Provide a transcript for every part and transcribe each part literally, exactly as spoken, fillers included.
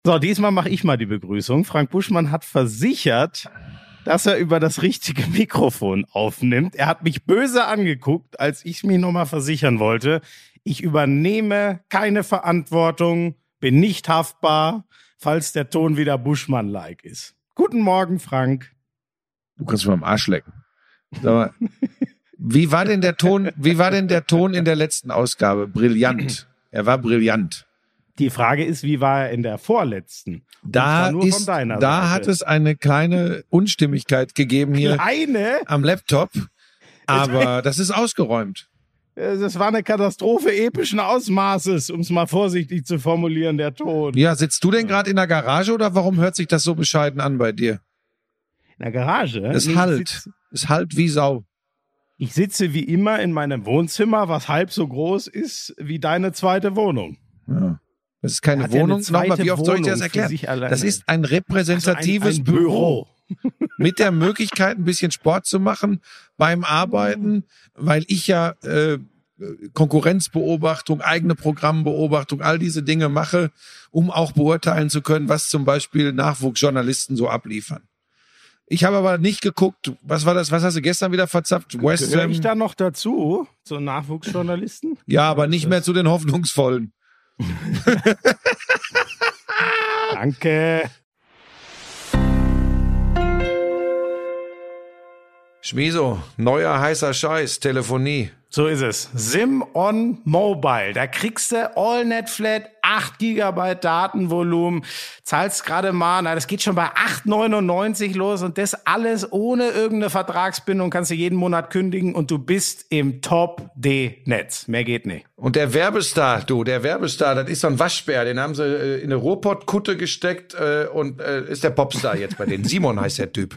So, diesmal mache ich mal die Begrüßung. Frank Buschmann hat versichert, dass er über das richtige Mikrofon aufnimmt. Er hat mich böse angeguckt, als ich mich nochmal versichern wollte. Ich übernehme keine Verantwortung, bin nicht haftbar, falls der Ton wieder Buschmann-like ist. Guten Morgen, Frank. Du kannst mir am Arsch lecken. Sag mal, wie war denn der Ton, wie war denn der Ton in der letzten Ausgabe? Brillant. Er war brillant. Die Frage ist, wie war er in der vorletzten? Da ist, da Seite. Hat es eine kleine Unstimmigkeit gegeben hier Kleine? am Laptop, aber das ist ausgeräumt. Das war eine Katastrophe epischen Ausmaßes, um es mal vorsichtig zu formulieren, der Ton. Ja, sitzt du denn gerade in der Garage oder warum hört sich das so bescheiden an bei dir? In der Garage? Es nee, halt, sitz, es halt wie Sau. Ich sitze wie immer in meinem Wohnzimmer, was halb so groß ist wie deine zweite Wohnung. Ja. Das ist keine Wohnung. Ja Nochmal, wie oft soll ich dir das erklären? Das ist ein repräsentatives also ein, ein Büro. Büro. Mit der Möglichkeit, ein bisschen Sport zu machen beim Arbeiten, weil ich ja äh, Konkurrenzbeobachtung, eigene Programmbeobachtung, all diese Dinge mache, um auch beurteilen zu können, was zum Beispiel Nachwuchsjournalisten so abliefern. Ich habe aber nicht geguckt, was war das, was hast du gestern wieder verzapft? West Ham. Ich da noch dazu, zu Nachwuchsjournalisten? Ja, aber nicht mehr zu den Hoffnungsvollen. Danke. Schmieso, neuer heißer Scheiß, Telefonie. So ist es. Sim on Mobile. Da kriegst du AllNet Flat, acht Gigabyte Datenvolumen, zahlst gerade mal, na, das geht schon bei acht neunundneunzig los und das alles ohne irgendeine Vertragsbindung, kannst du jeden Monat kündigen und du bist im Top-D-Netz. Mehr geht nicht. Und der Werbestar, du, der Werbestar, das ist so ein Waschbär, den haben sie äh, in eine Ruhrpott-Kutte gesteckt äh, und äh, ist der Popstar jetzt bei denen. Simon heißt der Typ.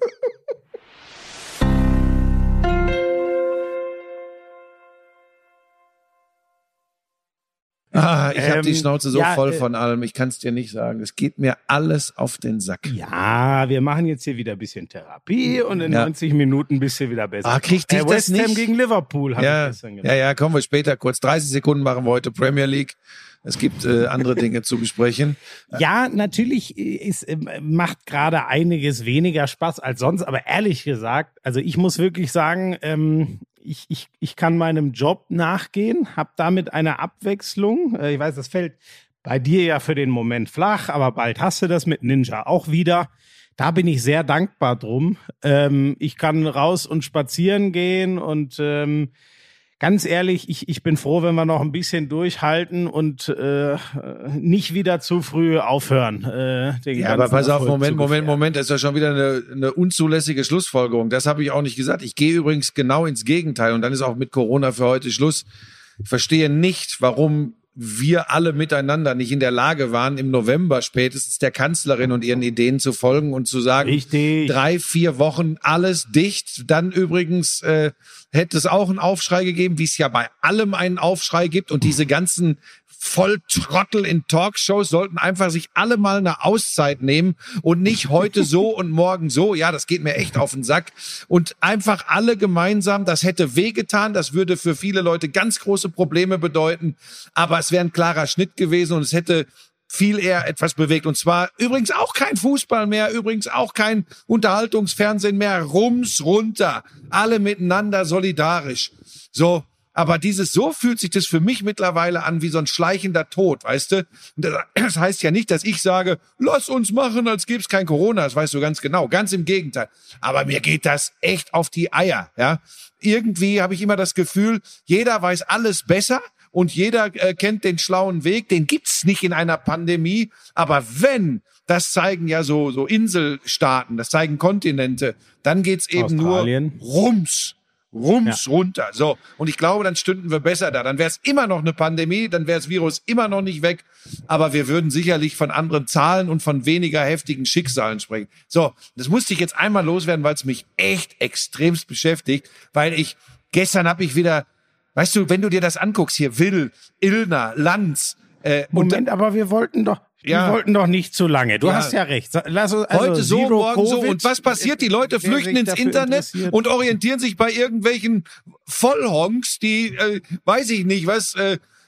Ah, ich ähm, habe die Schnauze so ja, voll von allem, ich kann es dir nicht sagen. Es geht mir alles auf den Sack. Ja, wir machen jetzt hier wieder ein bisschen Therapie und in ja. neunzig Minuten bist du wieder besser. Ah, kriegt dich äh, das West Ham nicht? Gegen Liverpool habe ja, ich gestern gedacht. Ja, ja, kommen wir später kurz. dreißig Sekunden machen wir heute Premier League. Es gibt äh, andere Dinge zu besprechen. Ja, natürlich ist, äh, macht gerade einiges weniger Spaß als sonst, aber ehrlich gesagt, also ich muss wirklich sagen, ähm, Ich, ich, ich kann meinem Job nachgehen, habe damit eine Abwechslung. Ich weiß, das fällt bei dir ja für den Moment flach, aber bald hast du das mit Ninja auch wieder. Da bin ich sehr dankbar drum. Ähm, ich kann raus und spazieren gehen und ähm, ganz ehrlich, ich, ich bin froh, wenn wir noch ein bisschen durchhalten und äh, nicht wieder zu früh aufhören. Äh, den ja, aber pass auf, Moment, Moment, Moment, das ist ja schon wieder eine, eine unzulässige Schlussfolgerung. Das habe ich auch nicht gesagt. Ich gehe übrigens genau ins Gegenteil und dann ist auch mit Corona für heute Schluss. Ich verstehe nicht, warum wir alle miteinander nicht in der Lage waren, im November spätestens der Kanzlerin und ihren Ideen zu folgen und zu sagen, Richtig. drei, vier Wochen alles dicht. Dann übrigens äh, hätte es auch einen Aufschrei gegeben, wie es ja bei allem einen Aufschrei gibt. Und diese ganzen Volltrottel in Talkshows sollten einfach sich alle mal eine Auszeit nehmen und nicht heute so und morgen so. Ja, das geht mir echt auf den Sack. Und einfach alle gemeinsam, das hätte wehgetan, das würde für viele Leute ganz große Probleme bedeuten, aber es wäre ein klarer Schnitt gewesen und es hätte viel eher etwas bewegt. Und zwar übrigens auch kein Fußball mehr, übrigens auch kein Unterhaltungsfernsehen mehr. Rums runter, alle miteinander solidarisch. So. Aber dieses, so fühlt sich das für mich mittlerweile an wie so ein schleichender Tod, weißt du? Und das heißt ja nicht, dass ich sage, lass uns machen, als gäbe es kein Corona. Das weißt du ganz genau. Ganz im Gegenteil. Aber mir geht das echt auf die Eier, ja? Irgendwie habe ich immer das Gefühl, jeder weiß alles besser und jeder äh, kennt den schlauen Weg. Den gibt's nicht in einer Pandemie. Aber wenn, das zeigen ja so, so Inselstaaten, das zeigen Kontinente, dann geht's eben Australien. nur rums. Rums ja. runter. So. Und ich glaube, dann stünden wir besser da. Dann wäre es immer noch eine Pandemie, dann wäre das Virus immer noch nicht weg. Aber wir würden sicherlich von anderen Zahlen und von weniger heftigen Schicksalen sprechen. So, das musste ich jetzt einmal loswerden, weil es mich echt extremst beschäftigt. Weil ich, gestern habe ich wieder, weißt du, wenn du dir das anguckst, hier Will, Illner, Lanz. Äh, Moment, und, aber wir wollten doch, Ja. Wir wollten doch nicht zu lange. Du ja. hast ja recht. Lass uns, also heute so, Zero morgen Covid. so. Und was passiert? Die Leute flüchten ins Internet und orientieren sich bei irgendwelchen Vollhonks, die, äh, weiß ich nicht, was, äh,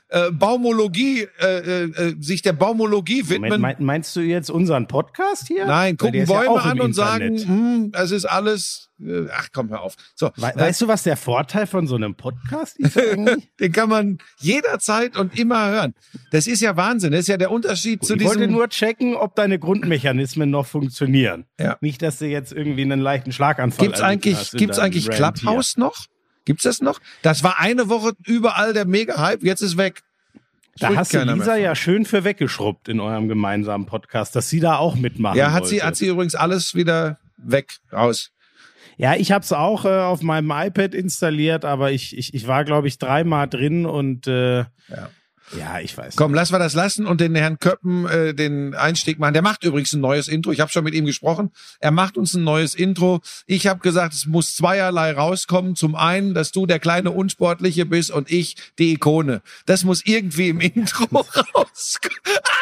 äh, Baumologie, äh, äh, sich der Baumologie widmen. Moment, mein, meinst du jetzt unseren Podcast hier? Nein, gucken ja Bäume an und Internet. sagen, hm, es ist alles, äh, ach komm, hör auf. So, We weißt du, was der Vorteil von so einem Podcast ist eigentlich? Den kann man jederzeit und immer hören. Das ist ja Wahnsinn. Das ist ja der Unterschied Gut, zu ich diesem... Ich wollte nur checken, ob deine Grundmechanismen noch funktionieren. Ja. Nicht, dass du jetzt irgendwie einen leichten Schlaganfall Gibt's eigentlich, gibt's eigentlich Clubhouse noch? Gibt's das noch? Das war eine Woche überall der Mega-Hype, jetzt ist weg. Da hast du Lisa ja schön für weggeschrubbt in eurem gemeinsamen Podcast, dass sie da auch mitmachen Ja, hat wollte. sie, hat sie übrigens alles wieder weg, raus. Ja, ich habe es auch äh, auf meinem iPad installiert, aber ich, ich, ich war, glaube ich, dreimal drin und äh, ja. ja, ich weiß. Komm, lass wir das lassen und den Herrn Köppen äh, den Einstieg machen. Der macht übrigens ein neues Intro. Ich habe schon mit ihm gesprochen. Er macht uns ein neues Intro. Ich habe gesagt, es muss zweierlei rauskommen. Zum einen, dass du der kleine Unsportliche bist und ich die Ikone. Das muss irgendwie im Intro rauskommen.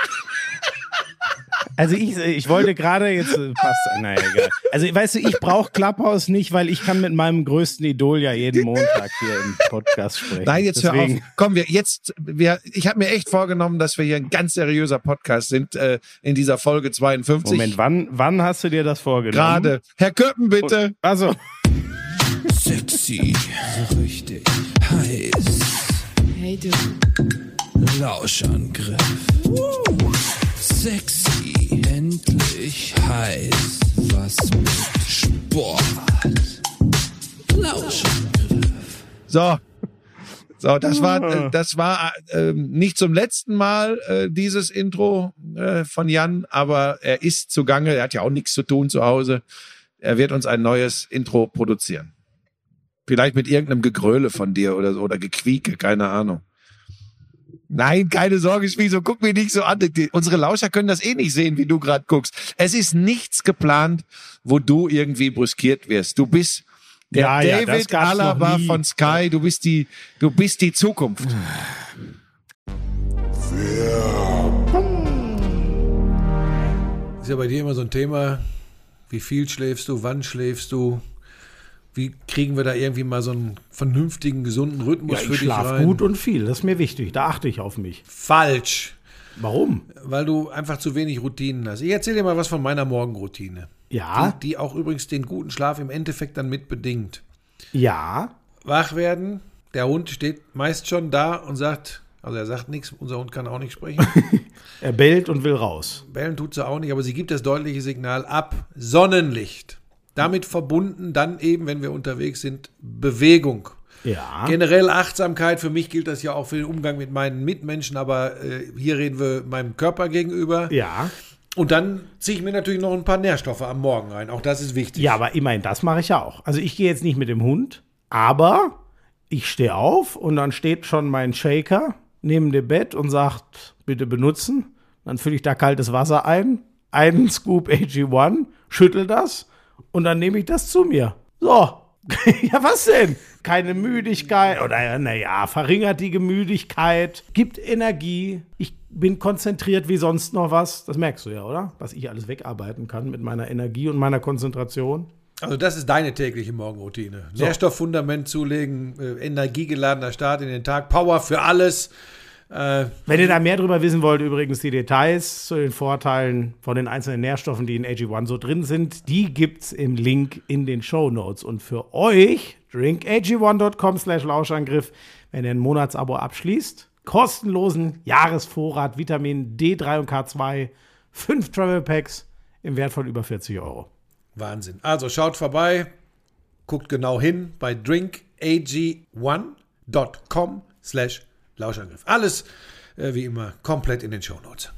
Also ich, ich wollte gerade jetzt, passt, naja, egal. Also weißt du, ich brauche Clubhouse nicht, weil ich kann mit meinem größten Idol ja jeden Montag hier im Podcast sprechen. Nein, jetzt Deswegen. hör auf. Komm, wir jetzt, wir, ich habe mir echt vorgenommen, dass wir hier ein ganz seriöser Podcast sind äh, in dieser Folge zweiundfünfzig. Moment, wann, wann hast du dir das vorgenommen? Gerade. Herr Köppen, bitte. Und, also. Sexy, so richtig heiß. Hey du. Lauschangriff. Sexy, endlich heiß. Was mit Sport. Lauschangriff. So. So, das war, äh, das war äh, nicht zum letzten Mal äh, dieses Intro äh, von Jan, aber er ist zugange. Er hat ja auch nichts zu tun zu Hause. Er wird uns ein neues Intro produzieren. Vielleicht mit irgendeinem Gegröle von dir oder so, oder Gequieke, keine Ahnung. Nein, keine Sorge, Schwieso, guck mich nicht so an. Die, unsere Lauscher können das eh nicht sehen, wie du gerade guckst. Es ist nichts geplant, wo du irgendwie brüskiert wirst. Du bist der Ja, ja, das David gab's noch Alaba nie. von Sky. Du bist die, du bist die Zukunft. Ist ja bei dir immer so ein Thema, wie viel schläfst du, wann schläfst du, wie kriegen wir da irgendwie mal so einen vernünftigen, gesunden Rhythmus Ja, für ich dich schlafe rein? gut und viel, das ist mir wichtig, da achte ich auf mich. Falsch, Warum? weil du einfach zu wenig Routinen hast. Ich erzähle dir mal was von meiner Morgenroutine, Ja, die, die auch übrigens den guten Schlaf im Endeffekt dann mit bedingt. ja, Wach werden, der Hund steht meist schon da und sagt, also er sagt nichts, unser Hund kann auch nicht sprechen. er bellt und will raus. Bellen tut sie auch nicht, aber sie gibt das deutliche Signal ab, Sonnenlicht. Damit verbunden dann eben, wenn wir unterwegs sind, Bewegung. Ja, Generell Achtsamkeit, für mich gilt das ja auch für den Umgang mit meinen Mitmenschen, aber äh, hier reden wir meinem Körper gegenüber. ja. Und dann ziehe ich mir natürlich noch ein paar Nährstoffe am Morgen rein, auch das ist wichtig. Ja, aber immerhin, das mache ich ja auch. Also ich gehe jetzt nicht mit dem Hund, aber ich stehe auf und dann steht schon mein Shaker neben dem Bett und sagt, bitte benutzen. Dann fülle ich da kaltes Wasser ein, einen Scoop A G eins, schüttel das und dann nehme ich das zu mir. So, ja was denn? Keine Müdigkeit oder naja, verringert die Müdigkeit, gibt Energie. Ich bin konzentriert wie sonst noch was. Das merkst du ja, oder? Was ich alles wegarbeiten kann mit meiner Energie und meiner Konzentration. Also das ist deine tägliche Morgenroutine. So. Nährstofffundament zulegen, äh, energiegeladener Start in den Tag, Power für alles. Äh, Wenn ihr da mehr drüber wissen wollt, übrigens die Details zu den Vorteilen von den einzelnen Nährstoffen, die in A G eins so drin sind, die gibt's im Link in den Shownotes. Und für euch, drink A G eins dot com slash Lauschangriff, wenn ihr ein Monatsabo abschließt, kostenlosen Jahresvorrat Vitamin D drei und K zwei, fünf Travel Packs im Wert von über vierzig Euro. Wahnsinn. Also schaut vorbei, guckt genau hin bei drink A G eins dot com slash Lauschangriff. Alles, äh, wie immer, komplett in den Shownotes.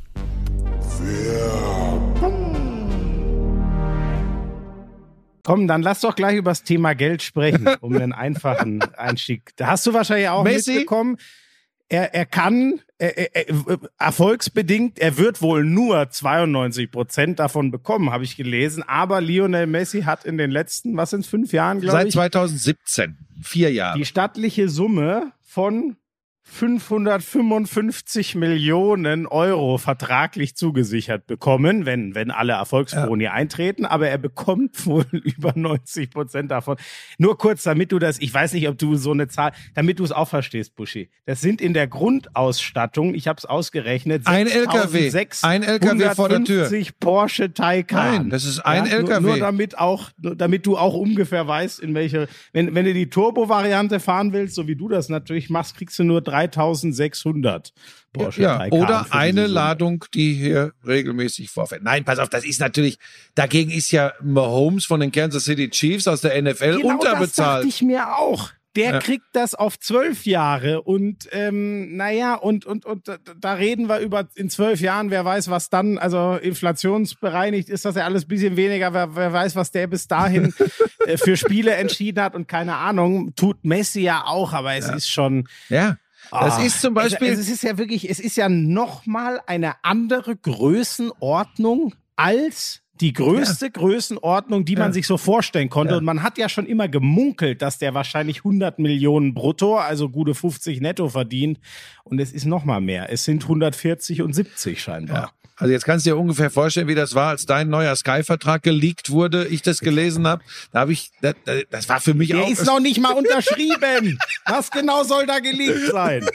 Komm, dann lass doch gleich über das Thema Geld sprechen, um einen einfachen Einstieg. Da hast du wahrscheinlich auch Messi? mitbekommen. Er, er kann, er, er, er, erfolgsbedingt, er wird wohl nur zweiundneunzig Prozent davon bekommen, habe ich gelesen. Aber Lionel Messi hat in den letzten, was sind fünf Jahren, glaube Seit ich, zweitausendsiebzehn. Vier Jahre. die stattliche Summe von fünfhundertfünfundfünfzig Millionen Euro vertraglich zugesichert bekommen, wenn, wenn alle Erfolgsboni ja. eintreten, aber er bekommt wohl über neunzig Prozent davon. Nur kurz, damit du das, ich weiß nicht, ob du so eine Zahl, damit du es auch verstehst, Buschi. Das sind in der Grundausstattung, ich habe es ausgerechnet, ein L K W, ein L K W vor der Tür. Porsche Taycan. Nein, das ist ein ja, L K W. Nur, nur damit auch, damit du auch ungefähr weißt, in welche, wenn, wenn du die Turbo-Variante fahren willst, so wie du das natürlich machst, kriegst du nur dreitausendsechshundert Porsche ja, Taycan. Oder eine Ladung, die hier regelmäßig vorfährt. Nein, pass auf, das ist natürlich, dagegen ist ja Mahomes von den Kansas City Chiefs aus der N F L genau unterbezahlt. Das dachte ich mir auch. Der ja. kriegt das auf zwölf Jahre und ähm, naja, und, und, und da reden wir über in zwölf Jahren, wer weiß, was dann, also inflationsbereinigt ist das ja alles ein bisschen weniger, wer, wer weiß, was der bis dahin äh, für Spiele entschieden hat und keine Ahnung, tut Messi ja auch, aber es ja. ist schon... Ja. Das oh, ist zum Beispiel... Es, es ist ja wirklich, es ist ja nochmal eine andere Größenordnung als... Die größte ja. Größenordnung, die man ja. sich so vorstellen konnte. Ja. Und man hat ja schon immer gemunkelt, dass der wahrscheinlich hundert Millionen brutto, also gute fünfzig netto verdient. Und es ist noch mal mehr. Es sind hundertvierzig und siebzig scheinbar. Ja. Also jetzt kannst du dir ungefähr vorstellen, wie das war, als dein neuer Sky-Vertrag geleakt wurde, ich das gelesen habe. Da habe ich, das, das war für mich der auch... Der ist noch nicht mal unterschrieben. Was genau soll da geleakt sein?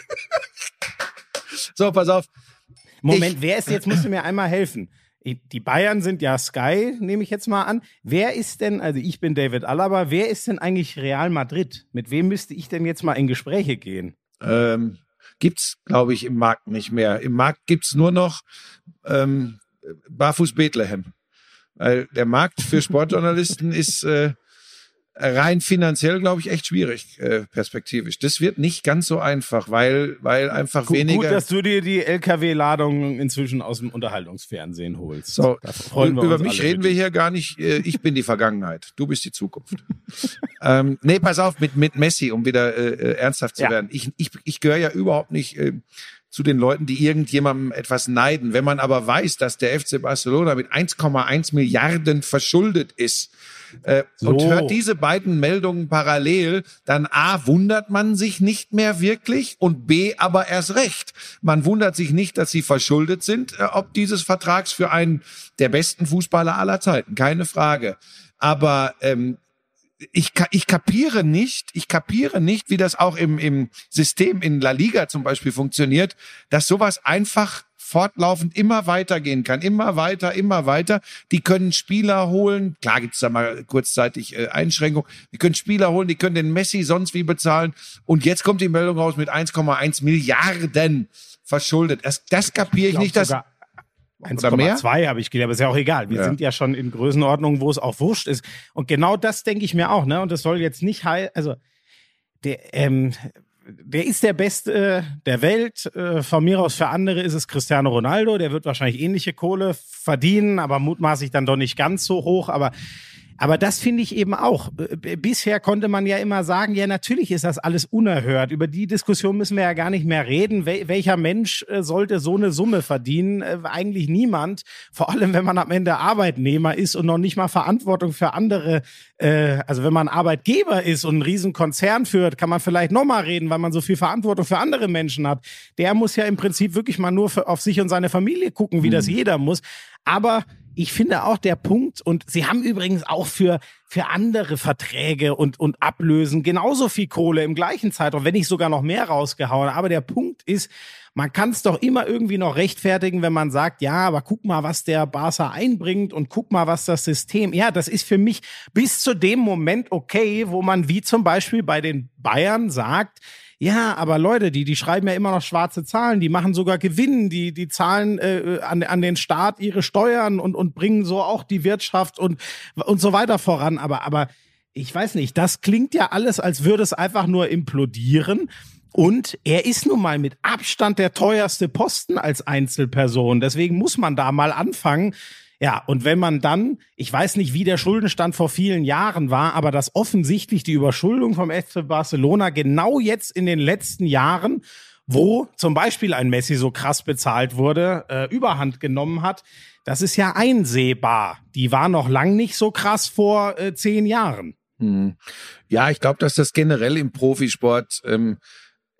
So, pass auf. Moment, ich, wer ist jetzt, musst du mir einmal helfen. Die Bayern sind ja Sky, nehme ich jetzt mal an. Wer ist denn, also ich bin David Alaba, wer ist denn eigentlich Real Madrid? Mit wem müsste ich denn jetzt mal in Gespräche gehen? Ähm, gibt's, glaube ich, im Markt nicht mehr. Im Markt gibt's nur noch ähm, Barfuß Bethlehem. Weil der Markt für Sportjournalisten ist äh, rein finanziell, glaube ich, echt schwierig, äh, perspektivisch. Das wird nicht ganz so einfach, weil, weil einfach gut, weniger... Gut, dass du dir die L K W-Ladung inzwischen aus dem Unterhaltungsfernsehen holst. So, freuen wir über uns mich reden wir hier gar nicht. Ich bin die Vergangenheit. Du bist die Zukunft. ähm, nee, pass auf, mit, mit Messi, um wieder äh, ernsthaft zu ja. werden. Ich, ich, ich gehöre ja überhaupt nicht... Äh, zu den Leuten, die irgendjemandem etwas neiden. Wenn man aber weiß, dass der F C Barcelona mit eins Komma eins Milliarden verschuldet ist äh, so. und hört diese beiden Meldungen parallel, dann A, wundert man sich nicht mehr wirklich und B, aber erst recht. Man wundert sich nicht, dass sie verschuldet sind, äh, ob dieses Vertrags für einen der besten Fußballer aller Zeiten, keine Frage. Aber ähm, Ich, ich kapiere nicht, ich kapiere nicht, wie das auch im, im System in La Liga zum Beispiel funktioniert, dass sowas einfach fortlaufend immer weitergehen kann, immer weiter, immer weiter. Die können Spieler holen, klar gibt's da mal kurzzeitig äh, Einschränkungen, die können Spieler holen, die können den Messi sonst wie bezahlen und jetzt kommt die Meldung raus mit eins Komma eins Milliarden verschuldet. Das, das kapiere ich, ich nicht, dass... eins Komma zwei habe ich gelesen, aber ist ja auch egal. Wir ja. sind ja schon in Größenordnungen, wo es auch wurscht ist. Und genau das denke ich mir auch, ne? Und das soll jetzt nicht heißen, also der, ähm, der ist der Beste der Welt. Äh, von mir aus für andere ist es Cristiano Ronaldo. Der wird wahrscheinlich ähnliche Kohle verdienen, aber mutmaßlich dann doch nicht ganz so hoch. Aber Aber das finde ich eben auch. Bisher konnte man ja immer sagen, ja, natürlich ist das alles unerhört. Über die Diskussion müssen wir ja gar nicht mehr reden. Wel- welcher Mensch äh, sollte so eine Summe verdienen? Äh, eigentlich niemand. Vor allem, wenn man am Ende Arbeitnehmer ist und noch nicht mal Verantwortung für andere, äh, also wenn man Arbeitgeber ist und einen riesen Konzern führt, kann man vielleicht noch mal reden, weil man so viel Verantwortung für andere Menschen hat. Der muss ja im Prinzip wirklich mal nur für, auf sich und seine Familie gucken, wie mhm. das jeder muss. Aber ich finde auch der Punkt, und sie haben übrigens auch für für andere Verträge und und Ablösen genauso viel Kohle im gleichen Zeitraum, wenn nicht sogar noch mehr rausgehauen. Aber der Punkt ist, man kann es doch immer irgendwie noch rechtfertigen, wenn man sagt, ja, aber guck mal, was der Barca einbringt und guck mal, was das System... Ja, das ist für mich bis zu dem Moment okay, wo man wie zum Beispiel bei den Bayern sagt, ja, aber Leute, die die schreiben ja immer noch schwarze Zahlen, die machen sogar Gewinn, die die zahlen äh, an an den Staat ihre Steuern und und bringen so auch die Wirtschaft und und so weiter voran. Aber aber ich weiß nicht, das klingt ja alles, als würde es einfach nur implodieren. Und er ist nun mal mit Abstand der teuerste Posten als Einzelperson. Deswegen muss man da mal anfangen. Ja, und wenn man dann, ich weiß nicht, wie der Schuldenstand vor vielen Jahren war, aber dass offensichtlich die Überschuldung vom F C Barcelona genau jetzt in den letzten Jahren, wo zum Beispiel ein Messi so krass bezahlt wurde, äh, Überhand genommen hat, das ist ja einsehbar. Die war noch lang nicht so krass vor äh, zehn Jahren. Hm. Ja, ich glaube, dass das generell im Profisport... Ähm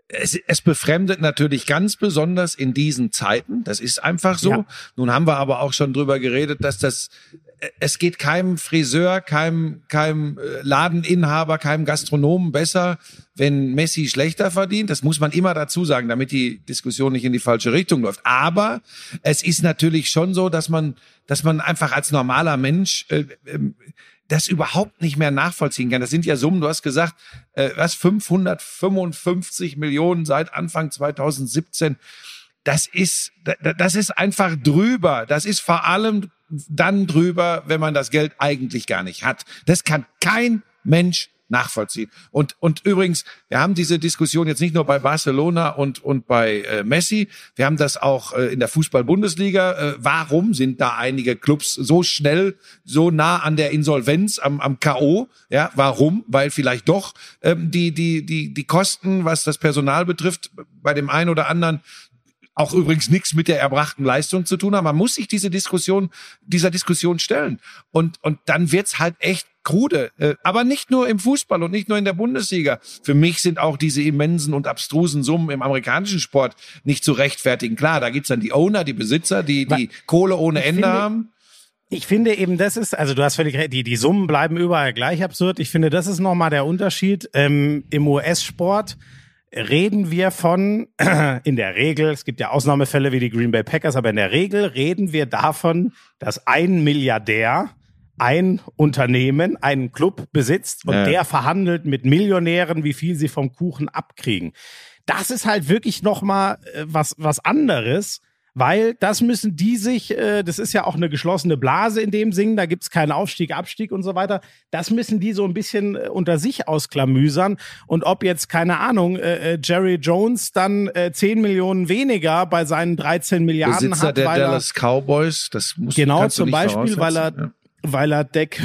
Es, es befremdet natürlich ganz besonders in diesen Zeiten. Das ist einfach so. Ja. Nun haben wir aber auch schon drüber geredet, dass das, es geht keinem Friseur, keinem, keinem Ladeninhaber, keinem Gastronomen besser, wenn Messi schlechter verdient. Das muss man immer dazu sagen, damit die Diskussion nicht in die falsche Richtung läuft. Aber es ist natürlich schon so, dass man, dass man einfach als normaler Mensch, äh, äh, das überhaupt nicht mehr nachvollziehen kann. Das sind ja Summen, du hast gesagt, äh, was, fünfhundertfünfundfünfzig Millionen seit Anfang zweitausendsiebzehn. Das ist, das ist einfach drüber. Das ist vor allem dann drüber, wenn man das Geld eigentlich gar nicht hat. Das kann kein Mensch nachvollziehen. Und, und übrigens, wir haben diese Diskussion jetzt nicht nur bei Barcelona und, und bei äh, Messi, wir haben das auch äh, in der Fußball-Bundesliga. Äh, warum sind da einige Clubs so schnell, so nah an der Insolvenz, am, am K O? Ja, warum? Weil vielleicht doch ähm, die, die, die, die Kosten, was das Personal betrifft, bei dem einen oder anderen auch übrigens nichts mit der erbrachten Leistung zu tun haben. Man muss sich diese Diskussion, dieser Diskussion stellen. Und, und dann wird's halt echt krude. Aber nicht nur im Fußball und nicht nur in der Bundesliga. Für mich sind auch diese immensen und abstrusen Summen im amerikanischen Sport nicht zu rechtfertigen. Klar, da gibt's dann die Owner, die Besitzer, die, die Kohle ohne Ende finde, haben. Ich finde eben, das ist, also du hast völlig recht, die, die Summen bleiben überall gleich absurd. Ich finde, das ist nochmal der Unterschied. Ähm, im U S-Sport reden wir von, in der Regel, es gibt ja Ausnahmefälle wie die Green Bay Packers, aber in der Regel reden wir davon, dass ein Milliardär ein Unternehmen, einen Club besitzt und ja. der verhandelt mit Millionären, wie viel sie vom Kuchen abkriegen. Das ist halt wirklich nochmal äh, was, was anderes, weil das müssen die sich, äh, das ist ja auch eine geschlossene Blase in dem Sinn, da gibt's keinen Aufstieg, Abstieg und so weiter, das müssen die so ein bisschen äh, unter sich ausklamüsern und ob jetzt, keine Ahnung, äh, Jerry Jones dann äh, zehn Millionen weniger bei seinen dreizehn Milliarden Besitzer hat, der weil Dallas er, Cowboys, das muss genau, kannst du zum nicht Beispiel, weil er, voraussetzen, ja. weil er Dak,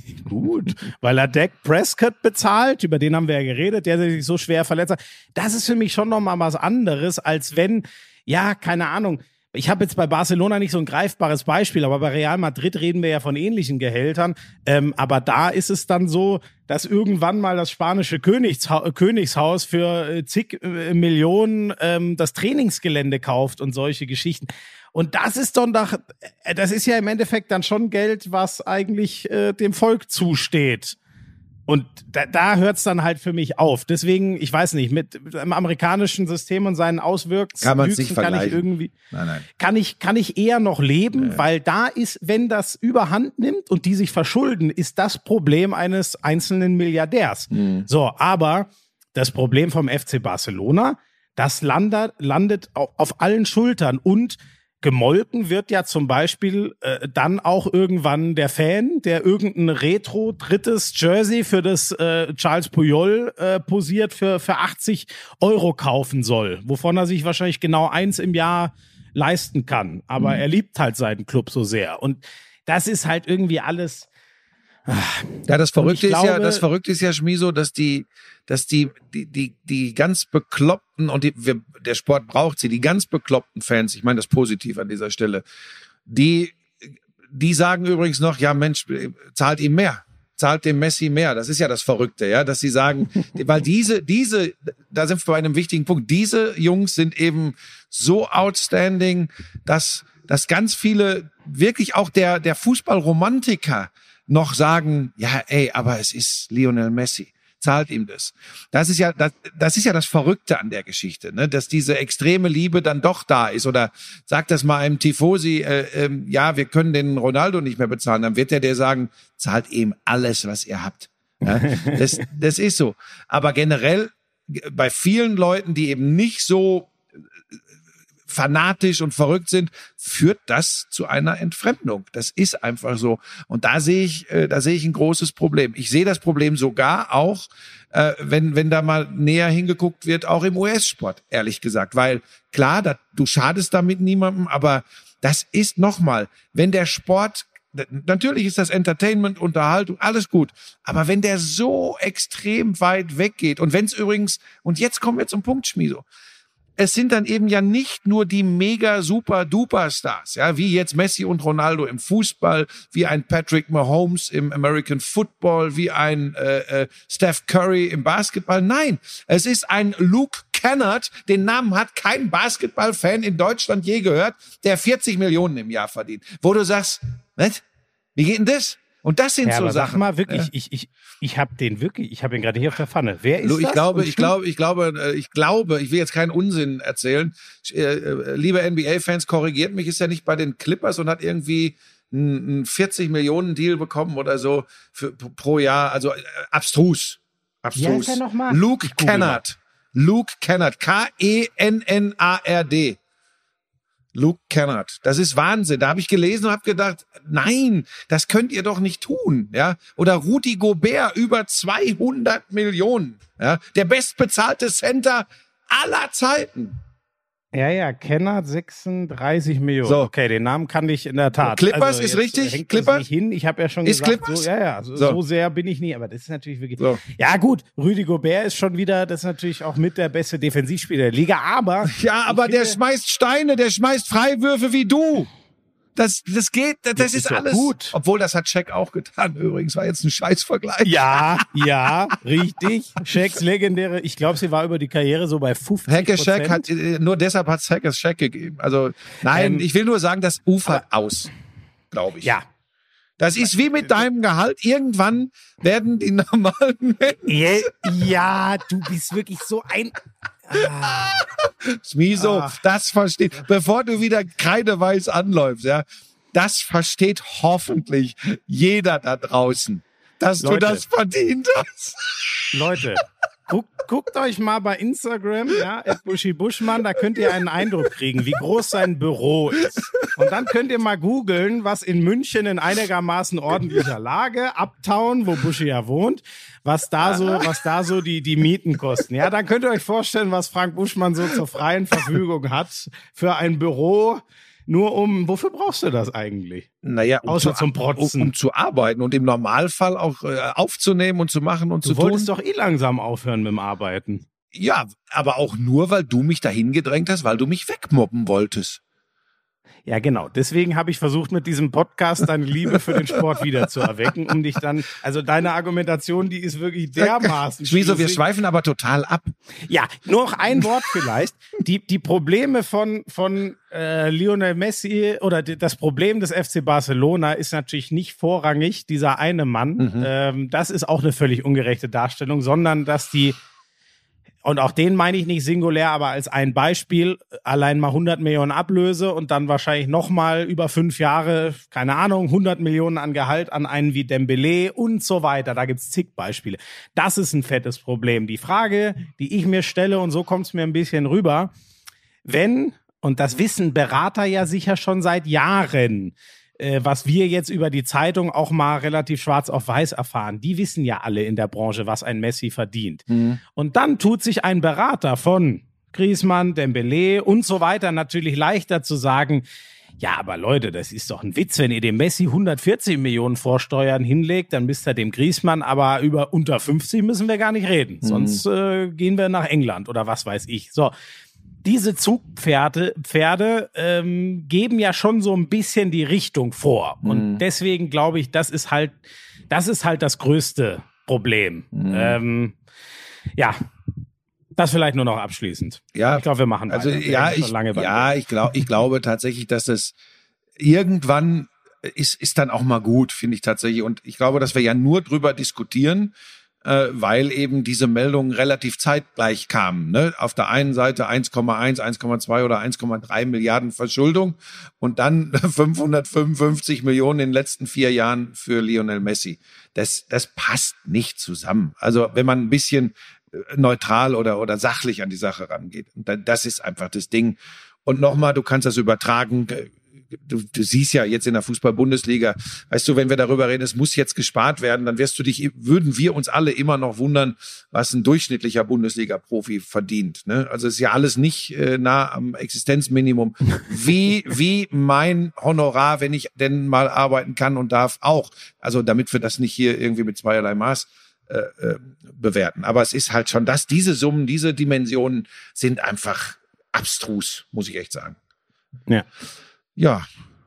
gut, weil er Dak Prescott bezahlt, über den haben wir ja geredet, der sich so schwer verletzt hat. Das ist für mich schon nochmal was anderes, als wenn, ja, keine Ahnung, ich habe jetzt bei Barcelona nicht so ein greifbares Beispiel, aber bei Real Madrid reden wir ja von ähnlichen Gehältern. Ähm, aber da ist es dann so, dass irgendwann mal das spanische Königsha- Königshaus für äh, zig äh, Millionen ähm, das Trainingsgelände kauft und solche Geschichten. Und das ist doch, doch, das ist ja im Endeffekt dann schon Geld, was eigentlich äh, dem Volk zusteht. Und da, da hört's dann halt für mich auf. Deswegen, ich weiß nicht, mit dem amerikanischen System und seinen Auswirkungen kann, man's nicht kann ich vergleichen. irgendwie, Nein, nein. kann ich, kann ich eher noch leben, Ja. weil da ist, wenn das überhand nimmt und die sich verschulden, ist das Problem eines einzelnen Milliardärs. Mhm. So, aber das Problem vom F C Barcelona, das landet, landet auf, auf allen Schultern und gemolken wird ja zum Beispiel äh, dann auch irgendwann der Fan, der irgendein Retro drittes Jersey für das äh, Charles Puyol äh, posiert für für achtzig Euro kaufen soll, wovon er sich wahrscheinlich genau eins im Jahr leisten kann. Aber Mhm. er liebt halt seinen Club so sehr und das ist halt irgendwie alles. Ja, das Verrückte ich ist ja, glaube- das Verrückte ist ja, Schmiso, dass die, dass die, die, die, die ganz bekloppten und die, wir, der Sport braucht sie, die ganz bekloppten Fans, ich meine das positiv an dieser Stelle, die, die sagen übrigens noch, ja Mensch, zahlt ihm mehr, zahlt dem Messi mehr. Das ist ja das Verrückte, ja, dass sie sagen, weil diese, diese, da sind wir bei einem wichtigen Punkt, diese Jungs sind eben so outstanding, dass, dass ganz viele, wirklich auch der, der Fußballromantiker noch sagen, ja, ey, aber es ist Lionel Messi. Zahlt ihm das. Das ist ja, das, das ist ja das Verrückte an der Geschichte, ne? Dass diese extreme Liebe dann doch da ist. Oder sagt das mal einem Tifosi, äh, ähm, ja, wir können den Ronaldo nicht mehr bezahlen. Dann wird der der sagen, zahlt ihm alles, was ihr habt. Ja? Das, das ist so. Aber generell bei vielen Leuten, die eben nicht so fanatisch und verrückt sind, führt das zu einer Entfremdung. Das ist einfach so. Und da sehe ich, äh, da sehe ich ein großes Problem. Ich sehe das Problem sogar auch, äh, wenn, wenn da mal näher hingeguckt wird, auch im U S-Sport, ehrlich gesagt. Weil klar, da, du schadest damit niemandem, aber das ist nochmal, wenn der Sport, natürlich ist das Entertainment, Unterhaltung, alles gut. Aber wenn der so extrem weit weggeht und wenn es übrigens, und jetzt kommen wir zum Punkt, Schmiso, es sind dann eben ja nicht nur die mega super duper Stars, ja, wie jetzt Messi und Ronaldo im Fußball, wie ein Patrick Mahomes im American Football, wie ein äh, äh, Steph Curry im Basketball. Nein, es ist ein Luke Kennard, den Namen hat kein Basketballfan in Deutschland je gehört, der vierzig Millionen im Jahr verdient. Wo du sagst, was? Wie geht denn das? Und das sind ja, so aber Sachen. Sag mal wirklich, ja. ich, ich, ich habe den wirklich, ich habe ihn gerade hier auf der Pfanne. Wer ist Lu, ich das? glaube, Und ich glaube, ich glaube, ich glaube, ich will jetzt keinen Unsinn erzählen. Äh, äh, liebe N B A-Fans, korrigiert mich, ist ja nicht bei den Clippers und hat irgendwie einen vierzig Millionen Deal bekommen oder so für, pro Jahr. Also äh, abstrus. Abstrus. Wie heißt der noch mal? Luke Ich google Kennard. Luke Kennard. K E N N A R D. Luke Kennard. Das ist Wahnsinn. Da habe ich gelesen und habe gedacht, nein, das könnt ihr doch nicht tun. Ja? Oder Rudy Gobert, über zweihundert Millionen. Ja? Der bestbezahlte Center aller Zeiten. Ja, ja, Kennard sechsunddreißig Millionen. So. Okay, den Namen kannte ich in der Tat. Clippers ist jetzt richtig? Hängt Clippers? das nicht hin. Ich habe ja schon Ist gesagt, Clippers? so, ja, ja, so, So. so sehr bin ich nie. Aber das ist natürlich wirklich. So. Ja, gut, Rudy Gobert ist schon wieder, das ist natürlich auch mit der beste Defensivspieler der Liga. Aber Ja, aber ich der finde- schmeißt Steine, der schmeißt Freiwürfe wie du. Das, das geht, das, Das ist, ist doch alles. gut. Obwohl, das hat Shaq auch getan übrigens. War jetzt ein Scheißvergleich. Ja, ja, richtig. Shaqs legendäre, ich glaube, sie war über die Karriere so bei fünfzig Hacke Prozent. Shaq hat, äh, nur deshalb hat es Hackers Shaq gegeben. Also, nein, Ähm, ich will nur sagen, das ufert aus, glaube ich. Ja. Das ist wie mit deinem Gehalt. Irgendwann werden die normalen Menschen. Ja, ja, du bist wirklich so ein. Smiso, Ah. das versteht, bevor du wieder kreideweiß anläufst, ja, das versteht hoffentlich jeder da draußen, dass Leute. du das verdient hast. Leute, guckt, guckt euch mal bei Instagram, ja, at Buschi Buschmann, da könnt ihr einen Eindruck kriegen, wie groß sein Büro ist. Und dann könnt ihr mal googeln, was in München in einigermaßen ordentlicher Lage, Uptown, wo Buschi ja wohnt, was da so, was da so die, die Mieten kosten. Ja, dann könnt ihr euch vorstellen, was Frank Buschmann so zur freien Verfügung hat für ein Büro. Nur um, wofür brauchst du das eigentlich? Naja, um, Außer zu, zum Protzen. Um, um zu arbeiten und im Normalfall auch äh, aufzunehmen und zu machen und Du zu wolltest tun. doch eh langsam aufhören mit dem Arbeiten. Ja, aber auch nur, weil du mich dahin gedrängt hast, weil du mich wegmobben wolltest. Ja, genau. Deswegen habe ich versucht, mit diesem Podcast deine Liebe für den Sport wieder zu erwecken, um dich dann, also deine Argumentation, die ist wirklich dermaßen Schmieso, wir schlüssig. schweifen aber total ab. Ja, nur noch ein Wort vielleicht. Die, die Probleme von, von äh, Lionel Messi oder die, das Problem des F C Barcelona ist natürlich nicht vorrangig dieser eine Mann. Mhm. Ähm, das ist auch eine völlig ungerechte Darstellung, sondern dass die, und auch den meine ich nicht singulär, aber als ein Beispiel, allein mal hundert Millionen Ablöse und dann wahrscheinlich nochmal über fünf Jahre, keine Ahnung, hundert Millionen an Gehalt an einen wie Dembélé und so weiter. Da gibt's zig Beispiele. Das ist ein fettes Problem. Die Frage, die ich mir stelle, und so kommt's mir ein bisschen rüber, wenn, und das wissen Berater ja sicher schon seit Jahren, äh, was wir jetzt über die Zeitung auch mal relativ schwarz auf weiß erfahren, die wissen ja alle in der Branche, was ein Messi verdient. Mhm. Und dann tut sich ein Berater von Griezmann, Dembélé und so weiter natürlich leichter zu sagen, ja, aber Leute, das ist doch ein Witz, wenn ihr dem Messi hundertvierzig Millionen Vorsteuern hinlegt, dann müsst ihr dem Griezmann aber über unter fünfzig müssen wir gar nicht reden. Mhm. Sonst äh, gehen wir nach England oder was weiß ich. So. Diese Zugpferde Pferde, ähm, geben ja schon so ein bisschen die Richtung vor. Und Mhm. deswegen glaube ich, das ist halt, das ist halt das größte Problem. Mhm. Ähm, ja, das vielleicht nur noch abschließend. Ja, Ich glaube, wir machen also weiter. Wir ja, haben schon ich, lange beim ja, ich glaube, ich glaube tatsächlich, dass es irgendwann ist, ist dann auch mal gut, finde ich tatsächlich. Und ich glaube, dass wir ja nur drüber diskutieren, äh, weil eben diese Meldungen relativ zeitgleich kamen. Ne? Auf der einen Seite eins Komma eins, eins Komma zwei oder eins Komma drei Milliarden Verschuldung und dann fünfhundertfünfundfünfzig Millionen in den letzten vier Jahren für Lionel Messi. Das, das passt nicht zusammen. Also wenn man ein bisschen neutral oder, oder sachlich an die Sache rangeht. Und das ist einfach das Ding. Und nochmal, du kannst das übertragen. Du, du siehst ja jetzt in der Fußball-Bundesliga, weißt du, wenn wir darüber reden, es muss jetzt gespart werden, dann wirst du dich, würden wir uns alle immer noch wundern, was ein durchschnittlicher Bundesliga-Profi verdient. Ne? Also es ist ja alles nicht äh, nah am Existenzminimum. Wie, wie mein Honorar, wenn ich denn mal arbeiten kann und darf, auch. Also damit wir das nicht hier irgendwie mit zweierlei Maß äh, äh, bewerten. Aber es ist halt schon, dass diese Summen, diese Dimensionen sind einfach abstrus, muss ich echt sagen. Ja. Ja,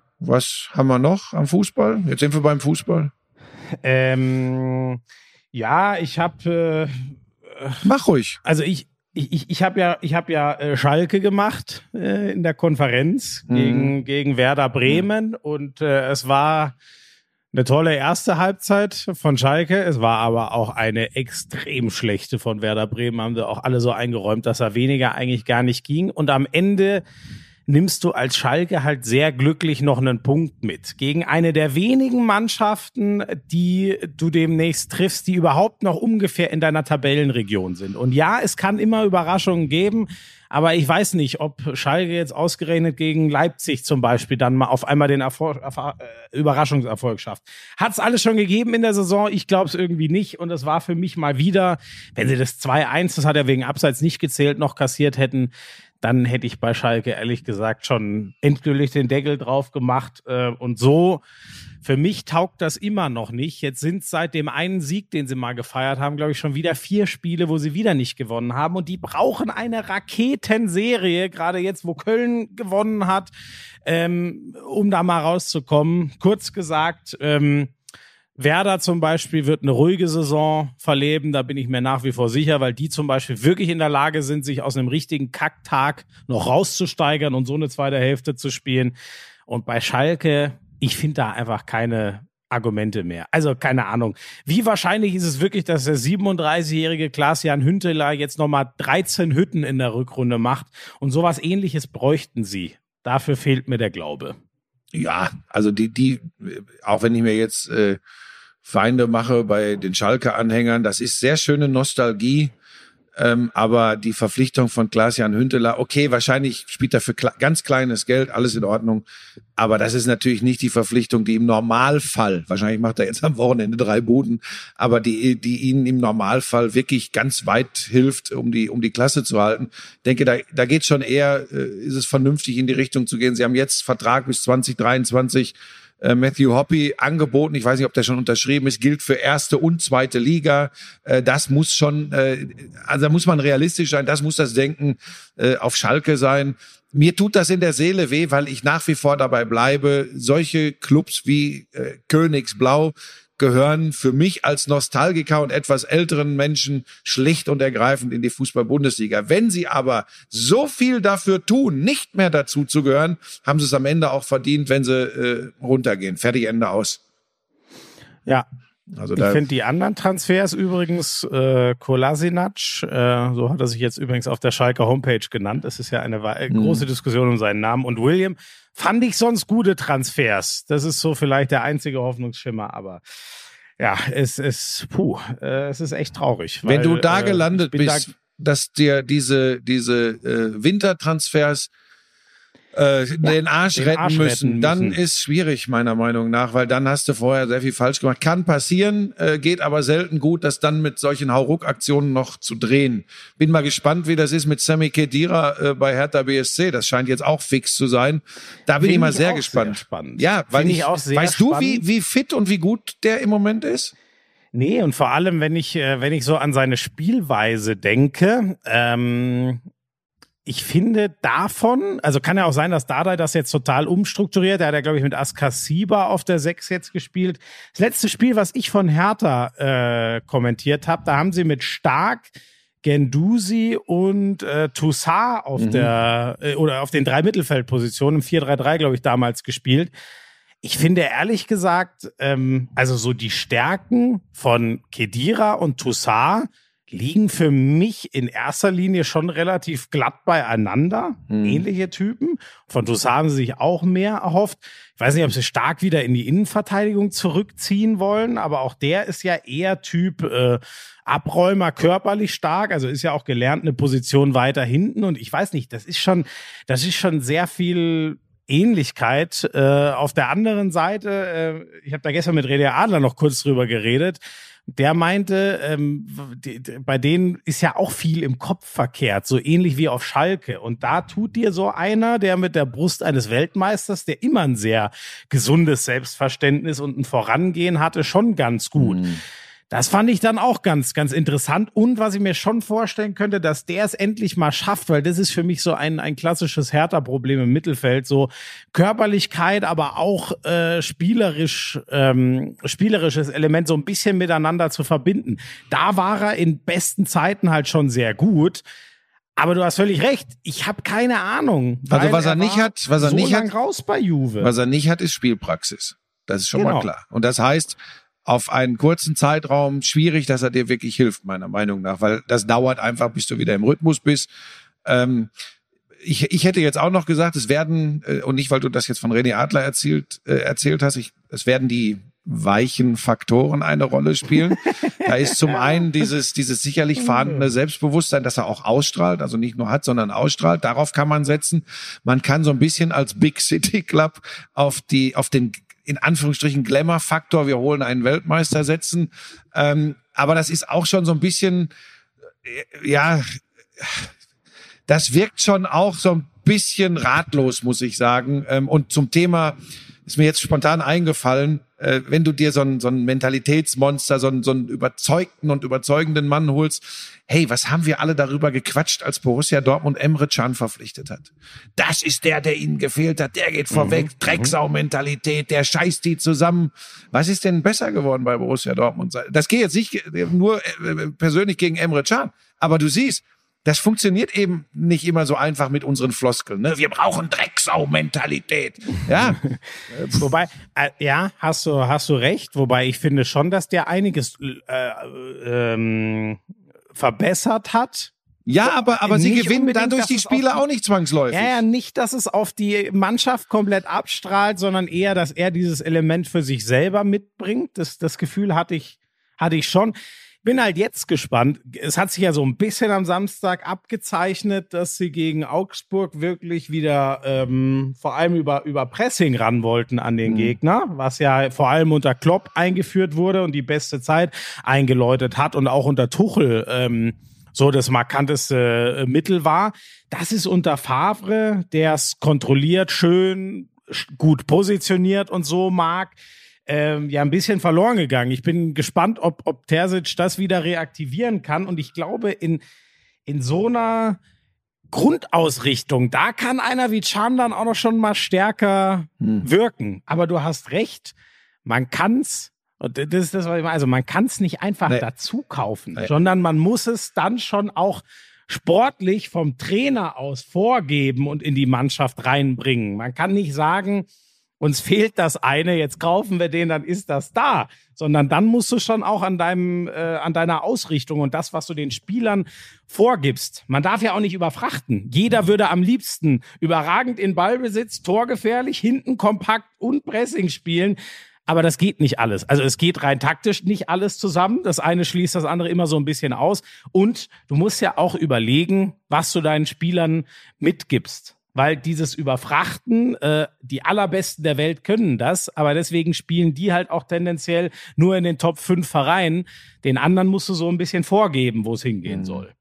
was haben wir noch am Fußball? Jetzt sind wir beim Fußball. Ähm, ja, ich habe, äh, Mach ruhig. also ich, ich, ich, ich habe ja, ich hab ja äh, Schalke gemacht äh, in der Konferenz Mhm. gegen, gegen Werder Bremen und äh, es war eine tolle erste Halbzeit von Schalke. Es war aber auch eine extrem schlechte von Werder Bremen. Haben sie auch alle so eingeräumt, dass er weniger eigentlich gar nicht ging. Und am Ende nimmst du als Schalke halt sehr glücklich noch einen Punkt mit. Gegen eine der wenigen Mannschaften, die du demnächst triffst, die überhaupt noch ungefähr in deiner Tabellenregion sind. Und ja, es kann immer Überraschungen geben, aber ich weiß nicht, ob Schalke jetzt ausgerechnet gegen Leipzig zum Beispiel dann mal auf einmal den Erfolg, äh, Überraschungserfolg schafft. Hat es alles schon gegeben in der Saison? Ich glaube es irgendwie nicht. Und es war für mich mal wieder, wenn sie das zwei eins, das hat er wegen Abseits nicht gezählt, noch kassiert hätten, dann hätte ich bei Schalke ehrlich gesagt schon endgültig den Deckel drauf gemacht. Äh, und so, für mich taugt das immer noch nicht. Jetzt sind es seit dem einen Sieg, den sie mal gefeiert haben, glaube ich, schon wieder vier Spiele, wo sie wieder nicht gewonnen haben. Und die brauchen eine Raketenserie, gerade jetzt, wo Köln gewonnen hat, ähm, um da mal rauszukommen. Kurz gesagt, ähm, Werder zum Beispiel wird eine ruhige Saison verleben, da bin ich mir nach wie vor sicher, weil die zum Beispiel wirklich in der Lage sind, sich aus einem richtigen Kacktag noch rauszusteigern und so eine zweite Hälfte zu spielen. Und bei Schalke, ich finde da einfach keine Argumente mehr. Also keine Ahnung. Wie wahrscheinlich ist es wirklich, dass der siebenunddreißigjährige Klaas-Jan Hünteler jetzt nochmal dreizehn Hütten in der Rückrunde macht? Und sowas Ähnliches bräuchten sie. Dafür fehlt mir der Glaube. Ja, also die, die, auch wenn ich mir jetzt äh, Feinde mache bei den Schalke-Anhängern, das ist sehr schöne Nostalgie, ähm, aber die Verpflichtung von Klaas-Jan Hünteler, okay, wahrscheinlich spielt er für kle- ganz kleines Geld, alles in Ordnung, aber das ist natürlich nicht die Verpflichtung, die im Normalfall, wahrscheinlich macht er jetzt am Wochenende drei Buden, aber die, die ihnen im Normalfall wirklich ganz weit hilft, um die, um die Klasse zu halten. Ich denke, da, da geht schon eher, äh, ist es vernünftig, in die Richtung zu gehen. Sie haben jetzt Vertrag bis zwanzig dreiundzwanzig, äh, Matthew Hoppe angeboten. Ich weiß nicht, ob der schon unterschrieben ist, gilt für erste und zweite Liga. Äh, das muss schon, äh, also da muss man realistisch sein, das muss das Denken äh, auf Schalke sein. Mir tut das in der Seele weh, weil ich nach wie vor dabei bleibe, solche Clubs wie äh, Königsblau gehören für mich als Nostalgiker und etwas älteren Menschen schlicht und ergreifend in die Fußball-Bundesliga. Wenn sie aber so viel dafür tun, nicht mehr dazu zu gehören, haben sie es am Ende auch verdient, wenn sie äh, runtergehen. Fertig, Ende aus. Ja. Also ich da finde die anderen Transfers übrigens, äh, Kolasinac, äh, so hat er sich jetzt übrigens auf der Schalke Homepage genannt. Es ist ja eine äh, große Diskussion um seinen Namen. Und William fand ich sonst gute Transfers. Das ist so vielleicht der einzige Hoffnungsschimmer, aber ja, es ist, puh, äh, es ist echt traurig. Wenn weil, du da äh, gelandet bist, da, dass dir diese, diese äh, Wintertransfers äh, ja, den Arsch, den retten, Arsch müssen, retten dann müssen. ist schwierig meiner Meinung nach, weil dann hast du vorher sehr viel falsch gemacht. Kann passieren, äh, geht aber selten gut, das dann mit solchen Hauruck-Aktionen noch zu drehen. Bin mal gespannt, wie das ist mit Sami Khedira äh, bei Hertha B S C. Das scheint jetzt auch fix zu sein. Da bin Find ich mal ich sehr auch gespannt. sehr spannend. Ja, weil Find ich, ich auch sehr weißt du, spannend. wie, wie fit und wie gut der im Moment ist? Nee, und vor allem, wenn ich, äh, wenn ich so an seine Spielweise denke, ähm, ich finde davon, also kann ja auch sein, dass Dardai das jetzt total umstrukturiert. Der hat ja, glaube ich, mit Askasiba auf der sechs jetzt gespielt. Das letzte Spiel, was ich von Hertha äh, kommentiert habe, da haben sie mit Stark, Guendouzi und äh, Toussaint auf Mhm. der äh, oder auf den drei Mittelfeldpositionen im vier drei drei, glaube ich, damals gespielt. Ich finde ehrlich gesagt, ähm, also so die Stärken von Khedira und Toussaint liegen für mich in erster Linie schon relativ glatt beieinander. Hm. Ähnliche Typen. Von Toussaint haben sie sich auch mehr erhofft. Ich weiß nicht, ob sie stark wieder in die Innenverteidigung zurückziehen wollen, aber auch der ist ja eher Typ äh, Abräumer, körperlich stark, also ist ja auch gelernt eine Position weiter hinten und ich weiß nicht, das ist schon, das ist schon sehr viel Ähnlichkeit. Äh, auf der anderen Seite, äh, ich habe da gestern mit René Adler noch kurz drüber geredet, der meinte, ähm, die, die, bei denen ist ja auch viel im Kopf verkehrt, so ähnlich wie auf Schalke. Und da tut dir so einer, der mit der Brust eines Weltmeisters, der immer ein sehr gesundes Selbstverständnis und ein Vorangehen hatte, schon ganz gut. Mhm. Das fand ich dann auch ganz, ganz interessant. Und was ich mir schon vorstellen könnte, dass der es endlich mal schafft, weil das ist für mich so ein, ein klassisches Hertha-Problem im Mittelfeld. So Körperlichkeit, aber auch äh, spielerisch, ähm, spielerisches Element so ein bisschen miteinander zu verbinden. Da war er in besten Zeiten halt schon sehr gut. Aber du hast völlig recht. Ich habe keine Ahnung. Also was er nicht war hat, was er so nicht lang hat, raus bei Juve. was er nicht hat, ist Spielpraxis. Das ist schon Genau. mal klar. Und das heißt, auf einen kurzen Zeitraum schwierig, dass er dir wirklich hilft, meiner Meinung nach, weil das dauert einfach, bis du wieder im Rhythmus bist. Ähm, ich, ich hätte jetzt auch noch gesagt, es werden, äh, und nicht, weil du das jetzt von René Adler erzählt, äh, erzählt hast, ich, es werden die weichen Faktoren eine Rolle spielen. Da ist zum einen dieses, dieses sicherlich vorhandene Selbstbewusstsein, das er auch ausstrahlt, also nicht nur hat, sondern ausstrahlt. Darauf kann man setzen. Man kann so ein bisschen als Big City Club auf die, auf den, in Anführungsstrichen Glamour-Faktor, wir holen einen Weltmeister setzen. Ähm, aber das ist auch schon so ein bisschen, äh, ja, das wirkt schon auch so ein bisschen ratlos, muss ich sagen. Ähm, und zum Thema ist mir jetzt spontan eingefallen, äh, wenn du dir so einen, so einen Mentalitätsmonster, so einen, so einen überzeugten und überzeugenden Mann holst, hey, was haben wir alle darüber gequatscht, als Borussia Dortmund Emre Can verpflichtet hat? Das ist der, der ihnen gefehlt hat, der geht vorweg, mhm. Drecksau-Mentalität, der scheißt die zusammen. Was ist denn besser geworden bei Borussia Dortmund? Das geht jetzt nicht nur äh, persönlich gegen Emre Can, aber du siehst, das funktioniert eben nicht immer so einfach mit unseren Floskeln. Ne? Wir brauchen Drecksau-Mentalität. Ja. Wobei, äh, ja, hast du, hast du recht. Wobei ich finde schon, dass der einiges äh, ähm, verbessert hat. Ja, aber, aber sie Nicht gewinnen unbedingt, dadurch dass die es Spiele auf- auch nicht zwangsläufig. Ja, ja, nicht, dass es auf die Mannschaft komplett abstrahlt, sondern eher, dass er dieses Element für sich selber mitbringt. Das, das Gefühl hatte ich, hatte ich schon. Bin halt jetzt gespannt. Es hat sich ja so ein bisschen am Samstag abgezeichnet, dass sie gegen Augsburg wirklich wieder ähm, vor allem über, über Pressing ran wollten an den Mhm. Gegner, was ja vor allem unter Klopp eingeführt wurde und die beste Zeit eingeläutet hat und auch unter Tuchel ähm, so das markanteste äh, Mittel war. Das ist unter Favre, der es kontrolliert, schön, sch- gut positioniert und so mag, ähm, ja ein bisschen verloren gegangen. Ich bin gespannt, ob, ob Terzic das wieder reaktivieren kann. Und ich glaube, in, in so einer Grundausrichtung, da kann einer wie Can dann auch noch schon mal stärker Hm. wirken. Aber du hast recht, man kann's, und das ist das, was ich meine, also man kann es nicht einfach Nee. dazu kaufen, Nee. sondern man muss es dann schon auch sportlich vom Trainer aus vorgeben und in die Mannschaft reinbringen. Man kann nicht sagen, uns fehlt das eine, jetzt kaufen wir den, dann ist das da. Sondern dann musst du schon auch an deinem, äh, an deiner Ausrichtung und das, was du den Spielern vorgibst. Man darf ja auch nicht überfrachten. Jeder würde am liebsten überragend in Ballbesitz, torgefährlich, hinten kompakt und Pressing spielen. Aber das geht nicht alles. Also es geht rein taktisch nicht alles zusammen. Das eine schließt das andere immer so ein bisschen aus. Und du musst ja auch überlegen, was du deinen Spielern mitgibst. Weil dieses Überfrachten, äh, die allerbesten der Welt können das, aber deswegen spielen die halt auch tendenziell nur in den Top fünf Vereinen. Den anderen musst du so ein bisschen vorgeben, wo es hingehen Mhm. soll.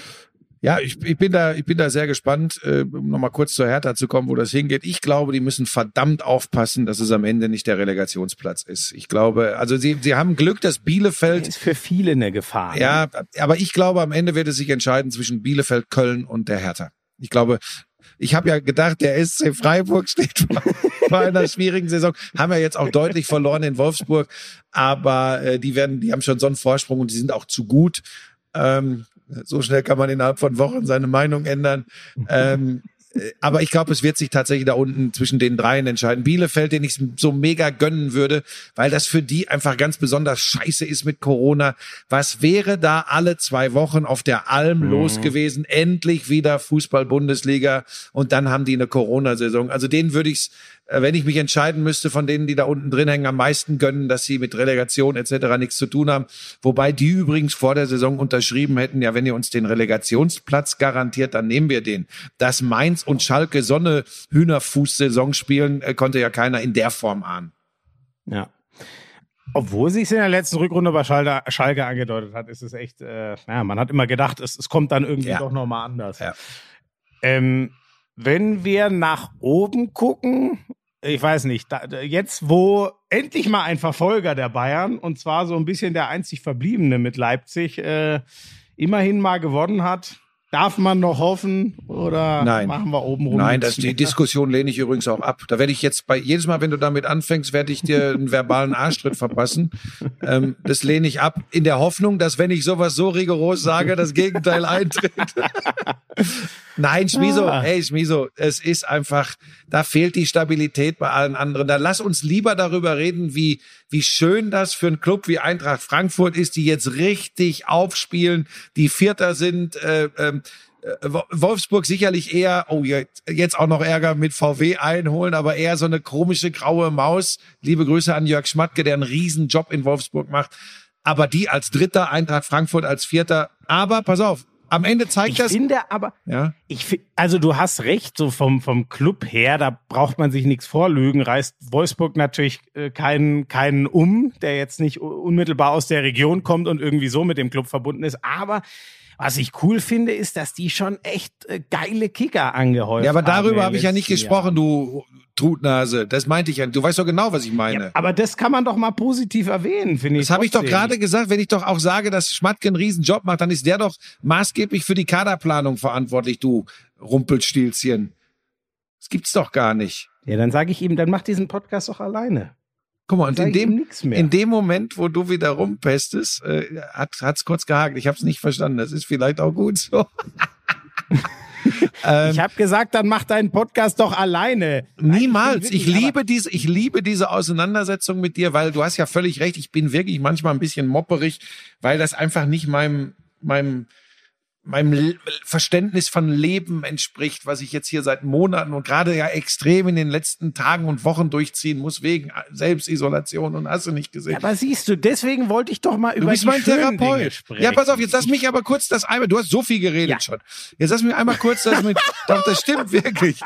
Ja, ich, ich bin da, ich bin da sehr gespannt, äh, um nochmal kurz zur Hertha zu kommen, wo das hingeht. Ich glaube, die müssen verdammt aufpassen, dass es am Ende nicht der Relegationsplatz ist. Ich glaube, also sie, sie haben Glück, dass Bielefeld, Ist für viele eine Gefahr. ja, aber ich glaube, am Ende wird es sich entscheiden zwischen Bielefeld, Köln und der Hertha. Ich glaube, ich habe ja gedacht, der S C Freiburg steht vor, vor einer schwierigen Saison. Haben ja jetzt auch deutlich verloren in Wolfsburg, aber äh, die werden, die haben schon so einen Vorsprung und die sind auch zu gut. Ähm, so schnell kann man innerhalb von Wochen seine Meinung ändern. Ähm, äh, aber ich glaube, es wird sich tatsächlich da unten zwischen den dreien entscheiden. Bielefeld, den ich so mega gönnen würde, weil das für die einfach ganz besonders scheiße ist mit Corona. Was wäre da alle zwei Wochen auf der Alm Mhm. los gewesen? Endlich wieder Fußball-Bundesliga und dann haben die eine Corona-Saison. Also denen würde ich's, äh, wenn ich mich entscheiden müsste, von denen, die da unten drin hängen, am meisten gönnen, dass sie mit Relegation et cetera nichts zu tun haben. Wobei die übrigens vor der Saison unterschrieben hätten, ja, wenn ihr uns den Relegationsplatz garantiert, dann nehmen wir den. Dass Mainz und Schalke so eine Hühnerfuß-Saison spielen, äh, konnte ja keiner in der Form ahnen. Ja. Obwohl sich in der letzten Rückrunde bei Schalke, Schalke angedeutet hat, ist es echt, äh, ja, man hat immer gedacht, es, es kommt dann irgendwie Ja. doch nochmal anders. Ja. Ähm, wenn wir nach oben gucken, ich weiß nicht, da, jetzt wo endlich mal ein Verfolger der Bayern, und zwar so ein bisschen der einzig Verbliebene mit Leipzig, äh, immerhin mal gewonnen hat, Darf man noch hoffen oder Nein. machen wir oben rum? Nein, nichts das, die mehr? Diskussion lehne ich übrigens auch ab. Da werde ich jetzt bei, jedes Mal, wenn du damit anfängst, werde ich dir einen verbalen Arschtritt verpassen. Ähm, das lehne ich ab, in der Hoffnung, dass wenn ich sowas so rigoros sage, das Gegenteil eintritt. Nein, Schmiso, Ah. hey Schmiso, es ist einfach, da fehlt die Stabilität bei allen anderen. Da lass uns lieber darüber reden, wie, wie schön das für einen Club wie Eintracht Frankfurt ist, die jetzt richtig aufspielen, die Vierter sind, äh, ähm, Wolfsburg sicherlich eher, oh, jetzt auch noch Ärger mit V W einholen, aber eher so eine komische graue Maus. Liebe Grüße an Jörg Schmatke, der einen riesen Job in Wolfsburg macht. Aber die als Dritter, Eintracht Frankfurt als Vierter. Aber pass auf, am Ende zeigt Ich das. finde aber, Ja. ich, fi- also du hast recht, so vom, vom Club her, da braucht man sich nichts vorlügen, reißt Wolfsburg natürlich äh, keinen, keinen um, der jetzt nicht u- unmittelbar aus der Region kommt und irgendwie so mit dem Club verbunden ist. Aber was ich cool finde, ist, dass die schon echt äh, geile Kicker angehäuft Ja, aber haben darüber in den habe ich ja nicht letzten gesprochen, du Trutnase. Das meinte ich ja. Du weißt doch genau, was ich Jahren. meine. Ja, aber das kann man doch mal positiv erwähnen, finde ich. Das habe ich doch trotzdem. gerade gesagt. Wenn ich doch auch sage, dass Schmatke einen riesen Job macht, dann ist der doch maßgeblich für die Kaderplanung verantwortlich, du Rumpelstilzchen. Das gibt's doch gar nicht. Ja, dann sage ich ihm, dann mach diesen Podcast doch alleine. Guck mal, und Sag in ich ihm dem, nix mehr. in dem Moment, wo du wieder rumpestest, äh, hat hat's kurz gehakt. Ich habe es nicht verstanden. Das ist vielleicht auch gut so. ähm, Ich habe gesagt, dann mach deinen Podcast doch alleine. Niemals. Nein, ich Ich bin wirklich- liebe diese, ich liebe diese Auseinandersetzung mit dir, weil du hast ja völlig recht. Ich bin wirklich manchmal ein bisschen mopperig, weil das einfach nicht meinem, meinem, meinem Le- Verständnis von Leben entspricht, was ich jetzt hier seit Monaten und gerade ja extrem in den letzten Tagen und Wochen durchziehen muss, wegen Selbstisolation und hast du nicht gesehen. Aber siehst du, deswegen wollte ich doch mal Du über bist die mein schönen Dinge Therapeut. sprechen. Ja, pass auf, jetzt lass mich aber kurz das einmal, du hast so viel geredet Ja. schon. Jetzt lass mich einmal kurz das mit, doch, das stimmt wirklich.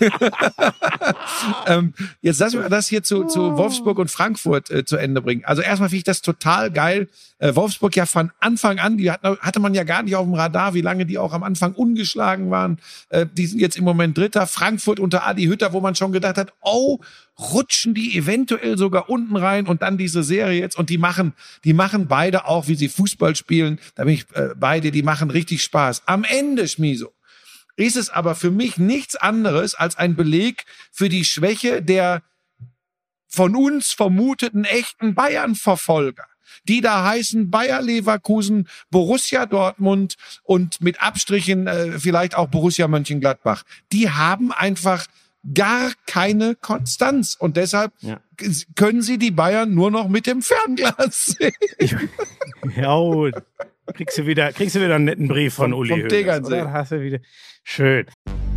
ähm, jetzt lass mich das hier zu, zu Wolfsburg und Frankfurt äh, zu Ende bringen. Also erstmal finde ich das total geil. Äh, Wolfsburg ja von Anfang an, die hat, hatte man ja gar nicht auf dem Radar, wie lange die auch am Anfang ungeschlagen waren. Äh, die sind jetzt im Moment Dritter. Frankfurt unter Adi Hütter, wo man schon gedacht hat, oh, rutschen die eventuell sogar unten rein und dann diese Serie jetzt und die machen, die machen beide auch, wie sie Fußball spielen, da bin ich äh, beide, die machen richtig Spaß. Am Ende, Schmiso, ist es aber für mich nichts anderes als ein Beleg für die Schwäche der von uns vermuteten echten Bayern-Verfolger, die da heißen Bayer Leverkusen, Borussia Dortmund und mit Abstrichen äh, vielleicht auch Borussia Mönchengladbach. Die haben einfach gar keine Konstanz und deshalb Ja. k- können sie die Bayern nur noch mit dem Fernglas sehen. Ja, oh, kriegst du wieder, kriegst du wieder einen netten Brief von Vom- Uli vom Hoeneß, Tegernsee. oder? Hast du wieder. Schön.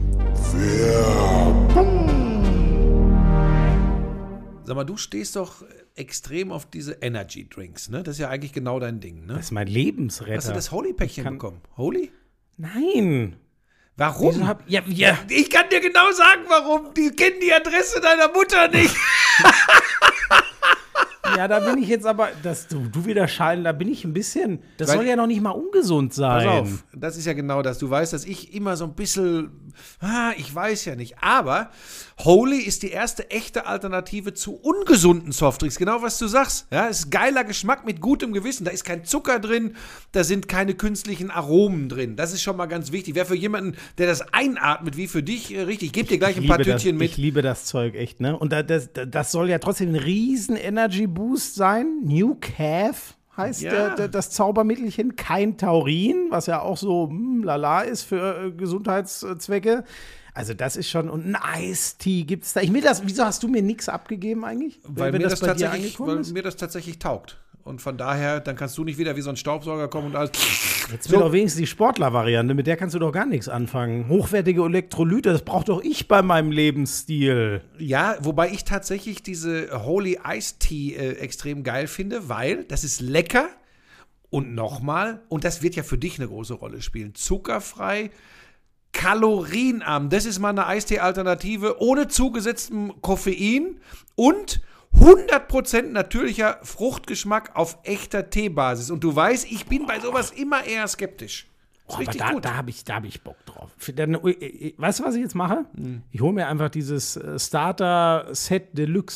Sag mal, du stehst doch extrem auf diese Energy Drinks, ne? Das ist ja eigentlich genau dein Ding, ne? Das ist mein Lebensretter. Hast du das Holy-Päckchen kann- bekommen? Holy? Nein. Warum? Wieso hab, ja, ja. Ich kann dir genau sagen, warum. Die kennen die Adresse deiner Mutter nicht. Ja, da bin ich jetzt aber, dass du, du wieder schallen, da bin ich ein bisschen, das Weil- soll ja noch nicht mal ungesund sein. Pass auf, das ist ja genau das. Du weißt, dass ich immer so ein bisschen, ah, ich weiß ja nicht. Aber Holy ist die erste echte Alternative zu ungesunden Softdrinks. Genau, was du sagst. Ja, es ist geiler Geschmack mit gutem Gewissen. Da ist kein Zucker drin, da sind keine künstlichen Aromen drin. Das ist schon mal ganz wichtig. Wäre für jemanden, der das einatmet, wie für dich, äh, richtig. Ich gebe dir gleich Ich ein paar liebe das, Tütchen mit. Ich liebe das Zeug echt, ne? Und da, das, das soll ja trotzdem ein riesen Energy Boost sein. New Calf heißt Ja. der, der, das Zaubermittelchen. Kein Taurin, was ja auch so hm, lala ist für äh, Gesundheitszwecke. Also das ist schon, und ein Ice-Tea gibt's da. Ich mir das, wieso hast du mir nichts abgegeben eigentlich? Weil, wenn mir das, bei dir tatsächlich, angekommen weil ist? mir das tatsächlich taugt. Und von daher, dann kannst du nicht wieder wie so ein Staubsauger kommen und alles. Jetzt will doch wenigstens die Sportler-Variante, mit der kannst du doch gar nichts anfangen. Hochwertige Elektrolyte, das brauch doch ich bei meinem Lebensstil. Ja, wobei ich tatsächlich diese Holy Iced Tea äh, extrem geil finde, weil das ist lecker und nochmal, und das wird ja für dich eine große Rolle spielen, zuckerfrei, kalorienarm. Das ist mal eine Eistee-Alternative ohne zugesetztem Koffein und hundert Prozent natürlicher Fruchtgeschmack auf echter Teebasis. Und du weißt, ich bin bei sowas immer eher skeptisch. Oh, Ist aber richtig da, gut. da habe ich, da hab ich Bock drauf. Für dann, äh, äh, weißt du, was ich jetzt mache? Hm. Ich hole mir einfach dieses äh, Starter-Set Deluxe.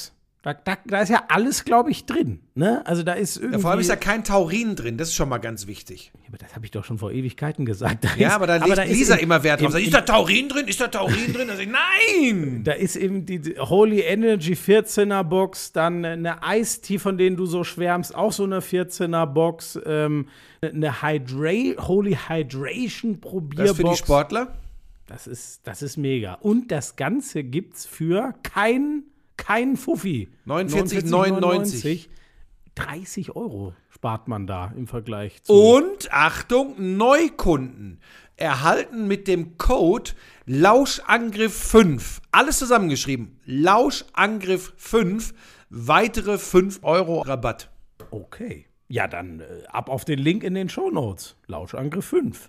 Da, da, da ist ja alles, glaube ich, drin. Ne? Also da ist irgendwie. Ja, vor allem ist ja kein Taurin drin, das ist schon mal ganz wichtig. Ja, aber das habe ich doch schon vor Ewigkeiten gesagt. Da ja, ist, aber da legt aber da Lisa ist immer Wert drauf. im, Sagt, ist da Taurin drin? Ist da Taurin drin? Da sag ich, nein! Da ist eben die Holy Energy vierzehner Box, dann eine Ice-Tea, von denen du so schwärmst, auch so eine vierzehner Box, ähm, eine Hydra- Holy Hydration Probierbox. Das für die Sportler? Das ist, das ist mega. Und das Ganze gibt's für kein Kein Fuffi. neunundvierzig neunundneunzig. dreißig Euro spart man da im Vergleich zu. Und Achtung, Neukunden erhalten mit dem Code Lauschangriff fünf, alles zusammengeschrieben, Lauschangriff fünf, weitere fünf Euro Rabatt. Okay. Ja, dann äh, ab auf den Link in den Shownotes. Lauschangriff fünf.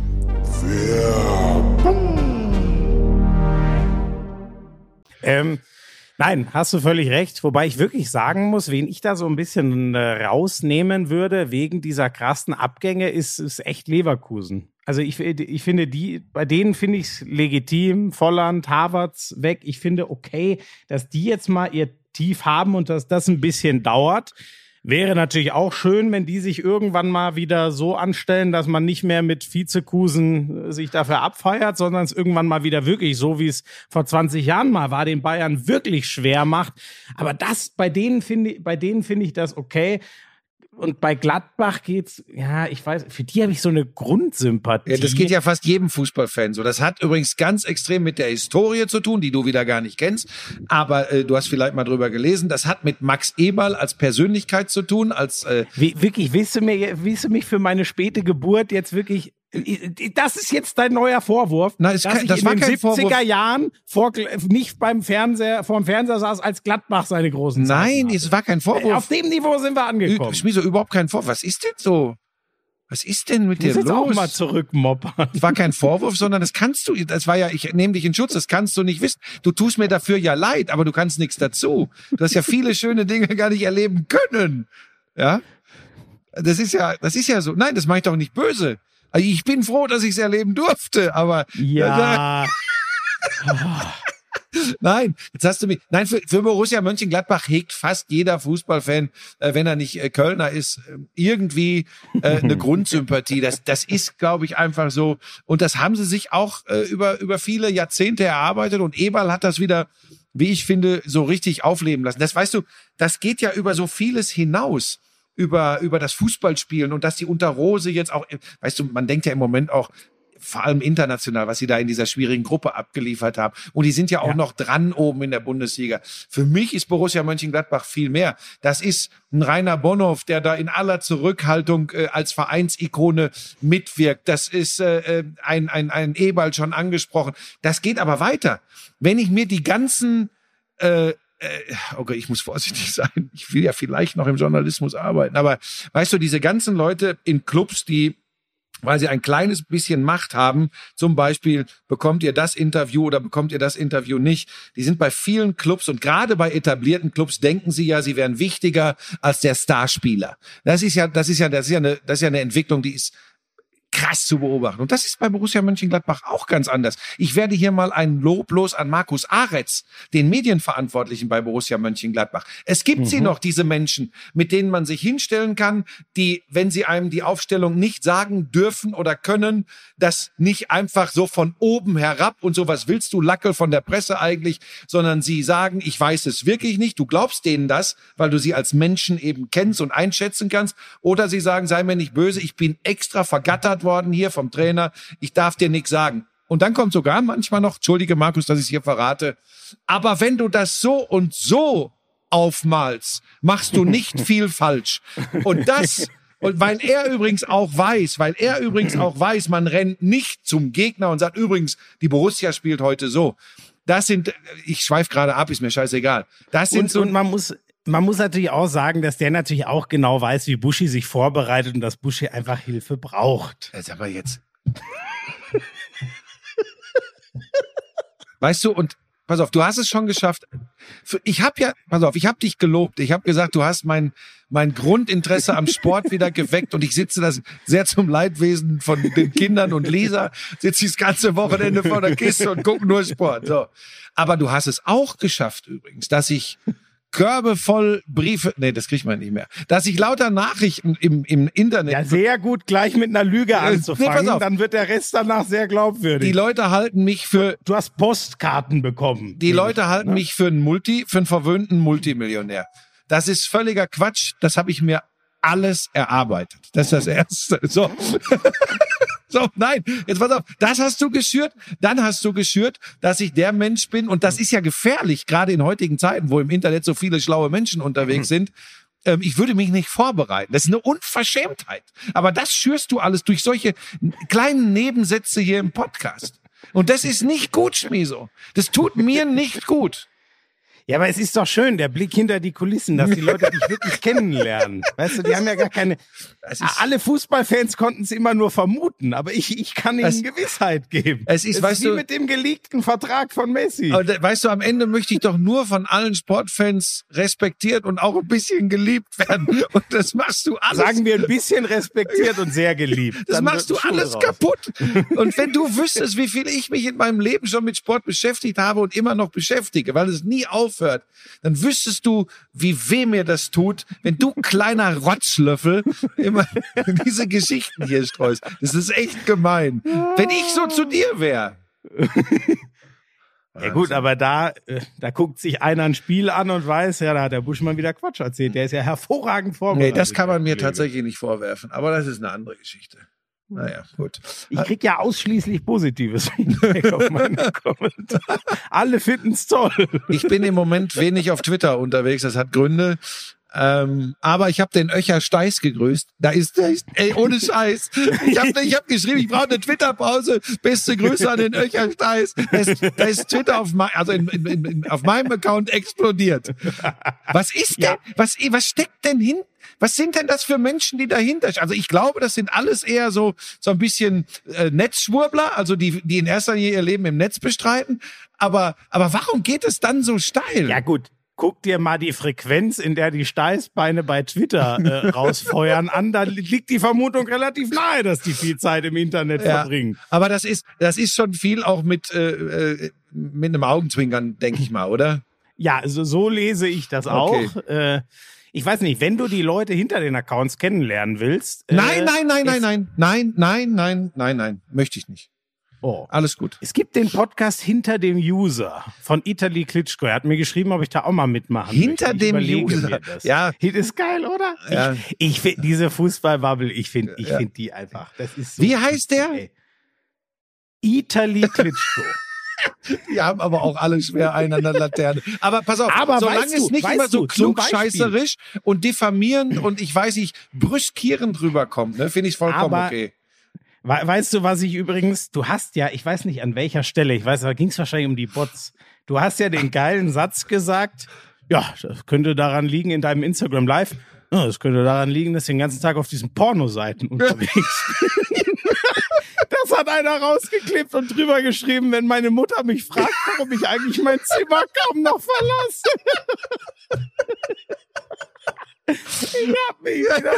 Ähm, nein, hast du völlig recht. Wobei ich wirklich sagen muss, wen ich da so ein bisschen äh, rausnehmen würde, wegen dieser krassen Abgänge, ist, ist echt Leverkusen. Also ich, ich finde, die, bei denen finde ich es legitim. Volland, Havertz weg. Ich finde okay, dass die jetzt mal ihr Tief haben und dass das ein bisschen dauert. Wäre natürlich auch schön, wenn die sich irgendwann mal wieder so anstellen, dass man nicht mehr mit Vizekusen sich dafür abfeiert, sondern es irgendwann mal wieder wirklich so, wie es vor zwanzig Jahren mal war, den Bayern wirklich schwer macht. Aber das, bei denen finde, bei denen finde ich das okay. Und bei Gladbach geht's, ja, ich weiß, für die habe ich so eine Grundsympathie. Ja, das geht ja fast jedem Fußballfan so. Das hat übrigens ganz extrem mit der Historie zu tun, die du wieder gar nicht kennst. Aber äh, du hast vielleicht mal drüber gelesen. Das hat mit Max Eberl als Persönlichkeit zu tun, als äh Wie, wirklich, willst du mir, willst du mich für meine späte Geburt jetzt wirklich? Das ist jetzt dein neuer Vorwurf, Nein, es dass kann, ich das in war den kein siebziger Vorwurf. Jahren vor, nicht beim Fernseher, vor dem Fernseher saß, als Gladbach seine großen Zeiten Nein, hatte. es war kein Vorwurf. Auf dem Niveau sind wir angekommen. Schmieso, überhaupt kein Vorwurf. Was ist denn so? Was ist denn mit Ich muss dir jetzt auch los? mal zurückmoppern. Das war kein Vorwurf, sondern das kannst du, das war ja, ich nehme dich in Schutz, das kannst du nicht wissen. Du tust mir dafür ja leid, aber du kannst nichts dazu. Du hast ja viele schöne Dinge gar nicht erleben können. Ja? Das ist ja, das ist ja so. Nein, das mache ich doch nicht böse. Also ich bin froh, dass ich es erleben durfte, aber Ja. nein, jetzt hast du mich. Nein, für, für Borussia Mönchengladbach hegt fast jeder Fußballfan, äh, wenn er nicht äh, Kölner ist, äh, irgendwie äh, eine Grundsympathie. Das, das ist, glaube ich, einfach so. Und das haben sie sich auch äh, über über viele Jahrzehnte erarbeitet. Und Eberl hat das wieder, wie ich finde, so richtig aufleben lassen. Das weißt du, das geht ja über so vieles hinaus. Über, über das Fußballspielen und dass die unter Rose jetzt auch, weißt du, man denkt ja im Moment auch, vor allem international, was sie da in dieser schwierigen Gruppe abgeliefert haben. Und die sind ja auch Ja. noch dran oben in der Bundesliga. Für mich ist Borussia Mönchengladbach viel mehr. Das ist ein Rainer Bonhoff, der da in aller Zurückhaltung äh, als Vereinsikone mitwirkt. Das ist äh, ein, ein, ein Eberl schon angesprochen. Das geht aber weiter. Wenn ich mir die ganzen äh, okay, ich muss vorsichtig sein. Ich will ja vielleicht noch im Journalismus arbeiten. Aber weißt du, diese ganzen Leute in Clubs, die, weil sie ein kleines bisschen Macht haben, zum Beispiel, bekommt ihr das Interview oder bekommt ihr das Interview nicht, die sind bei vielen Clubs und gerade bei etablierten Clubs denken sie ja, sie wären wichtiger als der Starspieler. Das ist ja, das ist ja, das ist ja eine, das ist ja eine Entwicklung, die ist krass zu beobachten. Und das ist bei Borussia Mönchengladbach auch ganz anders. Ich werde hier mal ein Lob los an Markus Aretz, den Medienverantwortlichen bei Borussia Mönchengladbach. Es gibt mhm. sie noch, diese Menschen, mit denen man sich hinstellen kann, die, wenn sie einem die Aufstellung nicht sagen dürfen oder können, das nicht einfach so von oben herab und so, was willst du, Lackel von der Presse eigentlich, sondern sie sagen, ich weiß es wirklich nicht, du glaubst denen das, weil du sie als Menschen eben kennst und einschätzen kannst, oder sie sagen, sei mir nicht böse, ich bin extra vergattert worden hier vom Trainer, ich darf dir nichts sagen. Und dann kommt sogar manchmal noch, entschuldige Markus, dass ich es hier verrate, aber wenn du das so und so aufmalst, machst du nicht viel falsch. Und das, und weil er übrigens auch weiß, weil er übrigens auch weiß, man rennt nicht zum Gegner und sagt, übrigens, die Borussia spielt heute so. Das sind, ich schweife gerade ab, ist mir scheißegal. Das sind und, so. Und man muss, man muss natürlich auch sagen, dass der natürlich auch genau weiß, wie Buschi sich vorbereitet und dass Buschi einfach Hilfe braucht. Jetzt aber jetzt. Weißt du, und pass auf, du hast es schon geschafft. Ich habe ja, pass auf, ich habe dich gelobt. Ich habe gesagt, du hast mein mein Grundinteresse am Sport wieder geweckt und ich sitze das sehr zum Leidwesen von den Kindern und Lisa, sitze das ganze Wochenende vor der Kiste und gucke nur Sport. So. Aber du hast es auch geschafft übrigens, dass ich Körbe voll Briefe, nee, das kriegt man nicht mehr, dass ich lauter Nachrichten im, im Internet... Ja, sehr gut, gleich mit einer Lüge anzufangen, nee, dann wird der Rest danach sehr glaubwürdig. Die Leute halten mich für... Du hast Postkarten bekommen. Die Leute ich, halten ne? mich für einen Multi, für einen verwöhnten Multimillionär. Das ist völliger Quatsch, das habe ich mir alles erarbeitet. Das ist das Erste. So. So, nein, jetzt pass auf, das hast du geschürt, dann hast du geschürt, dass ich der Mensch bin, und das ist ja gefährlich, gerade in heutigen Zeiten, wo im Internet so viele schlaue Menschen unterwegs sind. Ähm, ich würde mich nicht vorbereiten. Das ist eine Unverschämtheit. Aber das schürst du alles durch solche kleinen Nebensätze hier im Podcast. Und das ist nicht gut, Schmieso. Das tut mir nicht gut. Ja, aber es ist doch schön, der Blick hinter die Kulissen, dass die Leute dich wirklich kennenlernen. Weißt du, die haben ja gar keine... Alle Fußballfans konnten es immer nur vermuten, aber ich, ich kann ihnen es, Gewissheit geben. Es ist, es weißt ist wie du, mit dem geleakten Vertrag von Messi. Aber weißt du, am Ende möchte ich doch nur von allen Sportfans respektiert und auch ein bisschen geliebt werden. Und das machst du alles. Sagen wir ein bisschen respektiert und sehr geliebt. Das Dann machst du alles raus. Kaputt. Und wenn du wüsstest, wie viel ich mich in meinem Leben schon mit Sport beschäftigt habe und immer noch beschäftige, weil es nie aufhört, dann wüsstest du, wie weh mir das tut, wenn du kleiner Rotzlöffel immer diese Geschichten hier streust. Das ist echt gemein. Wenn ich so zu dir wäre. Ja gut, aber da, da guckt sich einer ein Spiel an und weiß, ja, da hat der Buschmann wieder Quatsch erzählt. Der ist ja hervorragend vorbereitet. Nee, das kann man mir tatsächlich nicht vorwerfen. Aber das ist eine andere Geschichte. Naja, gut. Ich krieg ja ausschließlich positives Feedback auf meine Kommentare. Alle finden's toll. Ich bin im Moment wenig auf Twitter unterwegs, das hat Gründe. Ähm, aber ich habe den Öcher Steiß gegrüßt. Da ist, da ist ey, ohne Scheiß. Ich habe ich hab geschrieben, ich brauche eine Twitter-Pause. Beste Grüße an den Öcher Steiß. Da ist, da ist Twitter auf, mein, also in, in, in, auf meinem Account explodiert. Was ist denn? Ja. Was, was steckt denn hin? Was sind denn das für Menschen, die dahinter stehen? Also ich glaube, das sind alles eher so so ein bisschen äh, Netzschwurbler, also die die in erster Linie ihr Leben im Netz bestreiten. Aber aber warum geht es dann so steil? Ja gut. Guck dir mal die Frequenz, in der die Steißbeine bei Twitter äh, rausfeuern an. Da liegt die Vermutung relativ nahe, dass die viel Zeit im Internet ja, verbringen. Aber das ist, das ist schon viel auch mit, äh, mit einem Augenzwinkern, denke ich mal, oder? Ja, also so lese ich das okay. auch. Äh, ich weiß nicht, wenn du die Leute hinter den Accounts kennenlernen willst. Nein, äh, nein, nein, nein, nein, nein, nein, nein, nein, nein, möchte ich nicht. Oh. Alles gut. Es gibt den Podcast Hinter dem User von Itali Klitschko. Er hat mir geschrieben, ob ich da auch mal mitmachen Hinter möchte. dem User. Ja. Das ist geil, oder? Ja. Ich, ich finde diese Fußballbubble, ich finde ich ja. find die einfach. Das ist so Wie heißt der? Ey. Itali Klitschko. Die haben aber auch alle schwer einander Laterne. Aber pass auf, aber solange weißt es du, nicht weißt immer so du, zum klugscheißerisch und diffamierend und ich weiß nicht, brüskierend rüberkommt, ne, finde ich vollkommen aber okay. Weißt du, was ich übrigens, du hast ja, ich weiß nicht an welcher Stelle, ich weiß, da ging es wahrscheinlich um die Bots. Du hast ja den geilen Satz gesagt, ja, das könnte daran liegen in deinem Instagram Live, ja, das könnte daran liegen, dass ich den ganzen Tag auf diesen Pornoseiten unterwegs bin. Das hat einer rausgeklippt und drüber geschrieben, wenn meine Mutter mich fragt, warum ich eigentlich mein Zimmer kaum noch verlasse. Ich hab mich wieder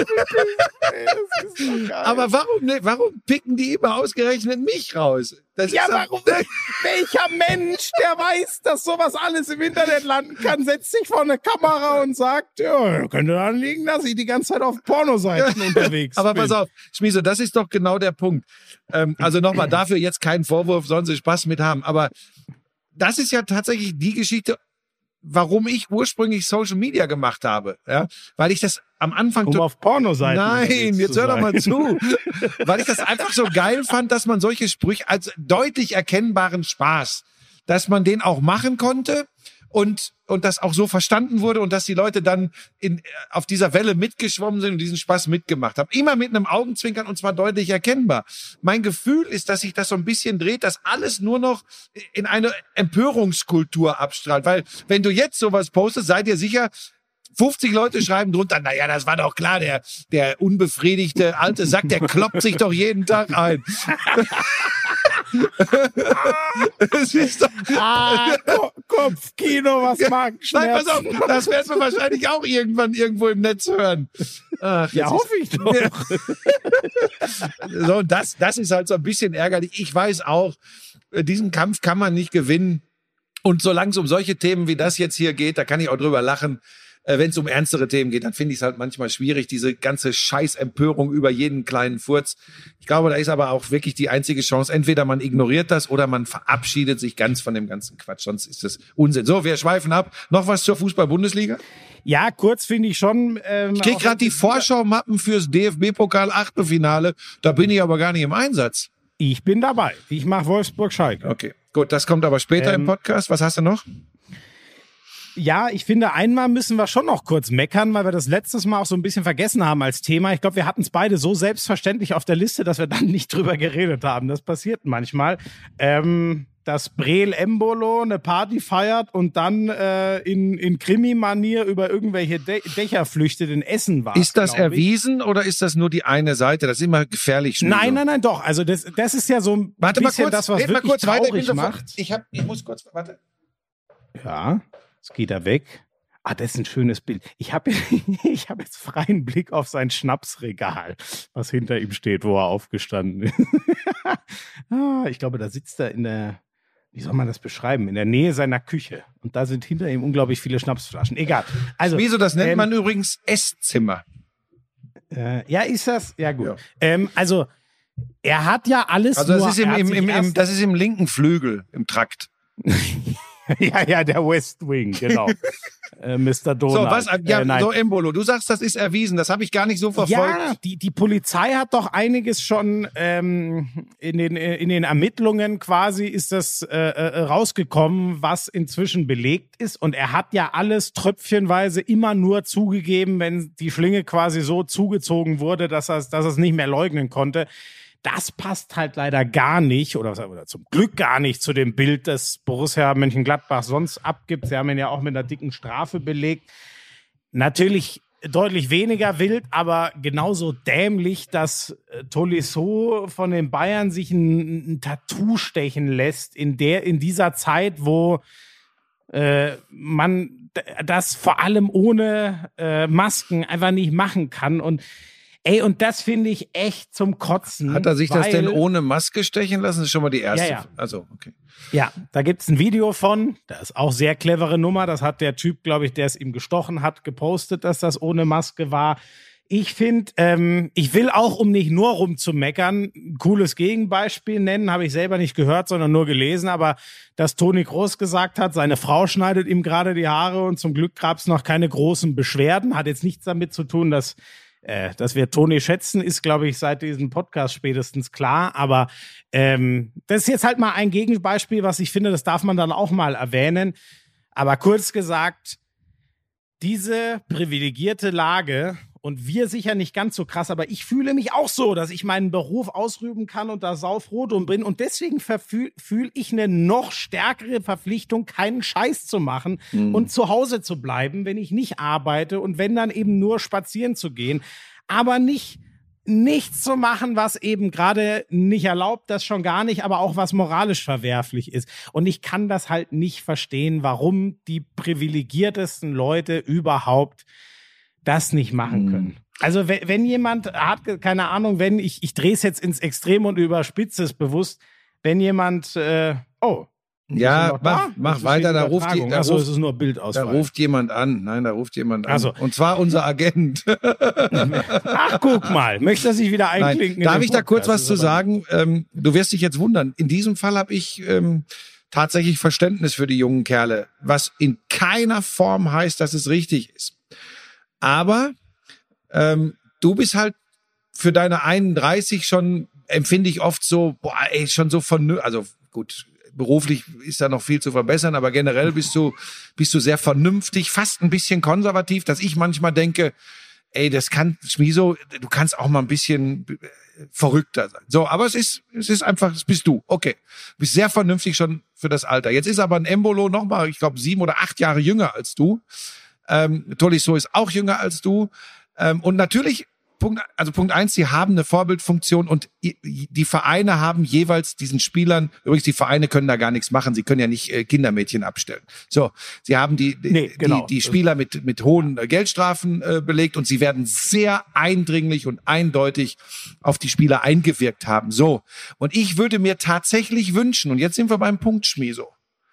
so Aber warum, ne, warum picken die immer ausgerechnet mich raus? Das ja, ist warum? Welcher Mensch, der weiß, dass sowas alles im Internet landen kann, setzt sich vor eine Kamera und sagt, ja, könnte daran liegen, dass ich die ganze Zeit auf Pornoseiten unterwegs Aber bin. Aber pass auf, Schmieso, das ist doch genau der Punkt. Ähm, also nochmal, dafür jetzt keinen Vorwurf, sollen Sie Spaß mit haben. Aber das ist ja tatsächlich die Geschichte, warum ich ursprünglich Social Media gemacht habe, ja, weil ich das am Anfang um auf Pornoseiten Nein, jetzt hör doch mal zu, weil ich das einfach so geil fand, dass man solche Sprüche als deutlich erkennbaren Spaß, dass man den auch machen konnte und und das auch so verstanden wurde und dass die Leute dann in auf dieser Welle mitgeschwommen sind und diesen Spaß mitgemacht haben. Immer mit einem Augenzwinkern und zwar deutlich erkennbar. Mein Gefühl ist, dass sich das so ein bisschen dreht, dass alles nur noch in eine Empörungskultur abstrahlt. Weil wenn du jetzt sowas postest, seid ihr sicher, fünfzig Leute schreiben drunter, naja, das war doch klar, der, der unbefriedigte alte Sack, der kloppt sich doch jeden Tag ein. Das ist doch ah, Ko- Kopfkino, was ja, mag Nein, pass auf, das werden wir wahrscheinlich auch irgendwann irgendwo im Netz hören. Ach, ja, hoffe ich doch. Ja. So, und das, das ist halt so ein bisschen ärgerlich. Ich weiß auch, diesen Kampf kann man nicht gewinnen. Und solange es um solche Themen wie das jetzt hier geht, da kann ich auch drüber lachen. Wenn es um ernstere Themen geht, dann finde ich es halt manchmal schwierig, diese ganze Scheißempörung über jeden kleinen Furz. Ich glaube, da ist aber auch wirklich die einzige Chance. Entweder man ignoriert das oder man verabschiedet sich ganz von dem ganzen Quatsch. Sonst ist das Unsinn. So, wir schweifen ab. Noch was zur Fußball-Bundesliga? Ja, kurz finde ich schon. Ähm, ich krieg gerade die Vorschaumappen fürs D F B-Pokal-Achtelfinale. Da bin ich aber gar nicht im Einsatz. Ich bin dabei. Ich mache Wolfsburg-Schalke. Okay, gut. Das kommt aber später ähm, im Podcast. Was hast du noch? Ja, ich finde, einmal müssen wir schon noch kurz meckern, weil wir das letztes Mal auch so ein bisschen vergessen haben als Thema. Ich glaube, wir hatten es beide so selbstverständlich auf der Liste, dass wir dann nicht drüber geredet haben. Das passiert manchmal. Ähm, dass Breel Embolo eine Party feiert und dann äh, in, in Krimi-Manier über irgendwelche De- Dächer flüchtet in Essen war. Ist das erwiesen oder ist das nur die eine Seite? Das ist immer gefährlich. Nein, so. nein, nein, doch. Also das, das ist ja so ein warte bisschen mal kurz, das, was wirklich mal kurz traurig weiter. Ich macht. Ich, hab, ich muss kurz, warte. Ja. Jetzt geht er weg. Ah, das ist ein schönes Bild. Ich habe ich hab jetzt freien Blick auf sein Schnapsregal, was hinter ihm steht, wo er aufgestanden ist. ah, ich glaube, da sitzt er in der, wie soll man das beschreiben, in der Nähe seiner Küche. Und da sind hinter ihm unglaublich viele Schnapsflaschen. Egal. Also, Wieso, das nennt ähm, man übrigens Esszimmer. Äh, ja, ist das? Ja, gut. Ja. Ähm, also, er hat ja alles Also das nur, ist im, im, im, im, das ist im linken Flügel, im Trakt. Ja, ja, der West Wing, genau. äh, Mister Donald. So, was, ja, äh, so Embolo, du sagst, das ist erwiesen, das habe ich gar nicht so verfolgt. Ja, die, die Polizei hat doch einiges schon ähm, in, den, in den Ermittlungen quasi ist das äh, rausgekommen, was inzwischen belegt ist. Und er hat ja alles tröpfchenweise immer nur zugegeben, wenn die Schlinge quasi so zugezogen wurde, dass er dass er es nicht mehr leugnen konnte. Das passt halt leider gar nicht oder, oder zum Glück gar nicht zu dem Bild, das Borussia Mönchengladbach sonst abgibt. Sie haben ihn ja auch mit einer dicken Strafe belegt. Natürlich deutlich weniger wild, aber genauso dämlich, dass äh, Tolisso von den Bayern sich ein, ein Tattoo stechen lässt in der in dieser Zeit, wo äh, man d- das vor allem ohne äh, Masken einfach nicht machen kann. Und Ey, und das finde ich echt zum Kotzen. Hat er sich weil, das denn ohne Maske stechen lassen? Das ist schon mal die erste. Ja, ja. Also, okay. Ja, da gibt's ein Video von. Das ist auch sehr clevere Nummer. Das hat der Typ, glaube ich, der es ihm gestochen hat, gepostet, dass das ohne Maske war. Ich finde, ähm, ich will auch, um nicht nur rumzumeckern, ein cooles Gegenbeispiel nennen. Habe ich selber nicht gehört, sondern nur gelesen. Aber dass Toni Kroos gesagt hat, seine Frau schneidet ihm gerade die Haare und zum Glück gab's noch keine großen Beschwerden. Hat jetzt nichts damit zu tun, dass Äh, dass wir Toni schätzen, ist, glaube ich, seit diesem Podcast spätestens klar. Aber ähm, das ist jetzt halt mal ein Gegenbeispiel, was ich finde, das darf man dann auch mal erwähnen. Aber kurz gesagt, diese privilegierte Lage, und wir sicher nicht ganz so krass, aber ich fühle mich auch so, dass ich meinen Beruf ausüben kann und da saufroh drum bin. Und deswegen fühle fühl ich eine noch stärkere Verpflichtung, keinen Scheiß zu machen mhm. und zu Hause zu bleiben, wenn ich nicht arbeite und wenn dann eben nur spazieren zu gehen. Aber nicht nichts zu machen, was eben gerade nicht erlaubt, das schon gar nicht, aber auch was moralisch verwerflich ist. Und ich kann das halt nicht verstehen, warum die privilegiertesten Leute überhaupt das nicht machen können. Also wenn, wenn jemand hat, keine Ahnung, wenn ich, ich drehe es jetzt ins Extrem und überspitze es bewusst, wenn jemand, äh, oh, ja, mach, mach weiter, da ruft, die, da, Achso, ruft, es ist nur Bildauswahl. da ruft jemand an. Nein, da ruft jemand an. Also. Und zwar unser Agent. Ach, guck mal, möchte er sich wieder einklinken? Nein. Darf ich da kurz was zu sagen? Ähm, du wirst dich jetzt wundern. In diesem Fall habe ich ähm, tatsächlich Verständnis für die jungen Kerle, was in keiner Form heißt, dass es richtig ist. Aber ähm, du bist halt für deine einunddreißig schon, empfinde ich oft so, boah, ey, schon so von, also gut, beruflich ist da noch viel zu verbessern, aber generell bist du, bist du sehr vernünftig, fast ein bisschen konservativ, dass ich manchmal denke, ey, das kann, Schmieso, du kannst auch mal ein bisschen verrückter sein. So, aber es ist, es ist einfach, das bist du. Okay. Du bist sehr vernünftig schon für das Alter. Jetzt ist aber ein Embolo noch mal, ich glaube, sieben oder acht Jahre jünger als du. Ähm, Tolisso ist auch jünger als du. Ähm, und natürlich, Punkt, also Punkt eins, sie haben eine Vorbildfunktion und die Vereine haben jeweils diesen Spielern, übrigens, die Vereine können da gar nichts machen, sie können ja nicht äh, Kindermädchen abstellen. So, sie haben die, nee, genau. die, die Spieler mit, mit hohen äh, Geldstrafen äh, belegt und sie werden sehr eindringlich und eindeutig auf die Spieler eingewirkt haben. So. Und ich würde mir tatsächlich wünschen, und jetzt sind wir beim Punkt, Schmieso.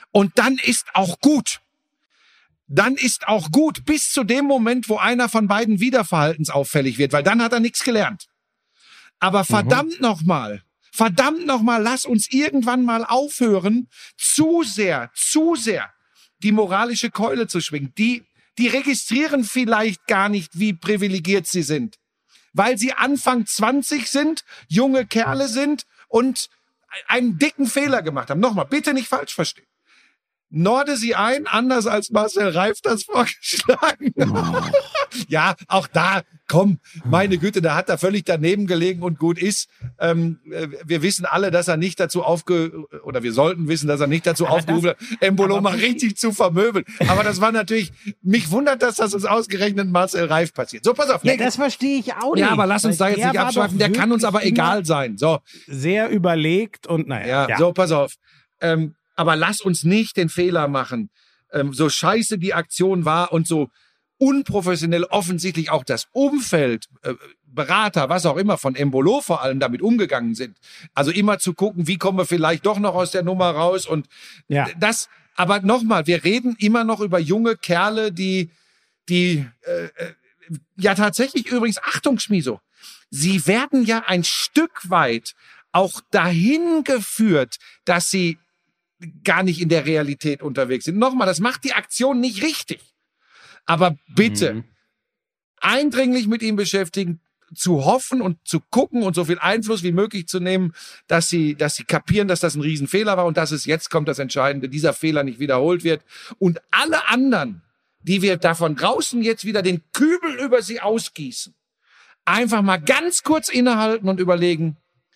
Und dann ist auch gut. Dann ist auch gut, bis zu dem Moment, wo einer von beiden wieder verhaltensauffällig wird, weil dann hat er nichts gelernt. Aber verdammt mhm. nochmal, verdammt nochmal, lass uns irgendwann mal aufhören, zu sehr, zu sehr die moralische Keule zu schwingen. Die, die registrieren vielleicht gar nicht, wie privilegiert sie sind, weil sie Anfang zwanzig sind, junge Kerle sind und einen dicken Fehler gemacht haben. Nochmal, bitte nicht falsch verstehen. Norde sie ein, anders als Marcel Reif das vorgeschlagen hat. Ja, auch da, komm, meine Güte, da hat er völlig daneben gelegen und gut ist. Ähm, wir wissen alle, dass er nicht dazu aufge... oder wir sollten wissen, dass er nicht dazu aber aufgerufen hat, Embolo mal richtig zu vermöbeln. Aber das war natürlich... Mich wundert, dass das uns ausgerechnet Marcel Reif passiert. So, pass auf. Ja, das verstehe ich auch nicht. Ja, aber lass uns da jetzt nicht abschweifen. Der kann uns aber egal sein. So. Sehr überlegt und naja. Ja, ja. so, pass auf. Ähm, Aber lass uns nicht den Fehler machen, ähm, so scheiße die Aktion war und so unprofessionell offensichtlich auch das Umfeld, äh, Berater, was auch immer, von Embolo vor allem damit umgegangen sind. Also immer zu gucken, wie kommen wir vielleicht doch noch aus der Nummer raus und ja. das, aber nochmal, wir reden immer noch über junge Kerle, die, die, äh, ja tatsächlich übrigens, Achtung Schmiso, sie werden ja ein Stück weit auch dahin geführt, dass sie gar nicht in der Realität unterwegs sind. Nochmal, das macht die Aktion nicht richtig. Aber bitte, mhm. eindringlich mit ihm beschäftigen, zu hoffen und zu gucken und so viel Einfluss wie möglich zu nehmen, dass sie, dass sie kapieren, dass das ein Riesenfehler war und dass es jetzt kommt das Entscheidende, dieser Fehler nicht wiederholt wird. Und alle anderen, die wir davon draußen jetzt wieder den Kübel über sie ausgießen, einfach mal ganz kurz innehalten und überlegen,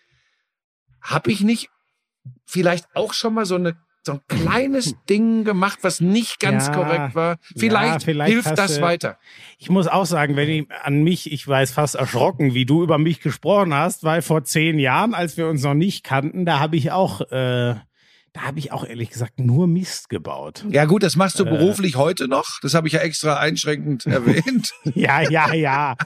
habe ich nicht vielleicht auch schon mal so eine so ein kleines Ding gemacht, was nicht ganz ja, korrekt war. Vielleicht, ja, vielleicht hilft das du, weiter. Ich muss auch sagen, wenn ich an mich, ich weiß fast erschrocken, wie du über mich gesprochen hast, weil vor zehn Jahren, als wir uns noch nicht kannten, da habe ich auch, äh, da habe ich auch ehrlich gesagt nur Mist gebaut. Ja gut, das machst du äh, beruflich heute noch. Das habe ich ja extra einschränkend erwähnt. ja, ja, ja.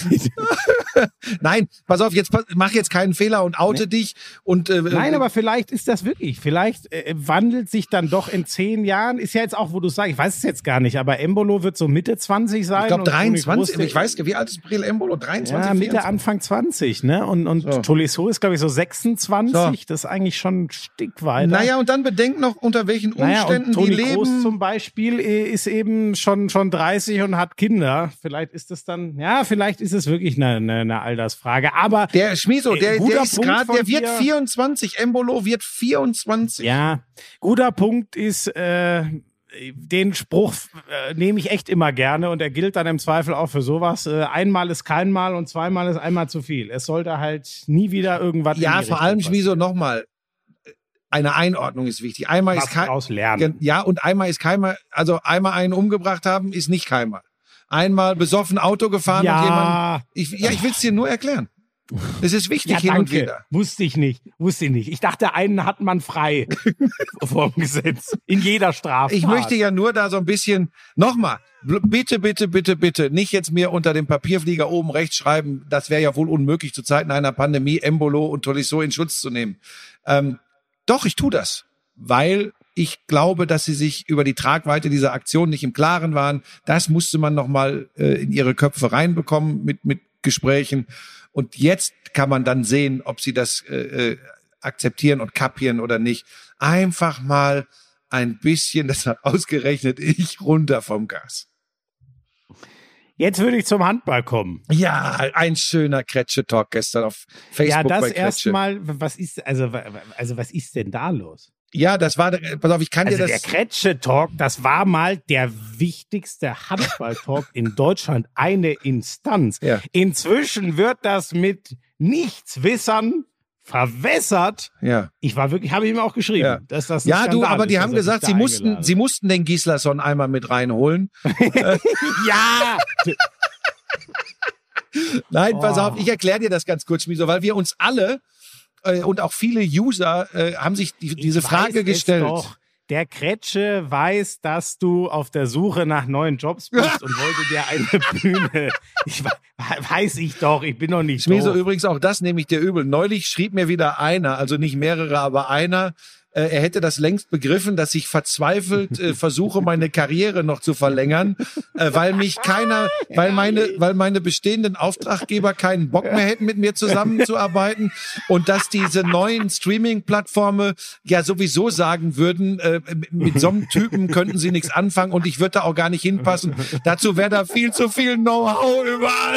Nein, pass auf, jetzt mach jetzt keinen Fehler und oute nee. dich. Und äh, Nein, aber vielleicht ist das wirklich. Vielleicht äh, wandelt sich dann doch in zehn Jahren. Ist ja jetzt auch, wo du sagst, ich weiß es jetzt gar nicht, aber Embolo wird so Mitte zwanzig sein. Ich glaube dreiundzwanzig. Ich weiß, wie alt ist Breel Embolo? dreiundzwanzig, ja, Mitte, vierundzwanzig. Anfang zwanzig, ne? Und und so. Tolisso ist glaube ich so sechsundzwanzig. So. Das ist eigentlich schon ein Stück weiter. Naja, und dann bedenkt noch, unter welchen Umständen naja, und Toni die leben. Kroos zum Beispiel ist eben schon schon dreißig und hat Kinder. Vielleicht ist es dann, ja, vielleicht ist es wirklich eine, eine, eine Altersfrage. Aber der Schmiso, der, der ist gerade, der wird vierundzwanzig. Embolo wird vierundzwanzig. Ja, guter Punkt ist, äh, den Spruch äh, nehme ich echt immer gerne und er gilt dann im Zweifel auch für sowas. Äh, einmal ist kein Mal und zweimal ist einmal zu viel. Es sollte halt nie wieder irgendwas. Ja, vor allem, Schmiso, nochmal. Eine Einordnung ist wichtig. Einmal Was ist kein, daraus lernen. Ja, und einmal ist keinmal, also einmal einen umgebracht haben, ist nicht keinmal. Einmal besoffen Auto gefahren ja. und jemand, ich, ja, ich will es dir nur erklären. Es ist wichtig ja, hin danke. und wieder. Wusste ich nicht, wusste ich nicht. Ich dachte, einen hat man frei vom Gesetz. In jeder Straftat. Ich möchte ja nur da so ein bisschen, nochmal, bitte, bitte, bitte, bitte, nicht jetzt mir unter dem Papierflieger oben rechts schreiben, das wäre ja wohl unmöglich zu Zeiten einer Pandemie, Embolo und Tolisso in Schutz zu nehmen. Ähm, Doch, ich tue das, weil ich glaube, dass sie sich über die Tragweite dieser Aktion nicht im Klaren waren. Das musste man nochmal äh, in ihre Köpfe reinbekommen mit, mit Gesprächen. Und jetzt kann man dann sehen, ob sie das äh, akzeptieren und kapieren oder nicht. Einfach mal ein bisschen, das hat ausgerechnet ich, runter vom Gas. Jetzt würde ich zum Handball kommen. Ja, ein schöner Kretsche-Talk gestern auf Facebook. Ja, das erstmal, was ist, also, also was ist denn da los? Ja, das war, pass auf, ich kann also dir das... Der Kretsche-Talk, das war mal der wichtigste Handball-Talk in Deutschland, eine Instanz. Ja. Inzwischen wird das mit Nichtswissern verwässert. Ja. Ich war wirklich, habe ich ihm auch geschrieben, ja. dass das ein Ja, Skandal du, aber die ist, haben gesagt, sie mussten, sie mussten den Gislason einmal mit reinholen. Ja! Nein, pass oh. auf, ich erkläre dir das ganz kurz, Schmiso, weil wir uns alle äh, und auch viele User äh, haben sich die, diese ich Frage gestellt. Doch. Der Kretsche weiß, dass du auf der Suche nach neuen Jobs bist und wollte dir eine Bühne. Ich weiß ich doch, ich bin noch nicht Schmiso, doof. übrigens auch das nehme ich dir übel. Neulich schrieb mir wieder einer, also nicht mehrere, aber einer, äh, er hätte das längst begriffen, dass ich verzweifelt äh, versuche, meine Karriere noch zu verlängern, äh, weil mich keiner, weil meine, weil meine bestehenden Auftraggeber keinen Bock mehr hätten, mit mir zusammenzuarbeiten und dass diese neuen Streaming-Plattformen ja sowieso sagen würden, äh, mit so einem Typen könnten sie nichts anfangen und ich würde da auch gar nicht hinpassen. Dazu wäre da viel zu viel Know-how überall.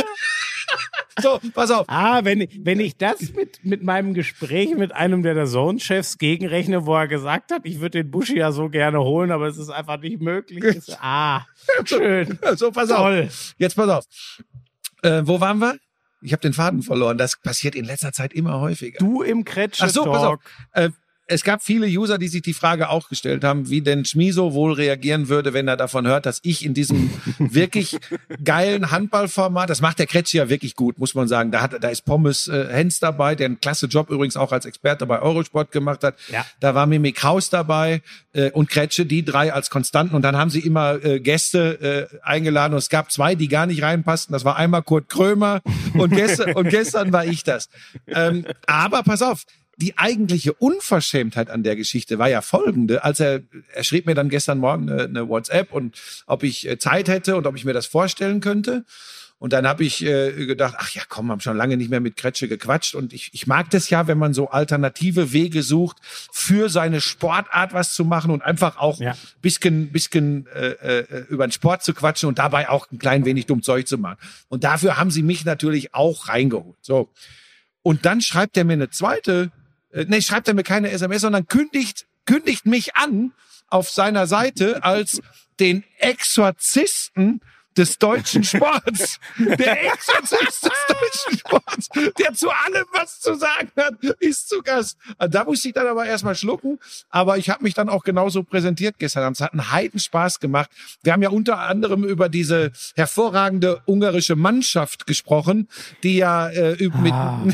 So, pass auf. Ah, wenn, wenn ich das mit, mit meinem Gespräch mit einem der D A Z N-Chefs gegenrechne, wo er gesagt hat, ich würde den Buschi ja so gerne holen, aber es ist einfach nicht möglich. Ist, ah, schön. So, pass Toll. auf. Jetzt pass auf. Äh, wo waren wir? Ich habe den Faden verloren. Das passiert in letzter Zeit immer häufiger. Du im Kretsche-Talk. Ach so, pass auf. Äh, Es gab viele User, die sich die Frage auch gestellt haben, wie denn Schmiso wohl reagieren würde, wenn er davon hört, dass ich in diesem wirklich geilen Handballformat, das macht der Kretsche ja wirklich gut, muss man sagen. Da hat, da ist Pommes äh, Hens dabei, der einen klasse Job übrigens auch als Experte bei Eurosport gemacht hat. Ja. Da war Mimi Kraus dabei äh, und Kretsche, die drei als Konstanten. Und dann haben sie immer äh, Gäste äh, eingeladen. Und es gab zwei, die gar nicht reinpassten. Das war einmal Kurt Krömer und gestern, und gestern war ich das. Ähm, aber pass auf. Die eigentliche Unverschämtheit an der Geschichte war ja folgende, als er, er schrieb mir dann gestern Morgen eine, eine WhatsApp und ob ich Zeit hätte und ob ich mir das vorstellen könnte. Und dann habe ich äh, gedacht, ach ja, komm, haben schon lange nicht mehr mit Kretsche gequatscht. Und ich, ich mag das ja, wenn man so alternative Wege sucht, für seine Sportart was zu machen und einfach auch ja. bisschen, bisschen äh, äh, über den Sport zu quatschen und dabei auch ein klein wenig dumm Zeug zu machen. Und dafür haben sie mich natürlich auch reingeholt. So. Und dann schreibt er mir eine zweite Nee, schreibt er mir keine S M S, sondern kündigt, kündigt mich an auf seiner Seite als den Exorzisten des deutschen Sports. Der Exorzist des deutschen Sports, der zu allem was zu sagen hat, ist zu Gast. Da musste ich dann aber erstmal schlucken. Aber ich habe mich dann auch genauso präsentiert gestern Abend. Es hat einen Heidenspaß gemacht. Wir haben ja unter anderem über diese hervorragende ungarische Mannschaft gesprochen, die ja äh, mit... Ah.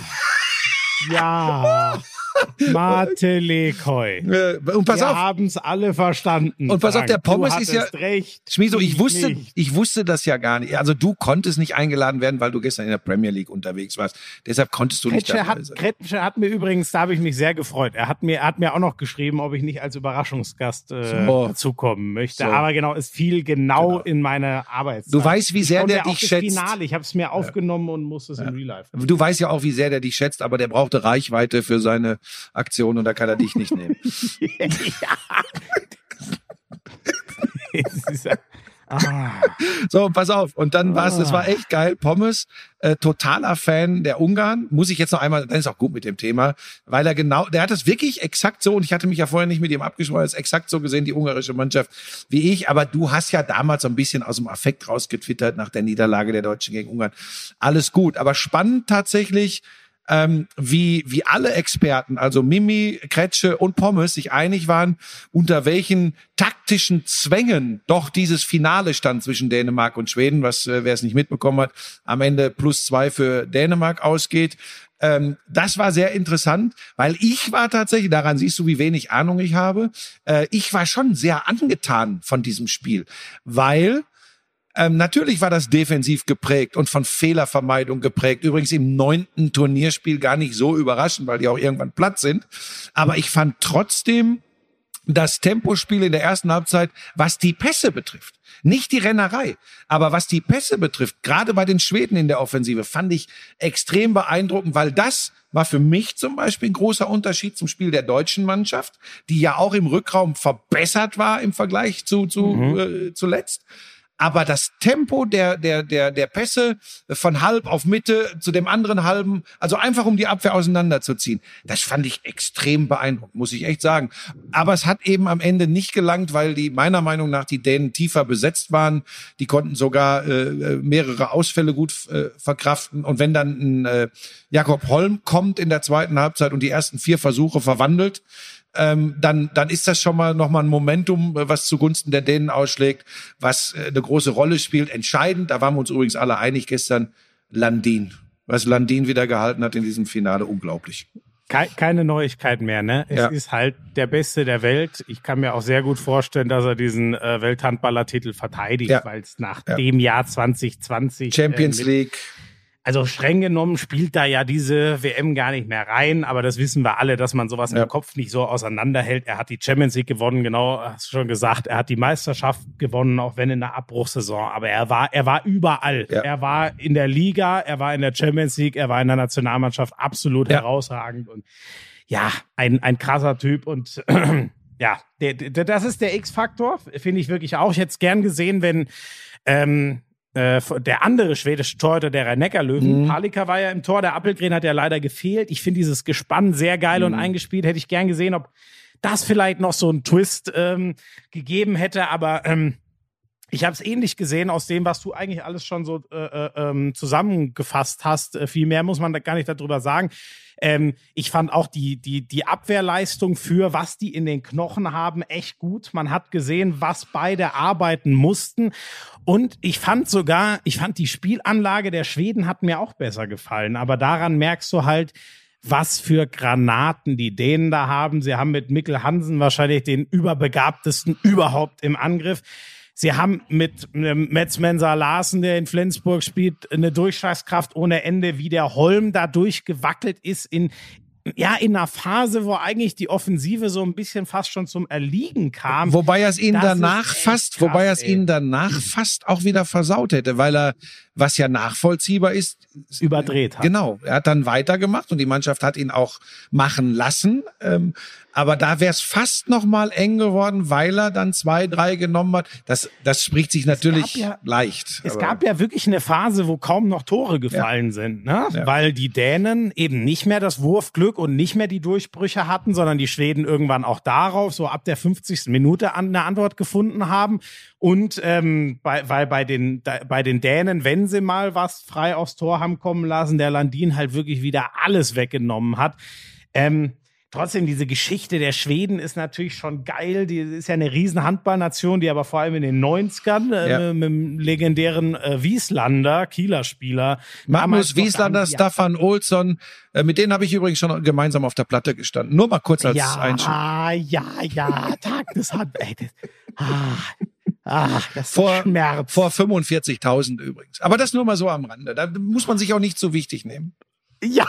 Ja, Mate Lekoi. Äh, und pass Wir auf. haben's alle verstanden. Und pass Frank. auf, der Pommes du ist ja... recht. Schmieso, ich wusste, nicht. ich wusste das ja gar nicht. Also du konntest nicht eingeladen werden, weil du gestern in der Premier League unterwegs warst. Deshalb konntest du nicht Kretsche dabei hat, sein. Kretsche hat mir übrigens, da habe ich mich sehr gefreut. Er hat mir, er hat mir auch noch geschrieben, ob ich nicht als Überraschungsgast äh, So. dazukommen möchte. So. Aber genau, es fiel genau, Genau. in meine Arbeitszeit. Du weißt, wie sehr ich der auch dich das schätzt. Finale. Ich habe es mir aufgenommen und musste es in Real Life. Du weißt ja auch, wie sehr der dich schätzt, aber der brauchte Reichweite für seine Aktion und da kann er dich nicht nehmen. Es ist ja- ah. So, pass auf. Und dann war es, das war echt geil. Pommes, äh, totaler Fan der Ungarn. Muss ich jetzt noch einmal, dann ist auch gut mit dem Thema, weil er genau, der hat das wirklich exakt so, und ich hatte mich ja vorher nicht mit ihm abgesprochen, er hat es exakt so gesehen, die ungarische Mannschaft, wie ich. Aber du hast ja damals so ein bisschen aus dem Affekt rausgetwittert nach der Niederlage der Deutschen gegen Ungarn. Alles gut. Aber spannend tatsächlich, Ähm, wie, wie alle Experten, also Mimi, Kretsche und Pommes, sich einig waren, unter welchen taktischen Zwängen doch dieses Finale stand zwischen Dänemark und Schweden, was, äh, wer es nicht mitbekommen hat, am Ende plus zwei für Dänemark ausgeht. Ähm, das war sehr interessant, weil ich war tatsächlich, daran siehst du, wie wenig Ahnung ich habe, äh, ich war schon sehr angetan von diesem Spiel, weil Ähm, natürlich war das defensiv geprägt und von Fehlervermeidung geprägt. Übrigens im neunten Turnierspiel gar nicht so überraschend, weil die auch irgendwann platt sind. Aber ich fand trotzdem das Tempospiel in der ersten Halbzeit, was die Pässe betrifft, nicht die Rennerei, aber was die Pässe betrifft, gerade bei den Schweden in der Offensive, fand ich extrem beeindruckend, weil das war für mich zum Beispiel ein großer Unterschied zum Spiel der deutschen Mannschaft, die ja auch im Rückraum verbessert war im Vergleich zu, zu mhm. äh, zuletzt. Aber das Tempo der, der, der, der Pässe von halb auf Mitte zu dem anderen halben, also einfach um die Abwehr auseinanderzuziehen, das fand ich extrem beeindruckend, muss ich echt sagen. Aber es hat eben am Ende nicht gelangt, weil die, meiner Meinung nach, die Dänen tiefer besetzt waren. Die konnten sogar äh, mehrere Ausfälle gut äh, verkraften. Und wenn dann ein äh, Jakob Holm kommt in der zweiten Halbzeit und die ersten vier Versuche verwandelt, Ähm, dann, dann ist das schon mal nochmal ein Momentum, was zugunsten der Dänen ausschlägt, was äh, eine große Rolle spielt. Entscheidend, da waren wir uns übrigens alle einig gestern, Landin. Was Landin wieder gehalten hat in diesem Finale, unglaublich. Keine Neuigkeit mehr, ne? Es ja. ist halt der Beste der Welt. Ich kann mir auch sehr gut vorstellen, dass er diesen äh, Welthandballertitel verteidigt, ja. weil es nach ja. dem Jahr zwanzig zwanzig Champions äh, League also streng genommen spielt da ja diese W M gar nicht mehr rein, aber das wissen wir alle, dass man sowas Ja. im Kopf nicht so auseinanderhält. Er hat die Champions League gewonnen, genau, hast du schon gesagt. Er hat die Meisterschaft gewonnen, auch wenn in der Abbruchssaison. Aber er war, er war überall. Ja. Er war in der Liga, er war in der Champions League, er war in der Nationalmannschaft absolut Ja. herausragend und ja, ein, ein krasser Typ und ja, der, der, das ist der X-Faktor, finde ich wirklich auch. Ich hätte es gern gesehen, wenn ähm, äh, der andere schwedische Torhüter der Rhein-Neckar-Löwen, Mhm. Palika war ja im Tor, der Appelgren hat ja leider gefehlt. Ich finde dieses Gespann sehr geil Mhm. und eingespielt. Hätte ich gern gesehen, ob das vielleicht noch so einen Twist ähm, gegeben hätte, aber ähm, ich habe es ähnlich gesehen aus dem, was du eigentlich alles schon so äh, äh, ähm, zusammengefasst hast. Äh, viel mehr muss man da gar nicht darüber sagen. Ähm, ich fand auch die, die, die Abwehrleistung für, was die in den Knochen haben, echt gut. Man hat gesehen, was beide arbeiten mussten. Und ich fand sogar, ich fand die Spielanlage der Schweden hat mir auch besser gefallen. Aber daran merkst du halt, was für Granaten die Dänen da haben. Sie haben mit Mikkel Hansen wahrscheinlich den überbegabtesten überhaupt im Angriff. Sie haben mit ähm, Mats Mensa Larsen, der in Flensburg spielt, eine Durchschlagskraft ohne Ende, wie der Holm da durchgewackelt ist in, ja, in einer Phase, wo eigentlich die Offensive so ein bisschen fast schon zum Erliegen kam. Wobei er es ihnen Das danach ist echt fast, krass, wobei er es ey. ihnen danach fast auch wieder versaut hätte, weil er, was ja nachvollziehbar ist, Überdreht hat. Genau, er hat dann weitergemacht und die Mannschaft hat ihn auch machen lassen. Ähm, aber da wäre es fast noch mal eng geworden, weil er dann zwei, drei genommen hat. Das, das spricht sich natürlich ja- leicht. Es aber- gab ja wirklich eine Phase, wo kaum noch Tore gefallen sind, ne? Ja. Weil die Dänen eben nicht mehr das Wurfglück und nicht mehr die Durchbrüche hatten, sondern die Schweden irgendwann auch darauf, so ab der fünfzigsten Minute an eine Antwort gefunden haben. Und ähm, bei, weil bei den, da, bei den Dänen, wenn sie mal was frei aufs Tor haben kommen lassen, der Landin halt wirklich wieder alles weggenommen hat. Ähm, Trotzdem, diese Geschichte der Schweden ist natürlich schon geil. Die ist ja eine riesen Handballnation, die aber vor allem in den neunzigern äh, Ja. mit dem legendären äh, Wieslander, Kieler Spieler. Magnus damals noch Wieslander, gar nicht- Staffan Olsson, äh, mit denen habe ich übrigens schon gemeinsam auf der Platte gestanden. Nur mal kurz als Ja, Einschub. ja, ja, ja, Tag des Hand. Ey, das, ah, ah, das ist Vor, Schmerz. vor fünfundvierzigtausend übrigens. Aber das nur mal so am Rande. Da muss man sich auch nicht so wichtig nehmen. Ja,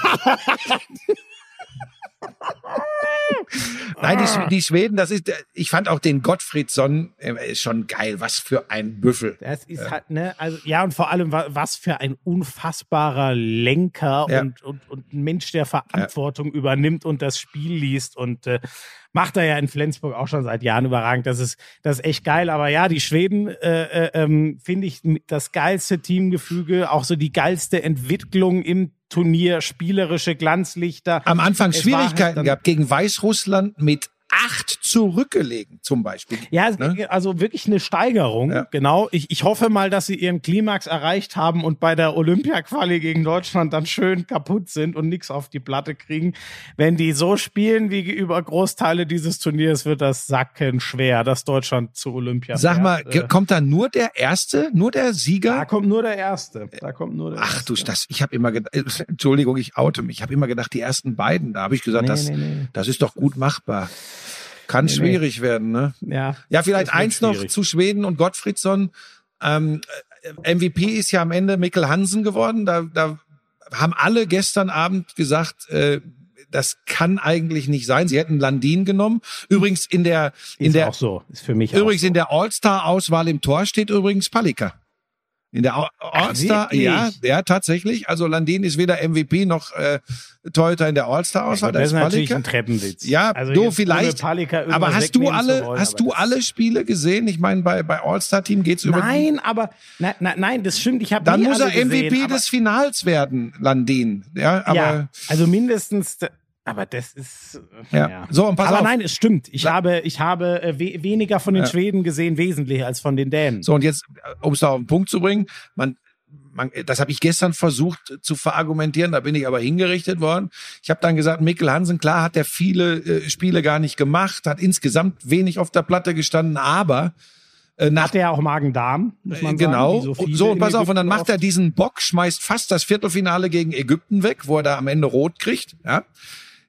Nein, Ah. die, die Schweden, das ist, ich fand auch den Gottfriedsson, äh, ist schon geil. Was für ein Büffel. das ist halt, ne, also, ja, und vor allem, wa- was für ein unfassbarer Lenker Ja. und, und, und ein Mensch, der Verantwortung übernimmt und das Spiel liest und äh, macht er ja in Flensburg auch schon seit Jahren überragend. Das ist, das ist echt geil. Aber ja, die Schweden, äh, äh, ähm, finde ich das geilste Teamgefüge, auch so die geilste Entwicklung im Turnier, spielerische Glanzlichter. Am Anfang Es war halt Schwierigkeiten dann- gehabt gegen Weißrussland mit acht zurückgelegen, zum Beispiel. Ja, Ne? also wirklich eine Steigerung, Ja. genau. Ich, ich hoffe mal, dass sie ihren Klimax erreicht haben und bei der Olympia-Quali gegen Deutschland dann schön kaputt sind und nichts auf die Platte kriegen. Wenn die so spielen wie über Großteile dieses Turniers, wird das sacken schwer, dass Deutschland zu Olympia Sag fährt. mal, Äh, ge- kommt da nur der Erste, nur der da Sieger? kommt nur der Erste. Da kommt nur der Ach Erste. du, das, ich habe immer gedacht, äh, Entschuldigung, ich oute mich, ich habe immer gedacht, die ersten beiden, da habe ich gesagt, Nee, das, nee, nee. das ist doch gut machbar. Kann Nee, nee. schwierig werden, ne? Ja, Ja, vielleicht das wird eins noch schwierig. zu Schweden und Gottfriedsson. Ähm, M V P ist ja am Ende Mikkel Hansen geworden. Da, da haben alle gestern Abend gesagt, äh, das kann eigentlich nicht sein. Sie hätten Landin genommen. Übrigens in der, in ist der, auch so. Ist für mich übrigens auch so. in der All-Star-Auswahl im Tor steht übrigens Palika. In der All- All-Star, wirklich? ja, ja, tatsächlich. Also Landin ist weder M V P noch äh, Torhüter in der All-Star-Auswahl. das ist da natürlich Palika. ein Treppenwitz. Ja, Also du jetzt vielleicht. ohne Palika irgendwas Aber hast du wegnehmen zu alle, wollen, hast aber du das- alle Spiele gesehen? Ich meine, bei bei All-Star-Team geht's über. Nein, aber nein, nein, nein, das stimmt. Ich habe Dann nie muss er alle M V P gesehen, aber- des Finals werden, Landin. Ja, aber ja, also mindestens. Aber das ist äh, Ja. ja. So, und pass aber auf. nein, es stimmt. Ich La- habe, ich habe äh, we weniger von den Ja. Schweden gesehen, wesentlich als von den Dänen. so und jetzt, um es da auf den Punkt zu bringen, man, man, das habe ich gestern versucht zu verargumentieren, da bin ich aber hingerichtet worden. Ich habe dann gesagt, Mikkel Hansen, klar hat er viele äh, Spiele gar nicht gemacht, hat insgesamt wenig auf der Platte gestanden, aber äh, nach Hat er auch Magen-Darm, muss man genau. sagen. wie Und viele so, und in pass auf, und dann Ägypten macht er diesen Bock, schmeißt fast das Viertelfinale gegen Ägypten weg, wo er da am Ende rot kriegt. Ja.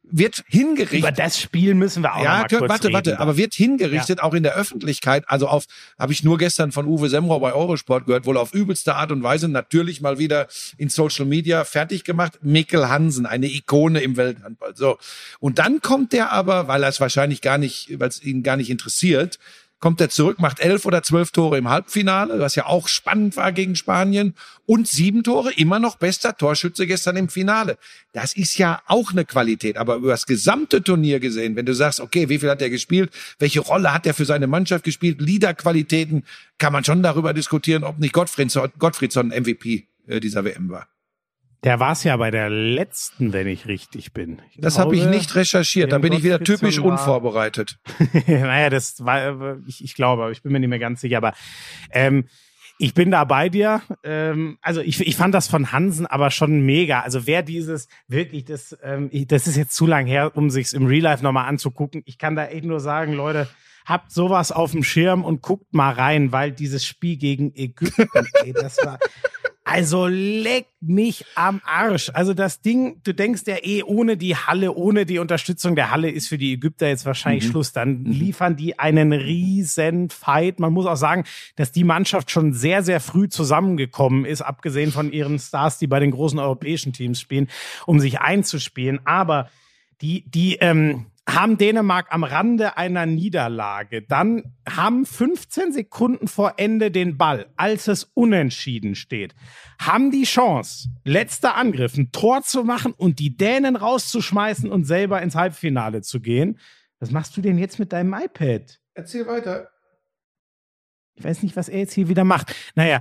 wird hingerichtet. Über das Spiel müssen wir auch ja, noch mal kurz warte, reden. warte, aber wird hingerichtet, ja. auch in der Öffentlichkeit, also auf, habe ich nur gestern von Uwe Semrau bei Eurosport gehört, wohl auf übelste Art und Weise, natürlich mal wieder in Social Media fertig gemacht, Mikkel Hansen, eine Ikone im Welthandball, so. Und dann kommt der aber, weil er es wahrscheinlich gar nicht, weil es ihn gar nicht interessiert, kommt er zurück, macht elf oder zwölf Tore im Halbfinale, was ja auch spannend war gegen Spanien, und sieben Tore, immer noch bester Torschütze gestern im Finale. Das ist ja auch eine Qualität, aber über das gesamte Turnier gesehen, wenn du sagst, okay, wie viel hat er gespielt, welche Rolle hat er für seine Mannschaft gespielt, Leaderqualitäten, kann man schon darüber diskutieren, ob nicht Gottfriedson, Gottfriedson M V P dieser W M war. Der war es ja bei der letzten, wenn ich richtig bin. Ich das habe ich nicht recherchiert, da bin ich wieder typisch unvorbereitet. Naja, das war, ich, ich glaube, aber ich bin mir nicht mehr ganz sicher. Aber ähm, ich bin da bei dir. Ähm, also ich, ich fand das von Hansen aber schon mega. Also wer dieses wirklich, das, ähm, ich, das ist jetzt zu lang her, um sich's im Real Life nochmal anzugucken. Ich kann da echt nur sagen, Leute, habt sowas auf dem Schirm und guckt mal rein, weil dieses Spiel gegen Ägypten, ey, das war... Also leck mich am Arsch. Also das Ding, du denkst ja eh, ohne die Halle, ohne die Unterstützung der Halle ist für die Ägypter jetzt wahrscheinlich mhm. Schluss. Dann liefern die einen riesen Fight. Man muss auch sagen, dass die Mannschaft schon sehr, sehr früh zusammengekommen ist, abgesehen von ihren Stars, die bei den großen europäischen Teams spielen, um sich einzuspielen. Aber die, die, ähm, haben Dänemark am Rande einer Niederlage, dann haben fünfzehn Sekunden vor Ende den Ball, als es unentschieden steht, haben die Chance, letzter Angriff, ein Tor zu machen und die Dänen rauszuschmeißen und selber ins Halbfinale zu gehen. Was machst du denn jetzt mit deinem iPad? Erzähl weiter. Ich weiß nicht, was er jetzt hier wieder macht. Naja,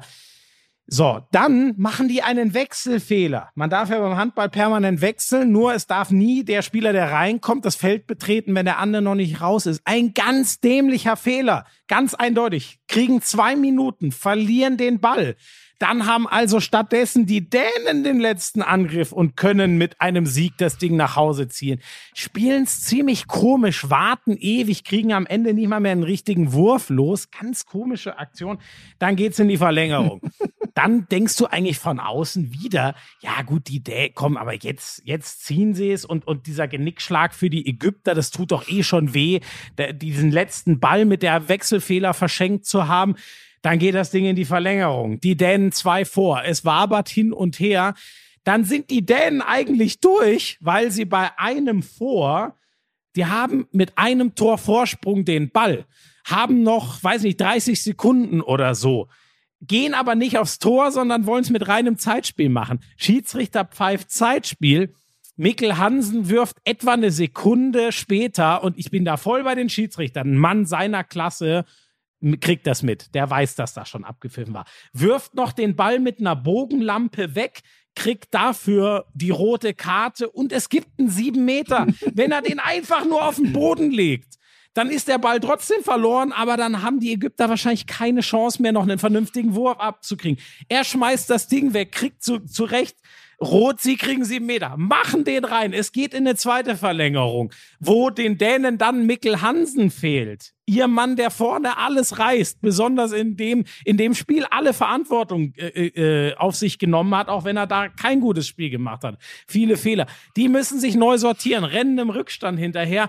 so, dann machen die einen Wechselfehler. Man darf ja beim Handball permanent wechseln, nur es darf nie der Spieler, der reinkommt, das Feld betreten, wenn der andere noch nicht raus ist. Ein ganz dämlicher Fehler, ganz eindeutig. Kriegen zwei Minuten, verlieren den Ball. Dann haben also stattdessen die Dänen den letzten Angriff und können mit einem Sieg das Ding nach Hause ziehen. Spielen's ziemlich komisch, warten ewig, kriegen am Ende nicht mal mehr einen richtigen Wurf los. Ganz komische Aktion. Dann geht's in die Verlängerung. Dann denkst du eigentlich von außen wieder, ja gut, die Dänen kommen, aber jetzt, jetzt ziehen sie es und, und dieser Genickschlag für die Ägypter, das tut doch eh schon weh, der, diesen letzten Ball mit der Wechselfehler verschenkt zu haben. Dann geht das Ding in die Verlängerung. Die Dänen zwei vor. Es wabert hin und her. Dann sind die Dänen eigentlich durch, weil sie bei einem vor, die haben mit einem Tor Vorsprung den Ball, haben noch, weiß nicht, dreißig Sekunden oder so, gehen aber nicht aufs Tor, sondern wollen es mit reinem Zeitspiel machen. Schiedsrichter pfeift Zeitspiel. Mikkel Hansen wirft etwa eine Sekunde später, und ich bin da voll bei den Schiedsrichtern, ein Mann seiner Klasse, kriegt das mit, der weiß, dass das schon abgepfiffen war. Wirft noch den Ball mit einer Bogenlampe weg, kriegt dafür die rote Karte und es gibt einen sieben Meter. Wenn er den einfach nur auf den Boden legt, dann ist der Ball trotzdem verloren, aber dann haben die Ägypter wahrscheinlich keine Chance mehr, noch einen vernünftigen Wurf abzukriegen. Er schmeißt das Ding weg, kriegt zu, zurecht rot, sie kriegen sieben Meter, machen den rein. Es geht in eine zweite Verlängerung, wo den Dänen dann Mikkel Hansen fehlt. Ihr Mann, der vorne alles reißt, besonders in dem, in dem Spiel alle Verantwortung äh, äh, auf sich genommen hat, auch wenn er da kein gutes Spiel gemacht hat. Viele Fehler. Die müssen sich neu sortieren, rennen im Rückstand hinterher.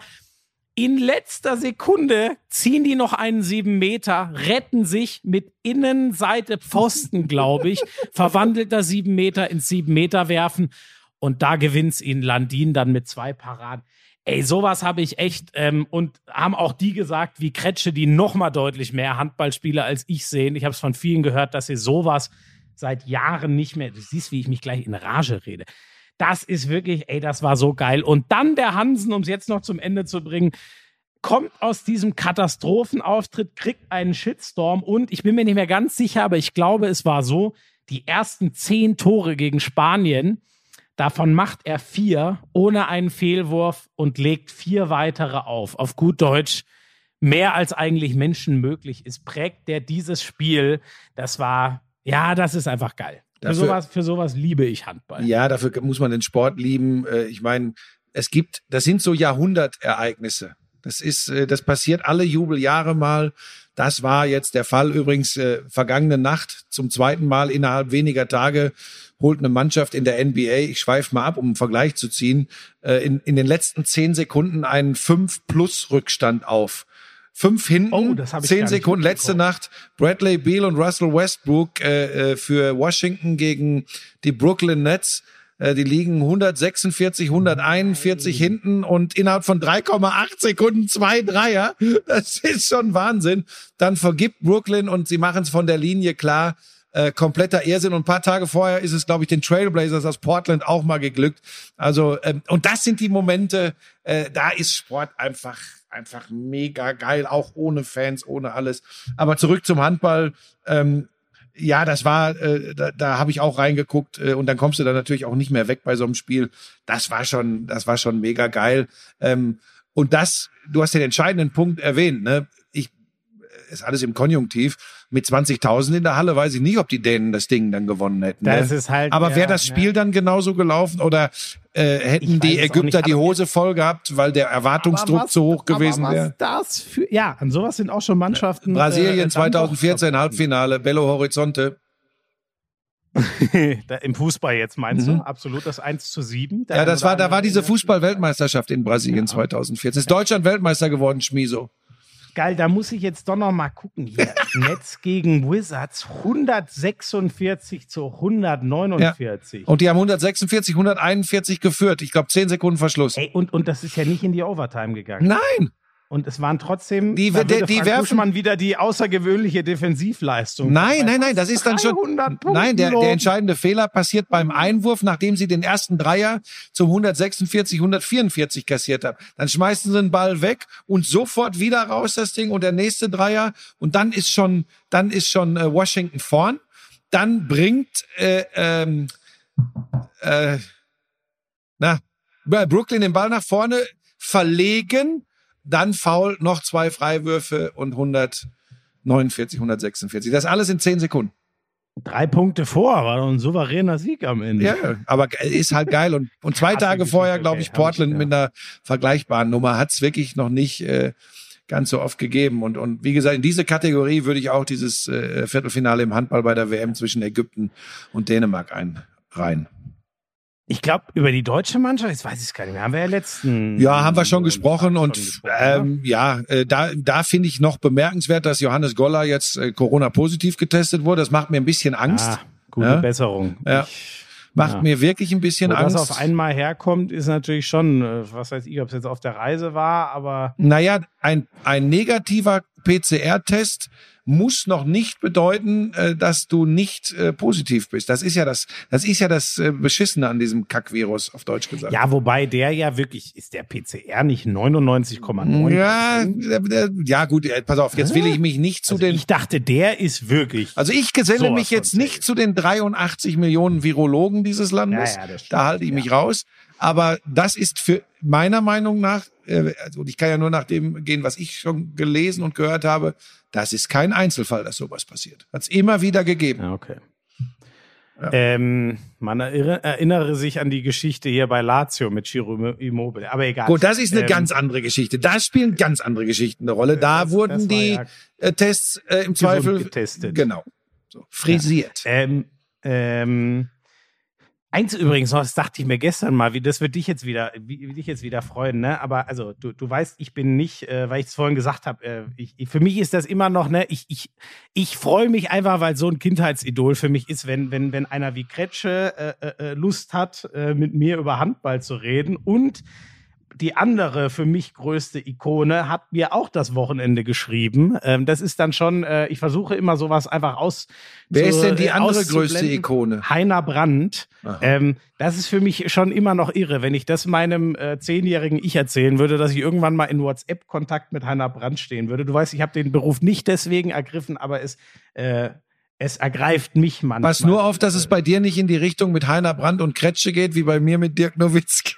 In letzter Sekunde ziehen die noch einen sieben Meter, retten sich mit Innenseite Pfosten, glaube ich, verwandelter sieben Meter ins sieben Meter werfen und da gewinnt's ihnen Landin dann mit zwei Paraden. Ey, sowas habe ich echt, ähm, und haben auch die gesagt, wie Kretsche, die noch mal deutlich mehr Handballspieler als ich sehen. Ich habe es von vielen gehört, dass sie sowas seit Jahren nicht mehr, du siehst, wie ich mich gleich in Rage rede. Das ist wirklich, ey, das war so geil. Und dann der Hansen, um es jetzt noch zum Ende zu bringen, kommt aus diesem Katastrophenauftritt, kriegt einen Shitstorm und ich bin mir nicht mehr ganz sicher, aber ich glaube, es war so, die ersten zehn Tore gegen Spanien, davon macht er vier ohne einen Fehlwurf und legt vier weitere auf. Auf gut Deutsch, mehr als eigentlich Menschen möglich ist, prägt der dieses Spiel. Das war, ja, das ist einfach geil. Für sowas, für sowas liebe ich Handball. Ja, dafür muss man den Sport lieben. Ich meine, es gibt, das sind so Jahrhundertereignisse. Das ist, das passiert alle Jubeljahre mal. Das war jetzt der Fall. Übrigens, äh, vergangene Nacht zum zweiten Mal innerhalb weniger Tage holt eine Mannschaft in der N B A, ich schweife mal ab, um einen Vergleich zu ziehen, äh, in, in den letzten zehn Sekunden einen fünf Plus Rückstand auf. Fünf hinten, Oh, das hab ich zehn gar nicht Sekunden, letzte mitbekommen. Nacht, Bradley Beal und Russell Westbrook äh, äh, für Washington gegen die Brooklyn Nets. Äh, die liegen hundertsechsundvierzig, hunderteinundvierzig Nein. hinten und innerhalb von drei Komma acht Sekunden zwei Dreier. Das ist schon Wahnsinn. Dann vergibt Brooklyn und sie machen es von der Linie klar. Äh, kompletter Irrsinn. Und ein paar Tage vorher ist es, glaube ich, den Trailblazers aus Portland auch mal geglückt. Also, ähm, und das sind die Momente, äh, da ist Sport einfach einfach mega geil, auch ohne Fans, ohne alles. Aber zurück zum Handball. Ähm, ja, das war, äh, da, da habe ich auch reingeguckt äh, und dann kommst du da natürlich auch nicht mehr weg bei so einem Spiel. Das war schon, das war schon mega geil. Ähm, und das, du hast den entscheidenden Punkt erwähnt, ne? Ich, ist alles im Konjunktiv. Mit zwanzigtausend in der Halle weiß ich nicht, ob die Dänen das Ding dann gewonnen hätten. Das ne? ist halt, Aber ja, wäre das Spiel ja. dann genauso gelaufen oder äh, hätten Ich die weiß es auch Ägypter nicht, die aber- Hose voll gehabt, weil der Erwartungsdruck Aber was- zu hoch gewesen aber was wäre? das für, ja, an sowas sind auch schon Mannschaften. äh, Brasilien dann zweitausendvierzehn doch- Halbfinale, Belo Horizonte. Da, Im Fußball jetzt meinst Mhm. du? Absolut das eins zu sieben. Der Ja, das eine war, da oder war diese andere- Fußball-Weltmeisterschaft in Brasilien zweitausendvierzehn. Ist Deutschland Weltmeister geworden, Schmiso. Geil, da muss ich jetzt doch noch mal gucken hier. Netz gegen Wizards hundertsechsundvierzig zu hundertneunundvierzig. Und die haben hundertsechsundvierzig, hunderteinundvierzig geführt. Ich glaube, zehn Sekunden Verschluss. Ey, und, und das ist ja nicht in die Overtime gegangen. Nein! Und es waren trotzdem, Die- da die- würde die Frank werfen- Buschmann wieder die außergewöhnliche Defensivleistung. Nein, nein, nein, das ist dann schon. dreihundert Punkten Nein, der, der loben. entscheidende Fehler passiert beim Einwurf, nachdem sie den ersten Dreier zum hundertsechsundvierzig, hundertvierundvierzig kassiert haben. Dann schmeißen sie den Ball weg und sofort wieder raus das Ding und der nächste Dreier und dann ist schon, dann ist schon äh, Washington vorn. Dann bringt äh, ähm, äh, na, Brooklyn den Ball nach vorne, verlegen. Dann Foul, noch zwei Freiwürfe und hundertneunundvierzig, hundertsechsundvierzig. Das alles in zehn Sekunden. Drei Punkte vor, war doch ein souveräner Sieg am Ende. Ja, aber ist halt geil. Und, und zwei Krasse Tage Geschichte, vorher, glaube ich, okay, hab Portland ich, ja. mit einer vergleichbaren Nummer hat es wirklich noch nicht äh, ganz so oft gegeben. Und, und wie gesagt, in diese Kategorie würde ich auch dieses äh, Viertelfinale im Handball bei der W M zwischen Ägypten und Dänemark einreihen. Ich glaube, über die deutsche Mannschaft, jetzt weiß ich es gar nicht mehr, haben wir ja letzten... Ja, haben wir schon gesprochen und schon gesprochen, ne? ähm, ja, äh, da, da finde ich noch bemerkenswert, dass Johannes Goller jetzt äh, Corona-positiv getestet wurde. Das macht mir ein bisschen Angst. Ah, gute Ja. Besserung. Ja. Ich, Macht ja. mir wirklich ein bisschen Wo Angst. das auf einmal herkommt, ist natürlich schon, äh, was weiß ich, ob es jetzt auf der Reise war, aber Naja, ein, ein negativer P C R-Test muss noch nicht bedeuten, äh, dass du nicht äh, positiv bist. Das ist ja das, das ist ja das äh, Beschissene an diesem Kackvirus, auf Deutsch gesagt. ja, wobei der ja wirklich, ist der P C R nicht neunundneunzig Komma neun? Ja, der, der, ja gut, äh, pass auf, jetzt will ich mich nicht zu Also den... ich dachte, der ist wirklich. Also ich geselle sowas mich jetzt von nicht safe. zu den dreiundachtzig Millionen Virologen dieses Landes. Ja, ja, das stimmt, da halte ich ja. mich raus. Aber das ist für meiner Meinung nach, äh, also und ich kann ja nur nach dem gehen, was ich schon gelesen und gehört habe, das ist kein Einzelfall, dass sowas passiert. Hat es immer wieder gegeben. Ja, okay. Ja. Ähm, man erinnere, erinnere sich an die Geschichte hier bei Lazio mit Ciro Immobile. Aber egal. Gut, das ist eine Ähm, ganz andere Geschichte. Da spielen ganz andere Geschichten eine Rolle. Da Das- wurden das war die ja äh, Tests äh, im Zweifel getestet. Genau. So, frisiert. Ähm, ähm, eins übrigens noch, das dachte ich mir gestern mal, wie das wird dich jetzt wieder, wie, wie dich jetzt wieder freuen, ne? Aber also du, du weißt, ich bin nicht, äh, weil ich es vorhin gesagt habe, äh, ich, ich, für mich ist das immer noch, ne? Ich, ich, ich freue mich einfach, weil so ein Kindheitsidol für mich ist, wenn, wenn, wenn einer wie Kretsche äh, äh, Lust hat, äh, mit mir über Handball zu reden und die andere für mich größte Ikone hat mir auch das Wochenende geschrieben. Ähm, das ist dann schon, äh, ich versuche immer sowas einfach aus. Wer zu, ist denn die äh, andere auszublenden. größte Ikone? Heiner Brandt. Aha. Ähm, das ist für mich schon immer noch irre, wenn ich das meinem äh, zehnjährigen Ich erzählen würde, dass ich irgendwann mal in WhatsApp-Kontakt mit Heiner Brandt stehen würde. Du weißt, ich habe den Beruf nicht deswegen ergriffen, aber es, äh, es ergreift mich manchmal. Pass nur auf, dass es bei dir nicht in die Richtung mit Heiner Brandt und Kretsche geht, wie bei mir mit Dirk Nowitzki.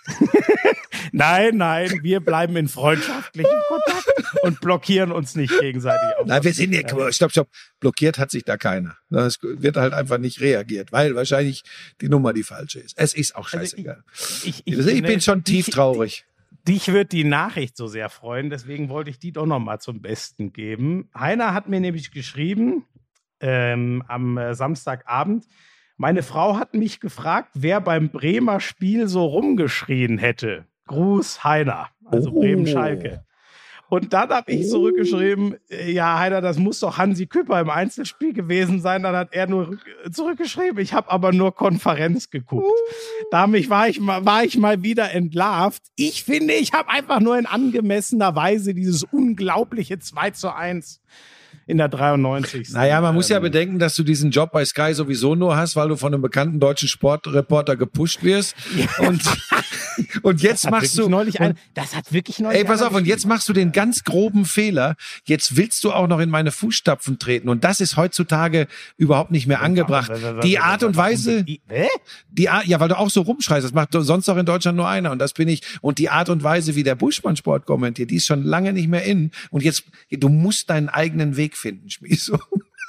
Nein, nein, wir bleiben in freundschaftlichem Kontakt und blockieren uns nicht gegenseitig auf. Nein, wir sind hier, stopp, stopp, blockiert hat sich da keiner. Es wird halt einfach nicht reagiert, weil wahrscheinlich die Nummer die falsche ist. Es ist auch scheißegal. Ich, Ich, ich bin schon tief traurig. dich wird die Nachricht so sehr freuen, deswegen wollte ich die doch noch mal zum Besten geben. Heiner hat mir nämlich geschrieben, ähm, am äh, Samstagabend, meine Frau hat mich gefragt, wer beim Bremer Spiel so rumgeschrien hätte. Gruß, Heiner, also Oh. Bremen-Schalke. Und dann habe ich zurückgeschrieben, äh, ja, Heiner, das muss doch Hansi Küpper im Einzelspiel gewesen sein. Dann hat er nur rück- zurückgeschrieben, ich habe aber nur Konferenz geguckt. Damit war ich, mal, war ich mal wieder entlarvt. Ich finde, ich habe einfach nur in angemessener Weise dieses unglaubliche zwei zu eins in der dreiundneunzigsten Naja, man muss ja Ähm, bedenken, dass du diesen Job bei Sky sowieso nur hast, weil du von einem bekannten deutschen Sportreporter gepusht wirst. Und, und jetzt hat machst wirklich du... neulich ein, das hat wirklich neulich Ey, pass einer auf, und jetzt geschrieben. machst du den ganz groben Fehler. Jetzt willst du auch noch in meine Fußstapfen treten. Und das ist heutzutage überhaupt nicht mehr angebracht. Die Art und Weise, Hä? die Art, ja, weil du auch so rumschreist, das macht sonst doch in Deutschland nur einer. Und das bin ich. Und die Art und Weise, wie der Buschmann-Sport kommentiert, die ist schon lange nicht mehr in. Und jetzt, du musst deinen eigenen Weg finden, Schmieso.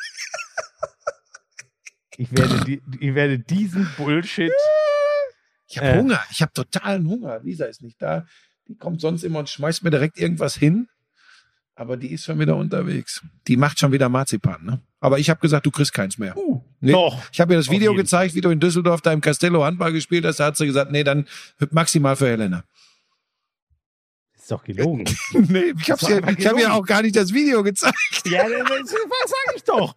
Ich werde, die, ich werde diesen Bullshit. Ich habe Äh. Hunger. Ich habe totalen Hunger. Lisa ist nicht da. Die kommt sonst immer und schmeißt mir direkt irgendwas hin. Aber die ist schon wieder unterwegs. Die macht schon wieder Marzipan, ne? Aber ich habe gesagt, du kriegst keins mehr. Uh, Nee. Doch. Ich habe ihr das Auf Video jeden gezeigt, wie du in Düsseldorf da im Castello Handball gespielt hast. Da hat sie gesagt, nee, dann maximal für Helena. Ist doch gelogen. nee, ich habe war einfach ich hab ihr gelogen. auch gar nicht das Video gezeigt. Ja, das, das, was sag ich doch?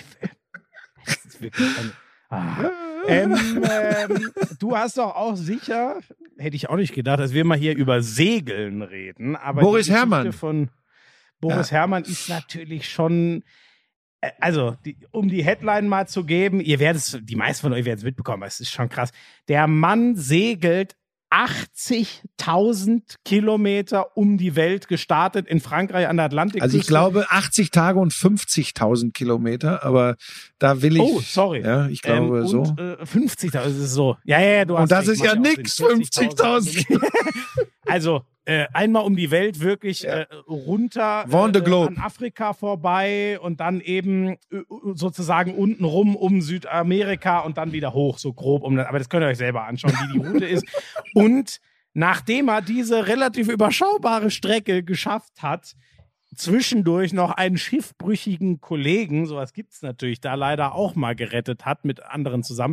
Das ist wirklich eine, ah. ähm, ähm, du hast doch auch sicher, hätte ich auch nicht gedacht, dass wir mal hier über Segeln reden. Aber Boris die Geschichte Herrmann. von Boris Herrmann ist natürlich schon, äh, also die, um die Headline mal zu geben, ihr werdet es, die meisten von euch werden es mitbekommen, es ist schon krass. Der Mann segelt achtzigtausend Kilometer um die Welt, gestartet in Frankreich an der Atlantikküste. Also ich glaube achtzig Tage und fünfzigtausend Kilometer, aber da will ich... Oh, sorry. Ja, ich glaube ähm, so. und, Äh, fünfzigtausend, das ist so. Ja, ja, ja, du hast Und das recht, ist ja macht auch nix, Sinn. fünfzigtausend. Also, äh, einmal um die Welt wirklich Ja. äh, runter Round the äh, globe. an Afrika vorbei und dann eben äh, sozusagen unten rum um Südamerika und dann wieder hoch, so grob. Um, aber das könnt ihr euch selber anschauen, wie die Route ist. Und nachdem er diese relativ überschaubare Strecke geschafft hat, zwischendurch noch einen schiffbrüchigen Kollegen, sowas gibt es natürlich da leider auch mal gerettet hat, mit anderen zusammen,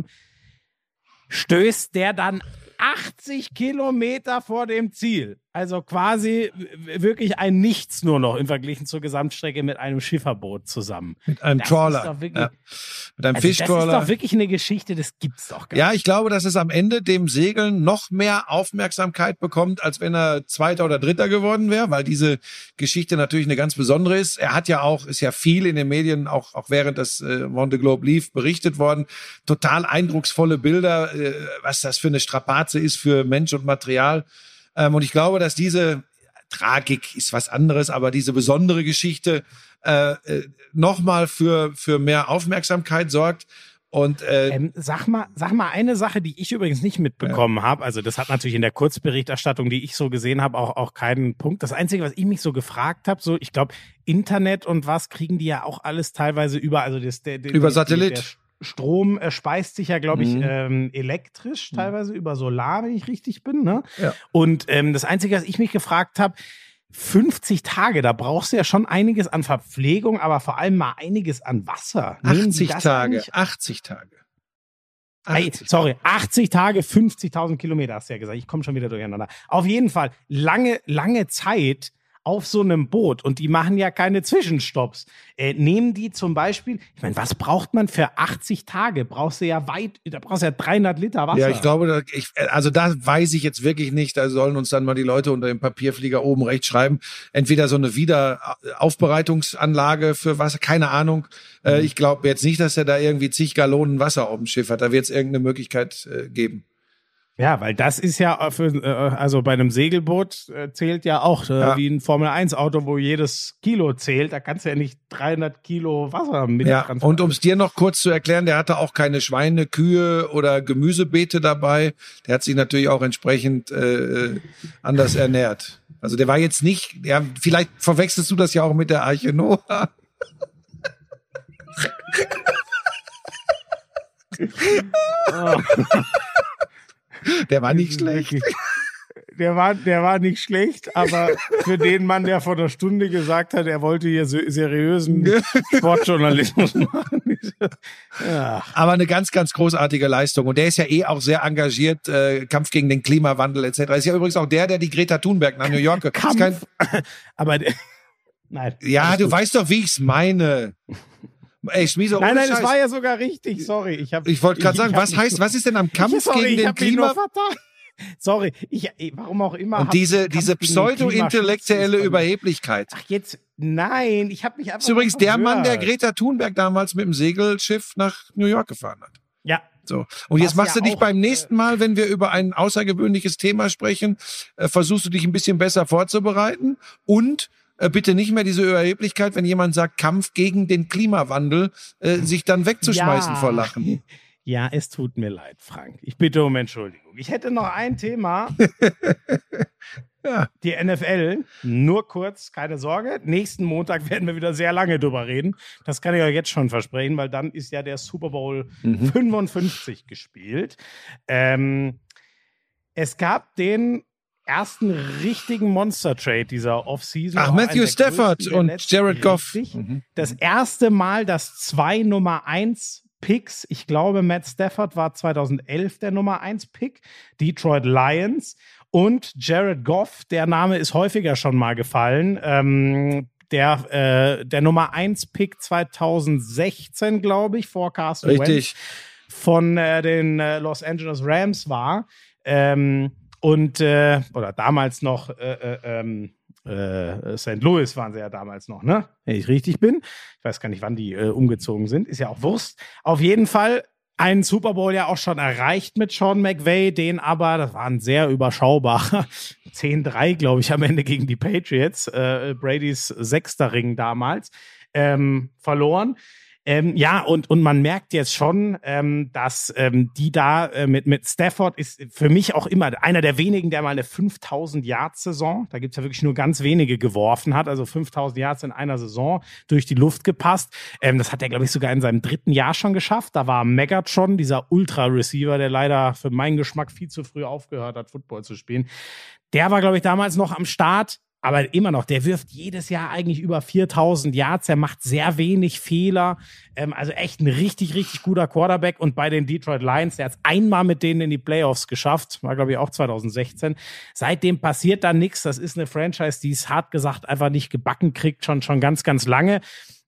stößt der dann achtzig Kilometer vor dem Ziel. Also quasi w- wirklich ein Nichts nur noch im Vergleich zur Gesamtstrecke mit einem Schifferboot zusammen. Mit einem Das Trawler. ist doch wirklich, Ja. Mit einem also das ist Fischtrawler. doch wirklich eine Geschichte, das gibt's doch gar Ja, nicht. ich glaube, dass es am Ende dem Segeln noch mehr Aufmerksamkeit bekommt, als wenn er Zweiter oder Dritter geworden wäre, weil diese Geschichte natürlich eine ganz besondere ist. Er hat ja auch, ist ja viel in den Medien, auch, auch während das äh, Vendée Globe lief, berichtet worden. Total eindrucksvolle Bilder, äh, was das für eine Strapaze ist für Mensch und Material. Ähm, und ich glaube, dass diese Tragik ist was anderes, aber diese besondere Geschichte äh, äh, nochmal für, für mehr Aufmerksamkeit sorgt. Und äh, Ähm, sag mal, sag mal eine Sache, die ich übrigens nicht mitbekommen habe. Also das hat natürlich in der Kurzberichterstattung, die ich so gesehen habe, auch, auch keinen Punkt. Das Einzige, was ich mich so gefragt habe, so ich glaube, Internet und was kriegen die ja auch alles teilweise über, also das, der, der, Über der, Satellit. Der Strom äh, speist sich ja, glaube ich, Mhm. ähm, elektrisch, teilweise über Solar, wenn ich richtig bin. Ne? Ja. Und ähm, das Einzige, was ich mich gefragt habe, fünfzig Tage, da brauchst du ja schon einiges an Verpflegung, aber vor allem mal einiges an Wasser. Nehmen die achtzig das Tage, eigentlich- achtzig Tage. Ey, achtzig sorry, achtzig Tage, fünfzigtausend Kilometer hast du ja gesagt. Ich komme schon wieder durcheinander. Auf jeden Fall lange, lange Zeit auf so einem Boot und die machen ja keine Zwischenstopps. Äh, nehmen die zum Beispiel, ich meine, was braucht man für achtzig Tage? Brauchst du ja weit, da brauchst du ja dreihundert Liter Wasser. Ja, ich glaube, da- ich, also da weiß ich jetzt wirklich nicht. Da sollen uns dann mal die Leute unter dem Papierflieger oben rechts schreiben. Entweder so eine Wiederaufbereitungsanlage für Wasser, keine Ahnung. Äh, ich glaube jetzt nicht, dass er da irgendwie zig Gallonen Wasser auf dem Schiff hat. Da wird es irgendeine Möglichkeit äh, geben. Ja, weil das ist ja für, äh, also bei einem Segelboot äh, zählt ja auch äh, Ja. wie ein Formel eins Auto, wo jedes Kilo zählt. Da kannst du ja nicht dreihundert Kilo Wasser mit Ja, transportieren. und um es dir noch kurz zu erklären, der hatte auch keine Schweine, Kühe oder Gemüsebeete dabei. Der hat sich natürlich auch entsprechend äh, anders ernährt. Also der war jetzt nicht, ja, vielleicht verwechselst du das ja auch mit der Arche Noah. Oh. Der war nicht schlecht. Wirklich- der war, der war nicht schlecht, aber für den Mann, der vor einer Stunde gesagt hat, er wollte hier so seriösen Sportjournalismus machen. Ja. Aber eine ganz, ganz großartige Leistung. Und der ist ja eh auch sehr engagiert, äh, Kampf gegen den Klimawandel et cetera. Ist ja übrigens auch der, der die Greta Thunberg nach New York... Kampf, kein, aber der, nein. Ja, du weißt doch, wie ich's meine. Ey, Schmieso, nein, nein, Scheiß. das war ja sogar richtig. Sorry, ich habe. Ich wollte gerade sagen, was heißt, was ist denn am Kampf sorry, gegen ich den hab mich nur Klima? vertan. Sorry, ich, warum auch immer. Und diese, diese pseudo-intellektuelle Überheblichkeit. Überheblichkeit. Ach jetzt, nein, ich habe mich einfach. Das ist übrigens der verhört. Mann, der Greta Thunberg damals mit dem Segelschiff nach New York gefahren hat. Ja. So. Und jetzt Was machst ja du dich auch, beim nächsten Mal, wenn wir über ein außergewöhnliches Thema sprechen, äh, versuchst du dich ein bisschen besser vorzubereiten und äh, bitte nicht mehr diese Überheblichkeit, wenn jemand sagt, Kampf gegen den Klimawandel, äh, sich dann wegzuschmeißen Ja. vor Lachen. Ja, es tut mir leid, Frank. Ich bitte um Entschuldigung. Ich hätte noch ein Thema. Ja. Die N F L, nur kurz, keine Sorge. Nächsten Montag werden wir wieder sehr lange drüber reden. Das kann ich euch jetzt schon versprechen, weil dann ist ja der Super Bowl Mhm. fünfundfünfzig gespielt. Ähm, es gab den ersten richtigen Monster-Trade dieser Offseason. Ach, Auch Matthew einen der Stafford größten der und letzten- Jared Goff. Richtig. Mhm. Das erste Mal, dass zwei Nummer eins Picks, ich glaube, Matt Stafford war zweitausendelf der Nummer eins Pick, Detroit Lions, und Jared Goff, der Name ist häufiger schon mal gefallen, ähm, der, äh, der Nummer eins Pick zweitausendsechzehn, glaube ich, vor Carson Wentz Richtig. von äh, den äh, Los Angeles Rams war. Ähm, und, äh, oder damals noch, äh, äh, ähm, äh, Saint Louis waren sie ja damals noch, ne? Wenn ich richtig bin. Ich weiß gar nicht, wann die äh, umgezogen sind. Ist ja auch Wurst. Auf jeden Fall einen Super Bowl ja auch schon erreicht mit Sean McVay, den aber, das war ein sehr überschaubarer zehn drei, glaube ich, am Ende gegen die Patriots, äh, Bradys sechster Ring damals, ähm, verloren. Ähm, ja, und, und man merkt jetzt schon, ähm, dass ähm, die da äh, mit, mit Stafford ist für mich auch immer einer der wenigen, der mal eine fünftausend-Yard-Saison, da gibt's ja wirklich nur ganz wenige geworfen hat, also fünftausend Yards in einer Saison durch die Luft gepasst. Ähm, das hat er, glaube ich, sogar in seinem dritten Jahr schon geschafft. Da war Megatron, dieser Ultra-Receiver, der leider für meinen Geschmack viel zu früh aufgehört hat, Football zu spielen. Der war, glaube ich, damals noch am Start. Aber immer noch, der wirft jedes Jahr eigentlich über viertausend Yards, er macht sehr wenig Fehler, ähm, also echt ein richtig, richtig guter Quarterback. Und bei den Detroit Lions, der hat es einmal mit denen in die Playoffs geschafft, war glaube ich auch zweitausendsechzehn. Seitdem passiert da nichts, das ist eine Franchise, die es hart gesagt einfach nicht gebacken kriegt, schon, schon ganz, ganz lange.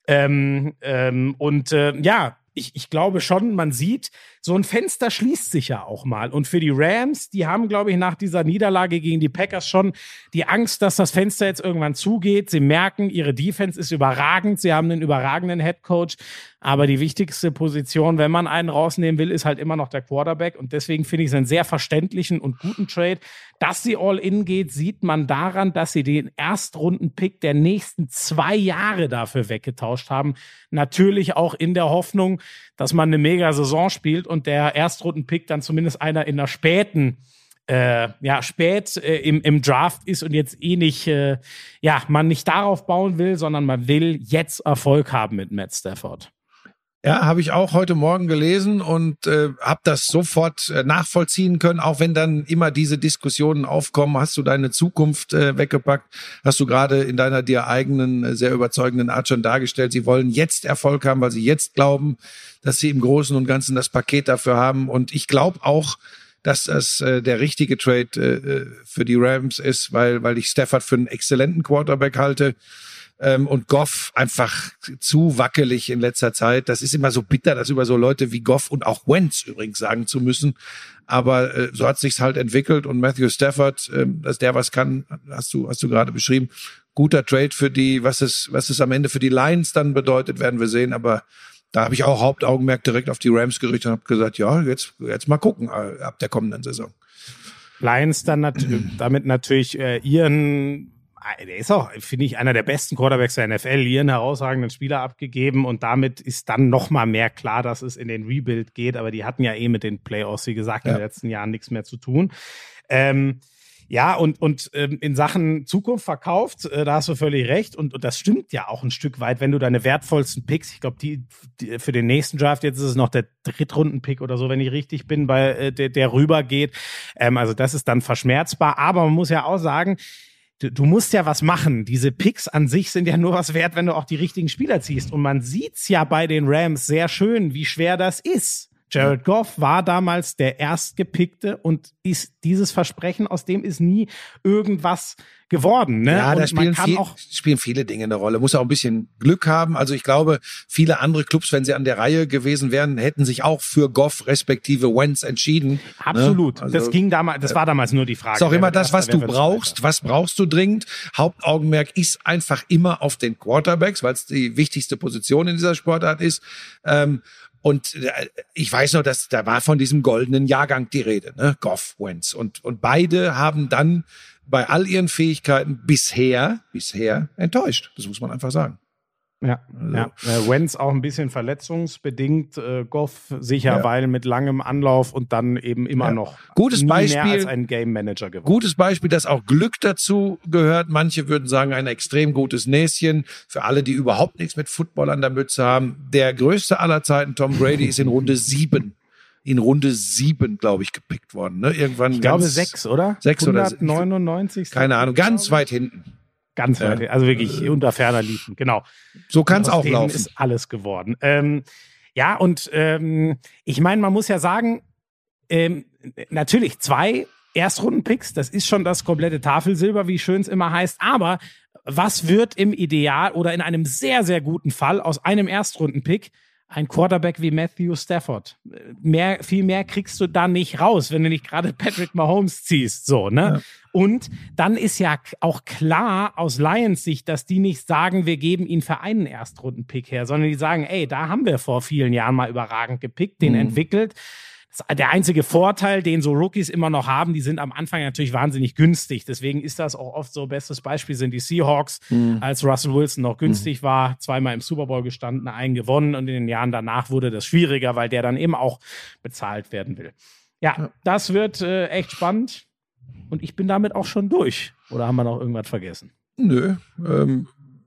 Ähm, ähm, und äh, ja, Ich, ich glaube schon, man sieht, so ein Fenster schließt sich ja auch mal. Und für die Rams, die haben, glaube ich, nach dieser Niederlage gegen die Packers schon die Angst, dass das Fenster jetzt irgendwann zugeht. Sie merken, ihre Defense ist überragend. Sie haben einen überragenden Headcoach. Aber die wichtigste Position, wenn man einen rausnehmen will, ist halt immer noch der Quarterback. Und deswegen finde ich es einen sehr verständlichen und guten Trade. Dass sie all in geht, sieht man daran, dass sie den Erstrunden-Pick der nächsten zwei Jahre dafür weggetauscht haben. Natürlich auch in der Hoffnung, dass man eine Mega-Saison spielt und der Erstrunden-Pick dann zumindest einer in der späten, äh, ja, spät äh, im, im Draft ist und jetzt eh nicht, äh, ja, man nicht darauf bauen will, sondern man will jetzt Erfolg haben mit Matt Stafford. Ja, habe ich auch heute Morgen gelesen und äh, habe das sofort äh, nachvollziehen können, auch wenn dann immer diese Diskussionen aufkommen. Hast du deine Zukunft äh, weggepackt? Hast du gerade in deiner dir eigenen, äh, sehr überzeugenden Art schon dargestellt, sie wollen jetzt Erfolg haben, weil sie jetzt glauben, dass sie im Großen und Ganzen das Paket dafür haben. Und ich glaube auch, dass das äh, der richtige Trade äh, für die Rams ist, weil, weil ich Stafford für einen exzellenten Quarterback halte. Ähm, und Goff einfach zu wackelig in letzter Zeit. Das ist immer so bitter, das über so Leute wie Goff und auch Wentz übrigens sagen zu müssen. Aber äh, so hat sich's halt entwickelt und Matthew Stafford, äh, dass der was kann, hast du hast du gerade beschrieben. Guter Trade für die, was es was es am Ende für die Lions dann bedeutet, werden wir sehen. Aber da habe ich auch Hauptaugenmerk direkt auf die Rams gerichtet und habe gesagt, ja, jetzt jetzt mal gucken äh, ab der kommenden Saison. Lions dann nat- damit natürlich äh, ihren der ist auch, finde ich, einer der besten Quarterbacks der N F L, ihren herausragenden Spieler abgegeben und damit ist dann noch mal mehr klar, dass es in den Rebuild geht, aber die hatten ja eh mit den Playoffs, wie gesagt, ja. in den letzten Jahren nichts mehr zu tun. Ähm, Ja, und, und ähm, in Sachen Zukunft verkauft, äh, da hast du völlig recht. Und, und das stimmt ja auch ein Stück weit, wenn du deine wertvollsten Picks, ich glaube, die, die für den nächsten Draft, jetzt ist es noch der Drittrunden-Pick oder so, wenn ich richtig bin, bei äh, der, der rübergeht. Ähm, also das ist dann verschmerzbar. Aber man muss ja auch sagen, du, du musst ja was machen. Diese Picks an sich sind ja nur was wert, wenn du auch die richtigen Spieler ziehst. Und man sieht's ja bei den Rams sehr schön, wie schwer das ist. Jared Goff war damals der Erstgepickte und ist dieses Versprechen, aus dem ist nie irgendwas geworden. Ne? Ja, und da spielen, man viel, auch spielen viele Dinge eine Rolle. Muss auch ein bisschen Glück haben. Also ich glaube, viele andere Clubs, wenn sie an der Reihe gewesen wären, hätten sich auch für Goff respektive Wentz entschieden. Absolut. Ne? Also, das ging damals, das war damals nur die Frage. Ist auch immer das, was du wer wird brauchst. Zweiter? Was brauchst du dringend? Hauptaugenmerk ist einfach immer auf den Quarterbacks, weil es die wichtigste Position in dieser Sportart ist. Ähm, Und ich weiß noch, dass da war von diesem goldenen Jahrgang die Rede, ne? Goff, Wentz. Und, und beide haben dann bei all ihren Fähigkeiten bisher, bisher enttäuscht. Das muss man einfach sagen. Ja, Also, ja. Äh, Wentz auch ein bisschen verletzungsbedingt, äh, Goff sicher, Ja. weil mit langem Anlauf und dann eben immer Ja. noch Gutes nie Beispiel. mehr als ein Game Manager geworden. Gutes Beispiel, dass auch Glück dazu gehört. Manche würden sagen, ein extrem gutes Näschen. Für alle, die überhaupt nichts mit Football an der Mütze haben. Der größte aller Zeiten, Tom Brady, ist in Runde sieben. In Runde sieben, glaube ich, gepickt worden. Ne? Irgendwann Ich glaube ganz, sechs, oder? Sechs oder hundertneunundneunzig. keine Ahnung, ganz glaube weit hinten. ich. Ganz weit, Ja. also wirklich unter ferner Liefen, genau. So kann es Aus auch denen laufen. ist alles geworden. Ähm, ja, und ähm, ich meine, man muss ja sagen, ähm, natürlich zwei Erstrundenpicks, das ist schon das komplette Tafelsilber, wie schön es immer heißt, aber was wird im Ideal oder in einem sehr, sehr guten Fall aus einem Erstrundenpick ein Quarterback wie Matthew Stafford? Mehr, viel mehr kriegst du da nicht raus, wenn du nicht gerade Patrick Mahomes ziehst, so, ne? Ja. Und dann ist ja auch klar aus Lions Sicht, dass die nicht sagen, wir geben ihnen für einen Erstrunden-Pick her, sondern die sagen, ey, da haben wir vor vielen Jahren mal überragend gepickt, den Mhm. entwickelt. Das ist der einzige Vorteil, den so Rookies immer noch haben, die sind am Anfang natürlich wahnsinnig günstig. Deswegen ist das auch oft so, bestes Beispiel sind die Seahawks, Mhm. als Russell Wilson noch günstig war, zweimal im Super Bowl gestanden, einen gewonnen und in den Jahren danach wurde das schwieriger, weil der dann eben auch bezahlt werden will. Ja, Ja. das wird äh, echt spannend und ich bin damit auch schon durch. Oder haben wir noch irgendwas vergessen? Nö. Ähm,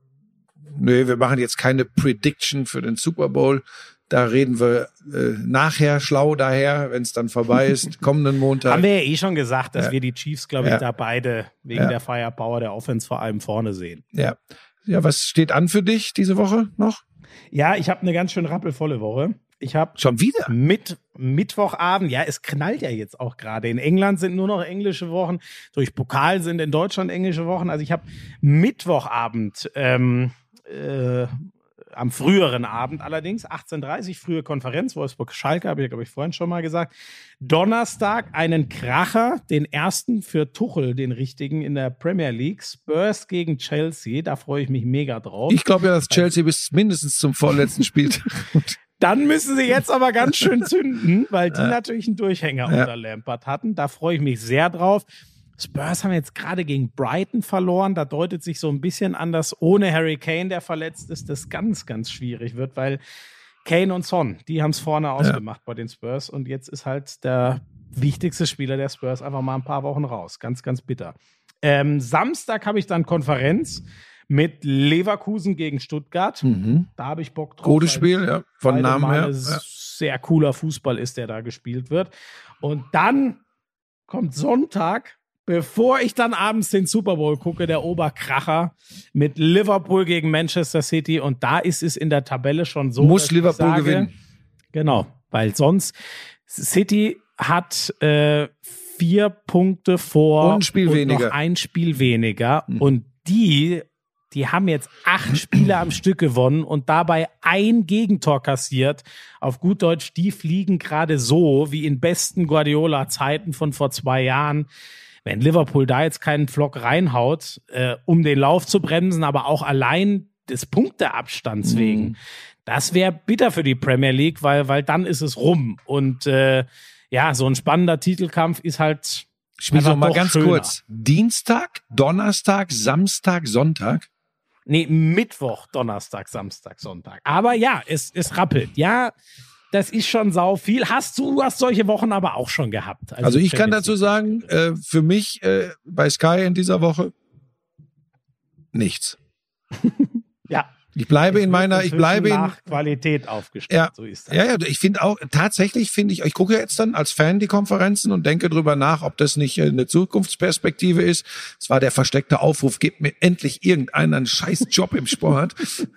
nö, wir machen jetzt keine Prediction für den Super Bowl. Da reden wir äh, nachher schlau daher, wenn es dann vorbei ist, kommenden Montag. Haben wir ja eh schon gesagt, dass Ja. wir die Chiefs, glaube ich, Ja. da beide wegen Ja. der Firepower der Offense vor allem vorne sehen. Ja. Ja, was steht an für dich diese Woche noch? Ja, ich habe eine ganz schön rappelvolle Woche. Ich habe Schon wieder? mit Mittwochabend, ja, es knallt ja jetzt auch gerade. In England sind nur noch englische Wochen, durch Pokal sind in Deutschland englische Wochen. Also ich habe Mittwochabend, ähm, äh, am früheren Abend allerdings, achtzehn Uhr dreißig, frühe Konferenz, Wolfsburg-Schalke, habe ich, glaube ich, vorhin schon mal gesagt. Donnerstag einen Kracher, den ersten für Tuchel, den richtigen in der Premier League. Spurs gegen Chelsea, da freue ich mich mega drauf. Ich glaube ja, dass Chelsea bis mindestens zum vorletzten Spiel. Dann müssen sie jetzt aber ganz schön zünden, weil die natürlich einen Durchhänger Ja. unter Lampard hatten. Da freue ich mich sehr drauf. Spurs haben jetzt gerade gegen Brighton verloren. Da deutet sich so ein bisschen an, dass ohne Harry Kane, der verletzt ist, das ganz, ganz schwierig wird, weil Kane und Son, die haben es vorne ausgemacht bei den Spurs. Und jetzt ist halt der wichtigste Spieler der Spurs einfach mal ein paar Wochen raus. Ganz, ganz bitter. Ähm, Samstag habe ich dann Konferenz mit Leverkusen gegen Stuttgart. Mhm. Da habe ich Bock drauf. Gutes weil Spiel, ja. Von beide Namen her. Male Ja. sehr cooler Fußball ist, der da gespielt wird. Und dann kommt Sonntag, bevor ich dann abends den Super Bowl gucke, der Oberkracher mit Liverpool gegen Manchester City. Und da ist es in der Tabelle schon so. Muss dass ich Liverpool sage, gewinnen. Genau, weil sonst City hat äh, vier Punkte vor Und ein Spiel und weniger. noch ein Spiel weniger. Mhm. Und die, die haben jetzt acht Spiele am Stück gewonnen und dabei ein Gegentor kassiert. Auf gut Deutsch, die fliegen gerade so wie in besten Guardiola-Zeiten von vor zwei Jahren. Wenn Liverpool da jetzt keinen Flock reinhaut, äh, um den Lauf zu bremsen, aber auch allein des Punkteabstands Mhm. wegen, das wäre bitter für die Premier League, weil, weil dann ist es rum. Und äh, ja, so ein spannender Titelkampf ist halt Spiel einfach doch mal doch ganz schöner. kurz. Dienstag, Donnerstag, Samstag, Sonntag. Nee, Mittwoch, Donnerstag, Samstag, Sonntag. Aber ja, es, es rappelt. Ja, das ist schon sau viel. Hast du, du hast solche Wochen aber auch schon gehabt. Also, also ich kann dazu sagen, äh, für mich äh, bei Sky in dieser Woche nichts. Ja. Ich bleibe in meiner, ich bleibe in nach Qualität aufgestellt. Ja, so ist das. ja, ja. Ich finde auch tatsächlich finde ich, ich gucke jetzt dann als Fan die Konferenzen und denke drüber nach, ob das nicht eine Zukunftsperspektive ist. Es war der versteckte Aufruf: Gebt mir endlich irgendeinen scheiß Job im Sport.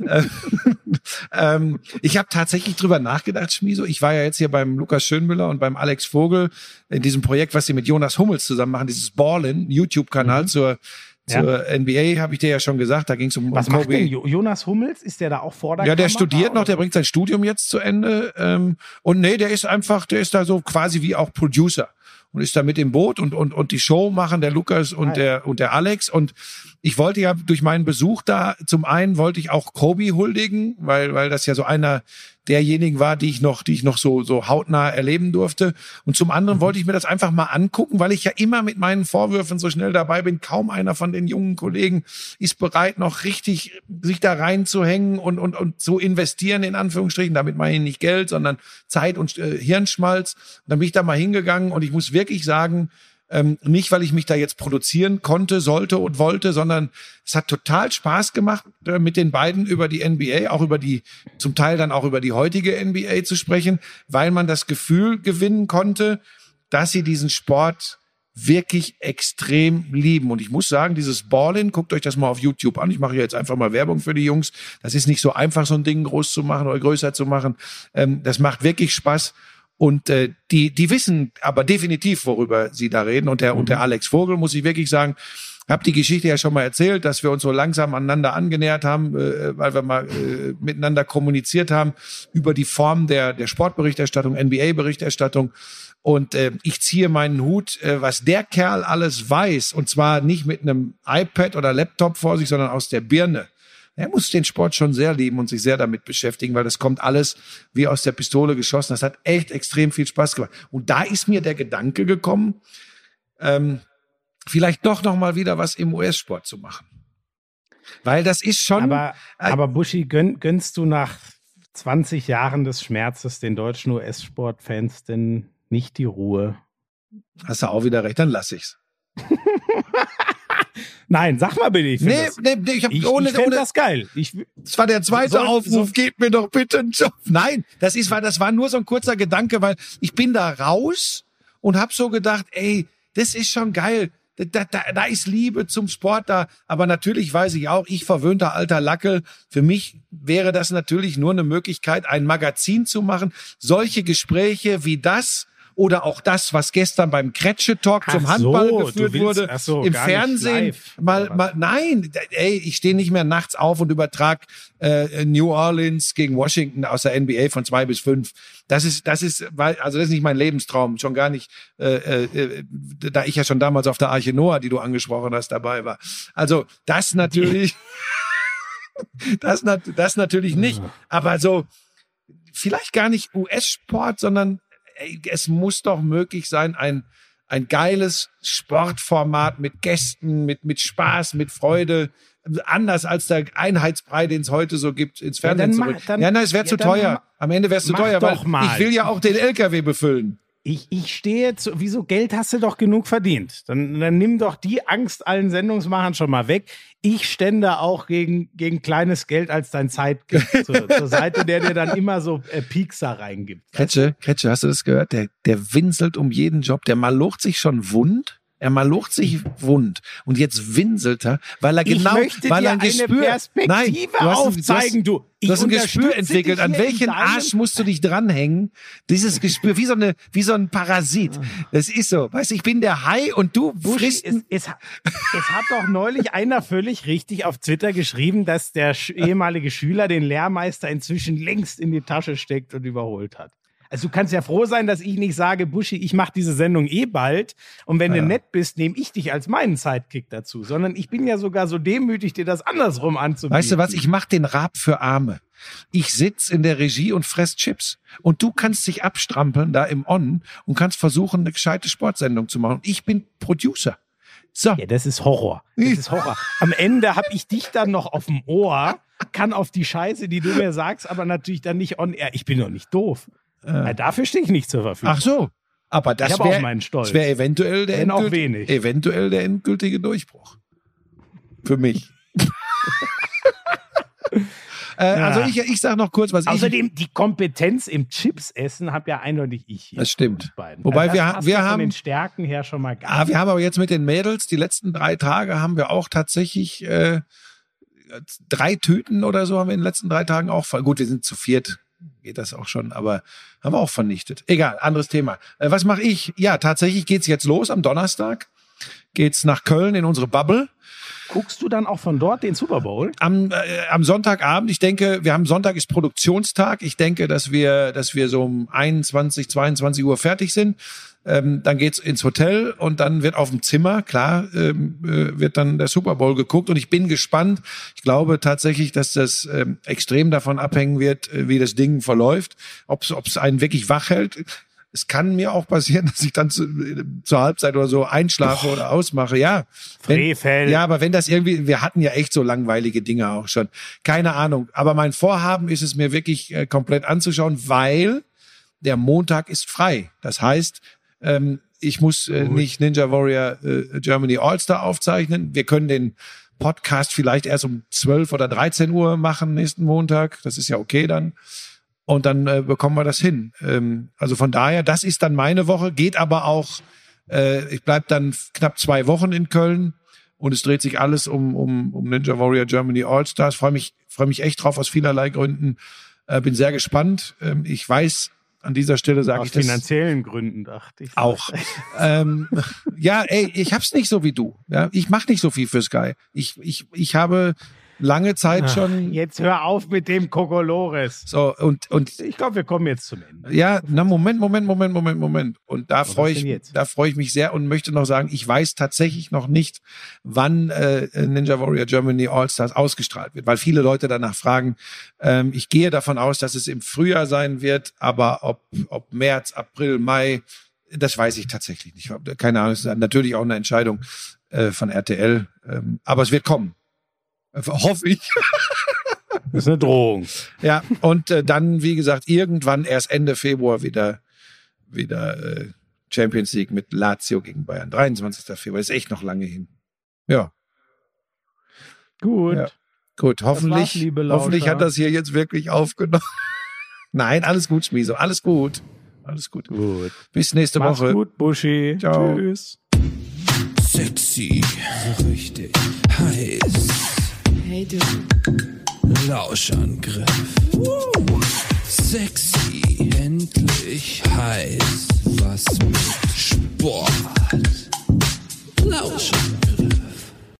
ähm, ich habe tatsächlich drüber nachgedacht, Schmieso. Ich war ja jetzt hier beim Lukas Schönmüller und beim Alex Vogel in diesem Projekt, was sie mit Jonas Hummels zusammen machen, dieses Ballin YouTube-Kanal mhm. zur Zur ja. N B A habe ich dir ja schon gesagt, da ging es um, Was um macht Kobe. denn Jonas Hummels? Ist der da auch vor der Ja, der Kamera, studiert noch, oder? der bringt sein Studium jetzt zu Ende. Ähm, und nee, der ist einfach, der ist da so quasi wie auch Producer und ist da mit im Boot und und und die Show machen der Lukas und Nein. der und der Alex. Und ich wollte ja durch meinen Besuch da, zum einen wollte ich auch Kobe huldigen, weil weil das ja so einer derjenigen war, die ich noch, die ich noch so, so hautnah erleben durfte. Und zum anderen mhm. wollte ich mir das einfach mal angucken, weil ich ja immer mit meinen Vorwürfen so schnell dabei bin. Kaum einer von den jungen Kollegen ist bereit, noch richtig sich da reinzuhängen und, und, und zu investieren, in Anführungsstrichen. Damit meine ich nicht Geld, sondern Zeit und äh, Hirnschmalz. Und dann bin ich da mal hingegangen und ich muss wirklich sagen, Ähm, nicht, weil ich mich da jetzt produzieren konnte, sollte und wollte, sondern es hat total Spaß gemacht, äh, mit den beiden über die N B A, auch über die, zum Teil dann auch über die heutige N B A zu sprechen, weil man das Gefühl gewinnen konnte, dass sie diesen Sport wirklich extrem lieben. Und ich muss sagen, dieses Ballin, guckt euch das mal auf YouTube an. Ich mache jetzt einfach mal Werbung für die Jungs. Das ist nicht so einfach, so ein Ding groß zu machen oder größer zu machen. Ähm, das macht wirklich Spaß. Und äh, die die wissen aber definitiv, worüber sie da reden. Und der mhm. und der Alex Vogel, muss ich wirklich sagen, habe die Geschichte ja schon mal erzählt, dass wir uns so langsam aneinander angenähert haben, äh, weil wir mal äh, miteinander kommuniziert haben über die Form der der Sportberichterstattung, N B A-Berichterstattung. Und äh, ich ziehe meinen Hut, äh, was der Kerl alles weiß, und zwar nicht mit einem iPad oder Laptop vor sich, sondern aus der Birne. Er muss den Sport schon sehr lieben und sich sehr damit beschäftigen, weil das kommt alles wie aus der Pistole geschossen. Das hat echt extrem viel Spaß gemacht. Und da ist mir der Gedanke gekommen, ähm, vielleicht doch noch mal wieder was im U S-Sport zu machen. Weil das ist schon... Aber, äh, aber Buschi, gönn, gönnst du nach zwanzig Jahren des Schmerzes den deutschen U S-Sport-Fans denn nicht die Ruhe? Hast du auch wieder recht, dann lass ich's. Nein, sag mal bitte. Ich nee, das, nee, nee, ich hab ich, ohne, ich finde ohne, das geil. Ich, das war der zweite soll, Aufruf, so, gebt mir doch bitte einen Job. Nein, das ist, weil das war nur so ein kurzer Gedanke, weil ich bin da raus und hab so gedacht, ey, das ist schon geil. Da, da, da ist Liebe zum Sport da. Aber natürlich weiß ich auch, ich verwöhnter alter Lackel, für mich wäre das natürlich nur eine Möglichkeit, ein Magazin zu machen. Solche Gespräche wie das oder auch das, was gestern beim Kretsche-Talk zum Handball so, geführt willst, wurde, ach so, im gar Fernsehen. nicht live, mal, mal, nein, ey, ich stehe nicht mehr nachts auf und übertrag äh, New Orleans gegen Washington aus der N B A von zwei bis fünf. Das ist, das ist, weil, also das ist nicht mein Lebenstraum, schon gar nicht, äh, äh, da ich ja schon damals auf der Arche Noah, die du angesprochen hast, dabei war. Also das natürlich, das, das natürlich nicht. Aber so vielleicht gar nicht U S-Sport, sondern ey, es muss doch möglich sein, ein, ein geiles Sportformat mit Gästen, mit, mit Spaß, mit Freude, anders als der Einheitsbrei, den es heute so gibt, ins Fernsehen ja, zu bringen. Ja, nein, es wäre ja, zu teuer. Am Ende wäre es zu teuer, weil mal. ich will ja auch den L K W befüllen. Ich, ich stehe zu, wieso Geld hast du doch genug verdient? Dann, dann nimm doch die Angst allen Sendungsmachern schon mal weg. Ich stände auch gegen, gegen kleines Geld als dein Zeitgeld zur, zur Seite, der dir dann immer so äh, Piekser reingibt. Kretsche, Kretsche, hast du das gehört? Der, der winselt um jeden Job. Der malocht sich schon wund. Er malocht sich wund. Und jetzt winselt er, weil er genau, ich möchte weil dir er ein Gespür, eine Perspektive nein, du hast, aufzeigen, du. du. Du hast ein Gespür entwickelt. An welchen Arsch musst du dich dranhängen? Dieses Gespür, wie so eine, wie so ein Parasit. Das ist so. Weißt du, ich bin der Hai und du frisst. Es, es, es hat doch neulich einer völlig richtig auf Twitter geschrieben, dass der ehemalige Schüler den Lehrmeister inzwischen längst in die Tasche steckt und überholt hat. Also du kannst ja froh sein, dass ich nicht sage, Buschi, ich mache diese Sendung eh bald und wenn ja. du nett bist, nehme ich dich als meinen Sidekick dazu, sondern ich bin ja sogar so demütig, dir das andersrum anzubieten. Weißt du was, ich mache den Rab für Arme. Ich sitz in der Regie und fress Chips und du kannst dich abstrampeln da im On und kannst versuchen, eine gescheite Sportsendung zu machen. Ich bin Producer. So. Ja, das ist Horror. Das ist Horror. Am Ende habe ich dich dann noch auf dem Ohr, kann auf die Scheiße, die du mir sagst, aber natürlich dann nicht on air. Ich bin doch nicht doof. Äh, dafür stehe ich nicht zur Verfügung. Ach so. Aber das Ich habe auch wäre meinen Stolz. wär eventuell, der Wenn auch endgült- wenig. eventuell der endgültige Durchbruch. Für mich. äh, Also ich, ich sage noch kurz, was ich... Außerdem, die Kompetenz im Chips-Essen habe ja eindeutig ich hier. Das stimmt. von uns beiden. Wobei das wir ha- passt wir ja haben- von den Stärken her schon mal gar Ah, wir haben aber jetzt mit den Mädels, die letzten drei Tage haben wir auch tatsächlich äh, drei Tüten oder so haben wir in den letzten drei Tagen auch, ver- gut, wir sind zu viert, geht das auch schon, aber haben wir auch vernichtet. Egal, anderes Thema. Äh, was mache ich? Ja, tatsächlich geht's jetzt los am Donnerstag. Geht's nach Köln in unsere Bubble. Guckst du dann auch von dort den Super Bowl? Am, äh, am Sonntagabend, ich denke, wir haben Sonntag ist Produktionstag. Ich denke, dass wir, dass wir so um einundzwanzig, zweiundzwanzig Uhr fertig sind. Ähm, dann geht's ins Hotel und dann wird auf dem Zimmer, klar, ähm, äh, wird dann der Super Bowl geguckt und ich bin gespannt. Ich glaube tatsächlich, dass das ähm, extrem davon abhängen wird, äh, wie das Ding verläuft, ob es einen wirklich wach hält. Es kann mir auch passieren, dass ich dann zu, zur Halbzeit oder so einschlafe oder ausmache. Ja, wenn, Frevel. ja, aber wenn das irgendwie, wir hatten ja echt so langweilige Dinge auch schon. Keine Ahnung. Aber mein Vorhaben ist es mir wirklich äh, komplett anzuschauen, weil der Montag ist frei. Das heißt, ähm, ich muss äh, nicht Ninja Warrior äh, Germany All-Star aufzeichnen. Wir können den Podcast vielleicht erst um zwölf oder dreizehn Uhr machen nächsten Montag. Das ist ja okay dann. Und dann äh, bekommen wir das hin. Ähm, also von daher, das ist dann meine Woche, geht aber auch, äh, ich bleib dann knapp zwei Wochen in Köln und es dreht sich alles um, um, um Ninja Warrior Germany All-Stars. Freue mich, freue mich echt drauf aus vielerlei Gründen. Äh, bin sehr gespannt. Ähm, ich weiß, an dieser Stelle sage Aus ich das finanziellen Gründen, dachte ich. auch. ähm, ja, ey, ich hab's nicht so wie du. Ja, ich mache nicht so viel für Sky. Ich, ich, ich habe lange Zeit schon. Jetzt hör auf mit dem Kokolores. So, und, und Ich glaube, wir kommen jetzt zum Ende. ja, na Moment, Moment, Moment, Moment, Moment. Und da freue denn ich, jetzt? da freue ich mich sehr und möchte noch sagen, ich weiß tatsächlich noch nicht, wann äh, Ninja Warrior Germany All-Stars ausgestrahlt wird, weil viele Leute danach fragen. Ähm, ich gehe davon aus, dass es im Frühjahr sein wird, aber ob, ob März, April, Mai, das weiß ich tatsächlich nicht. Keine Ahnung, es ist natürlich auch eine Entscheidung äh, von R T L, ähm, aber es wird kommen. Hoffe ich. Das ist eine Drohung. Ja, und äh, dann, wie gesagt, irgendwann erst Ende Februar wieder, wieder äh, Champions League mit Lazio gegen Bayern. dreiundzwanzigster Februar, ist echt noch lange hin. Ja, Gut. Ja. gut. Hoffentlich, war's, liebe Lauscher. hoffentlich hat das hier jetzt wirklich aufgenommen. Nein, alles gut, Schmieso, alles gut. Alles gut. Gut. Bis nächste Mach's Woche. gut, Buschi. Ciao. Tschüss. Sexy, so richtig heiß. Hey du. Lauschangriff. Sexy, endlich heiß. Was mit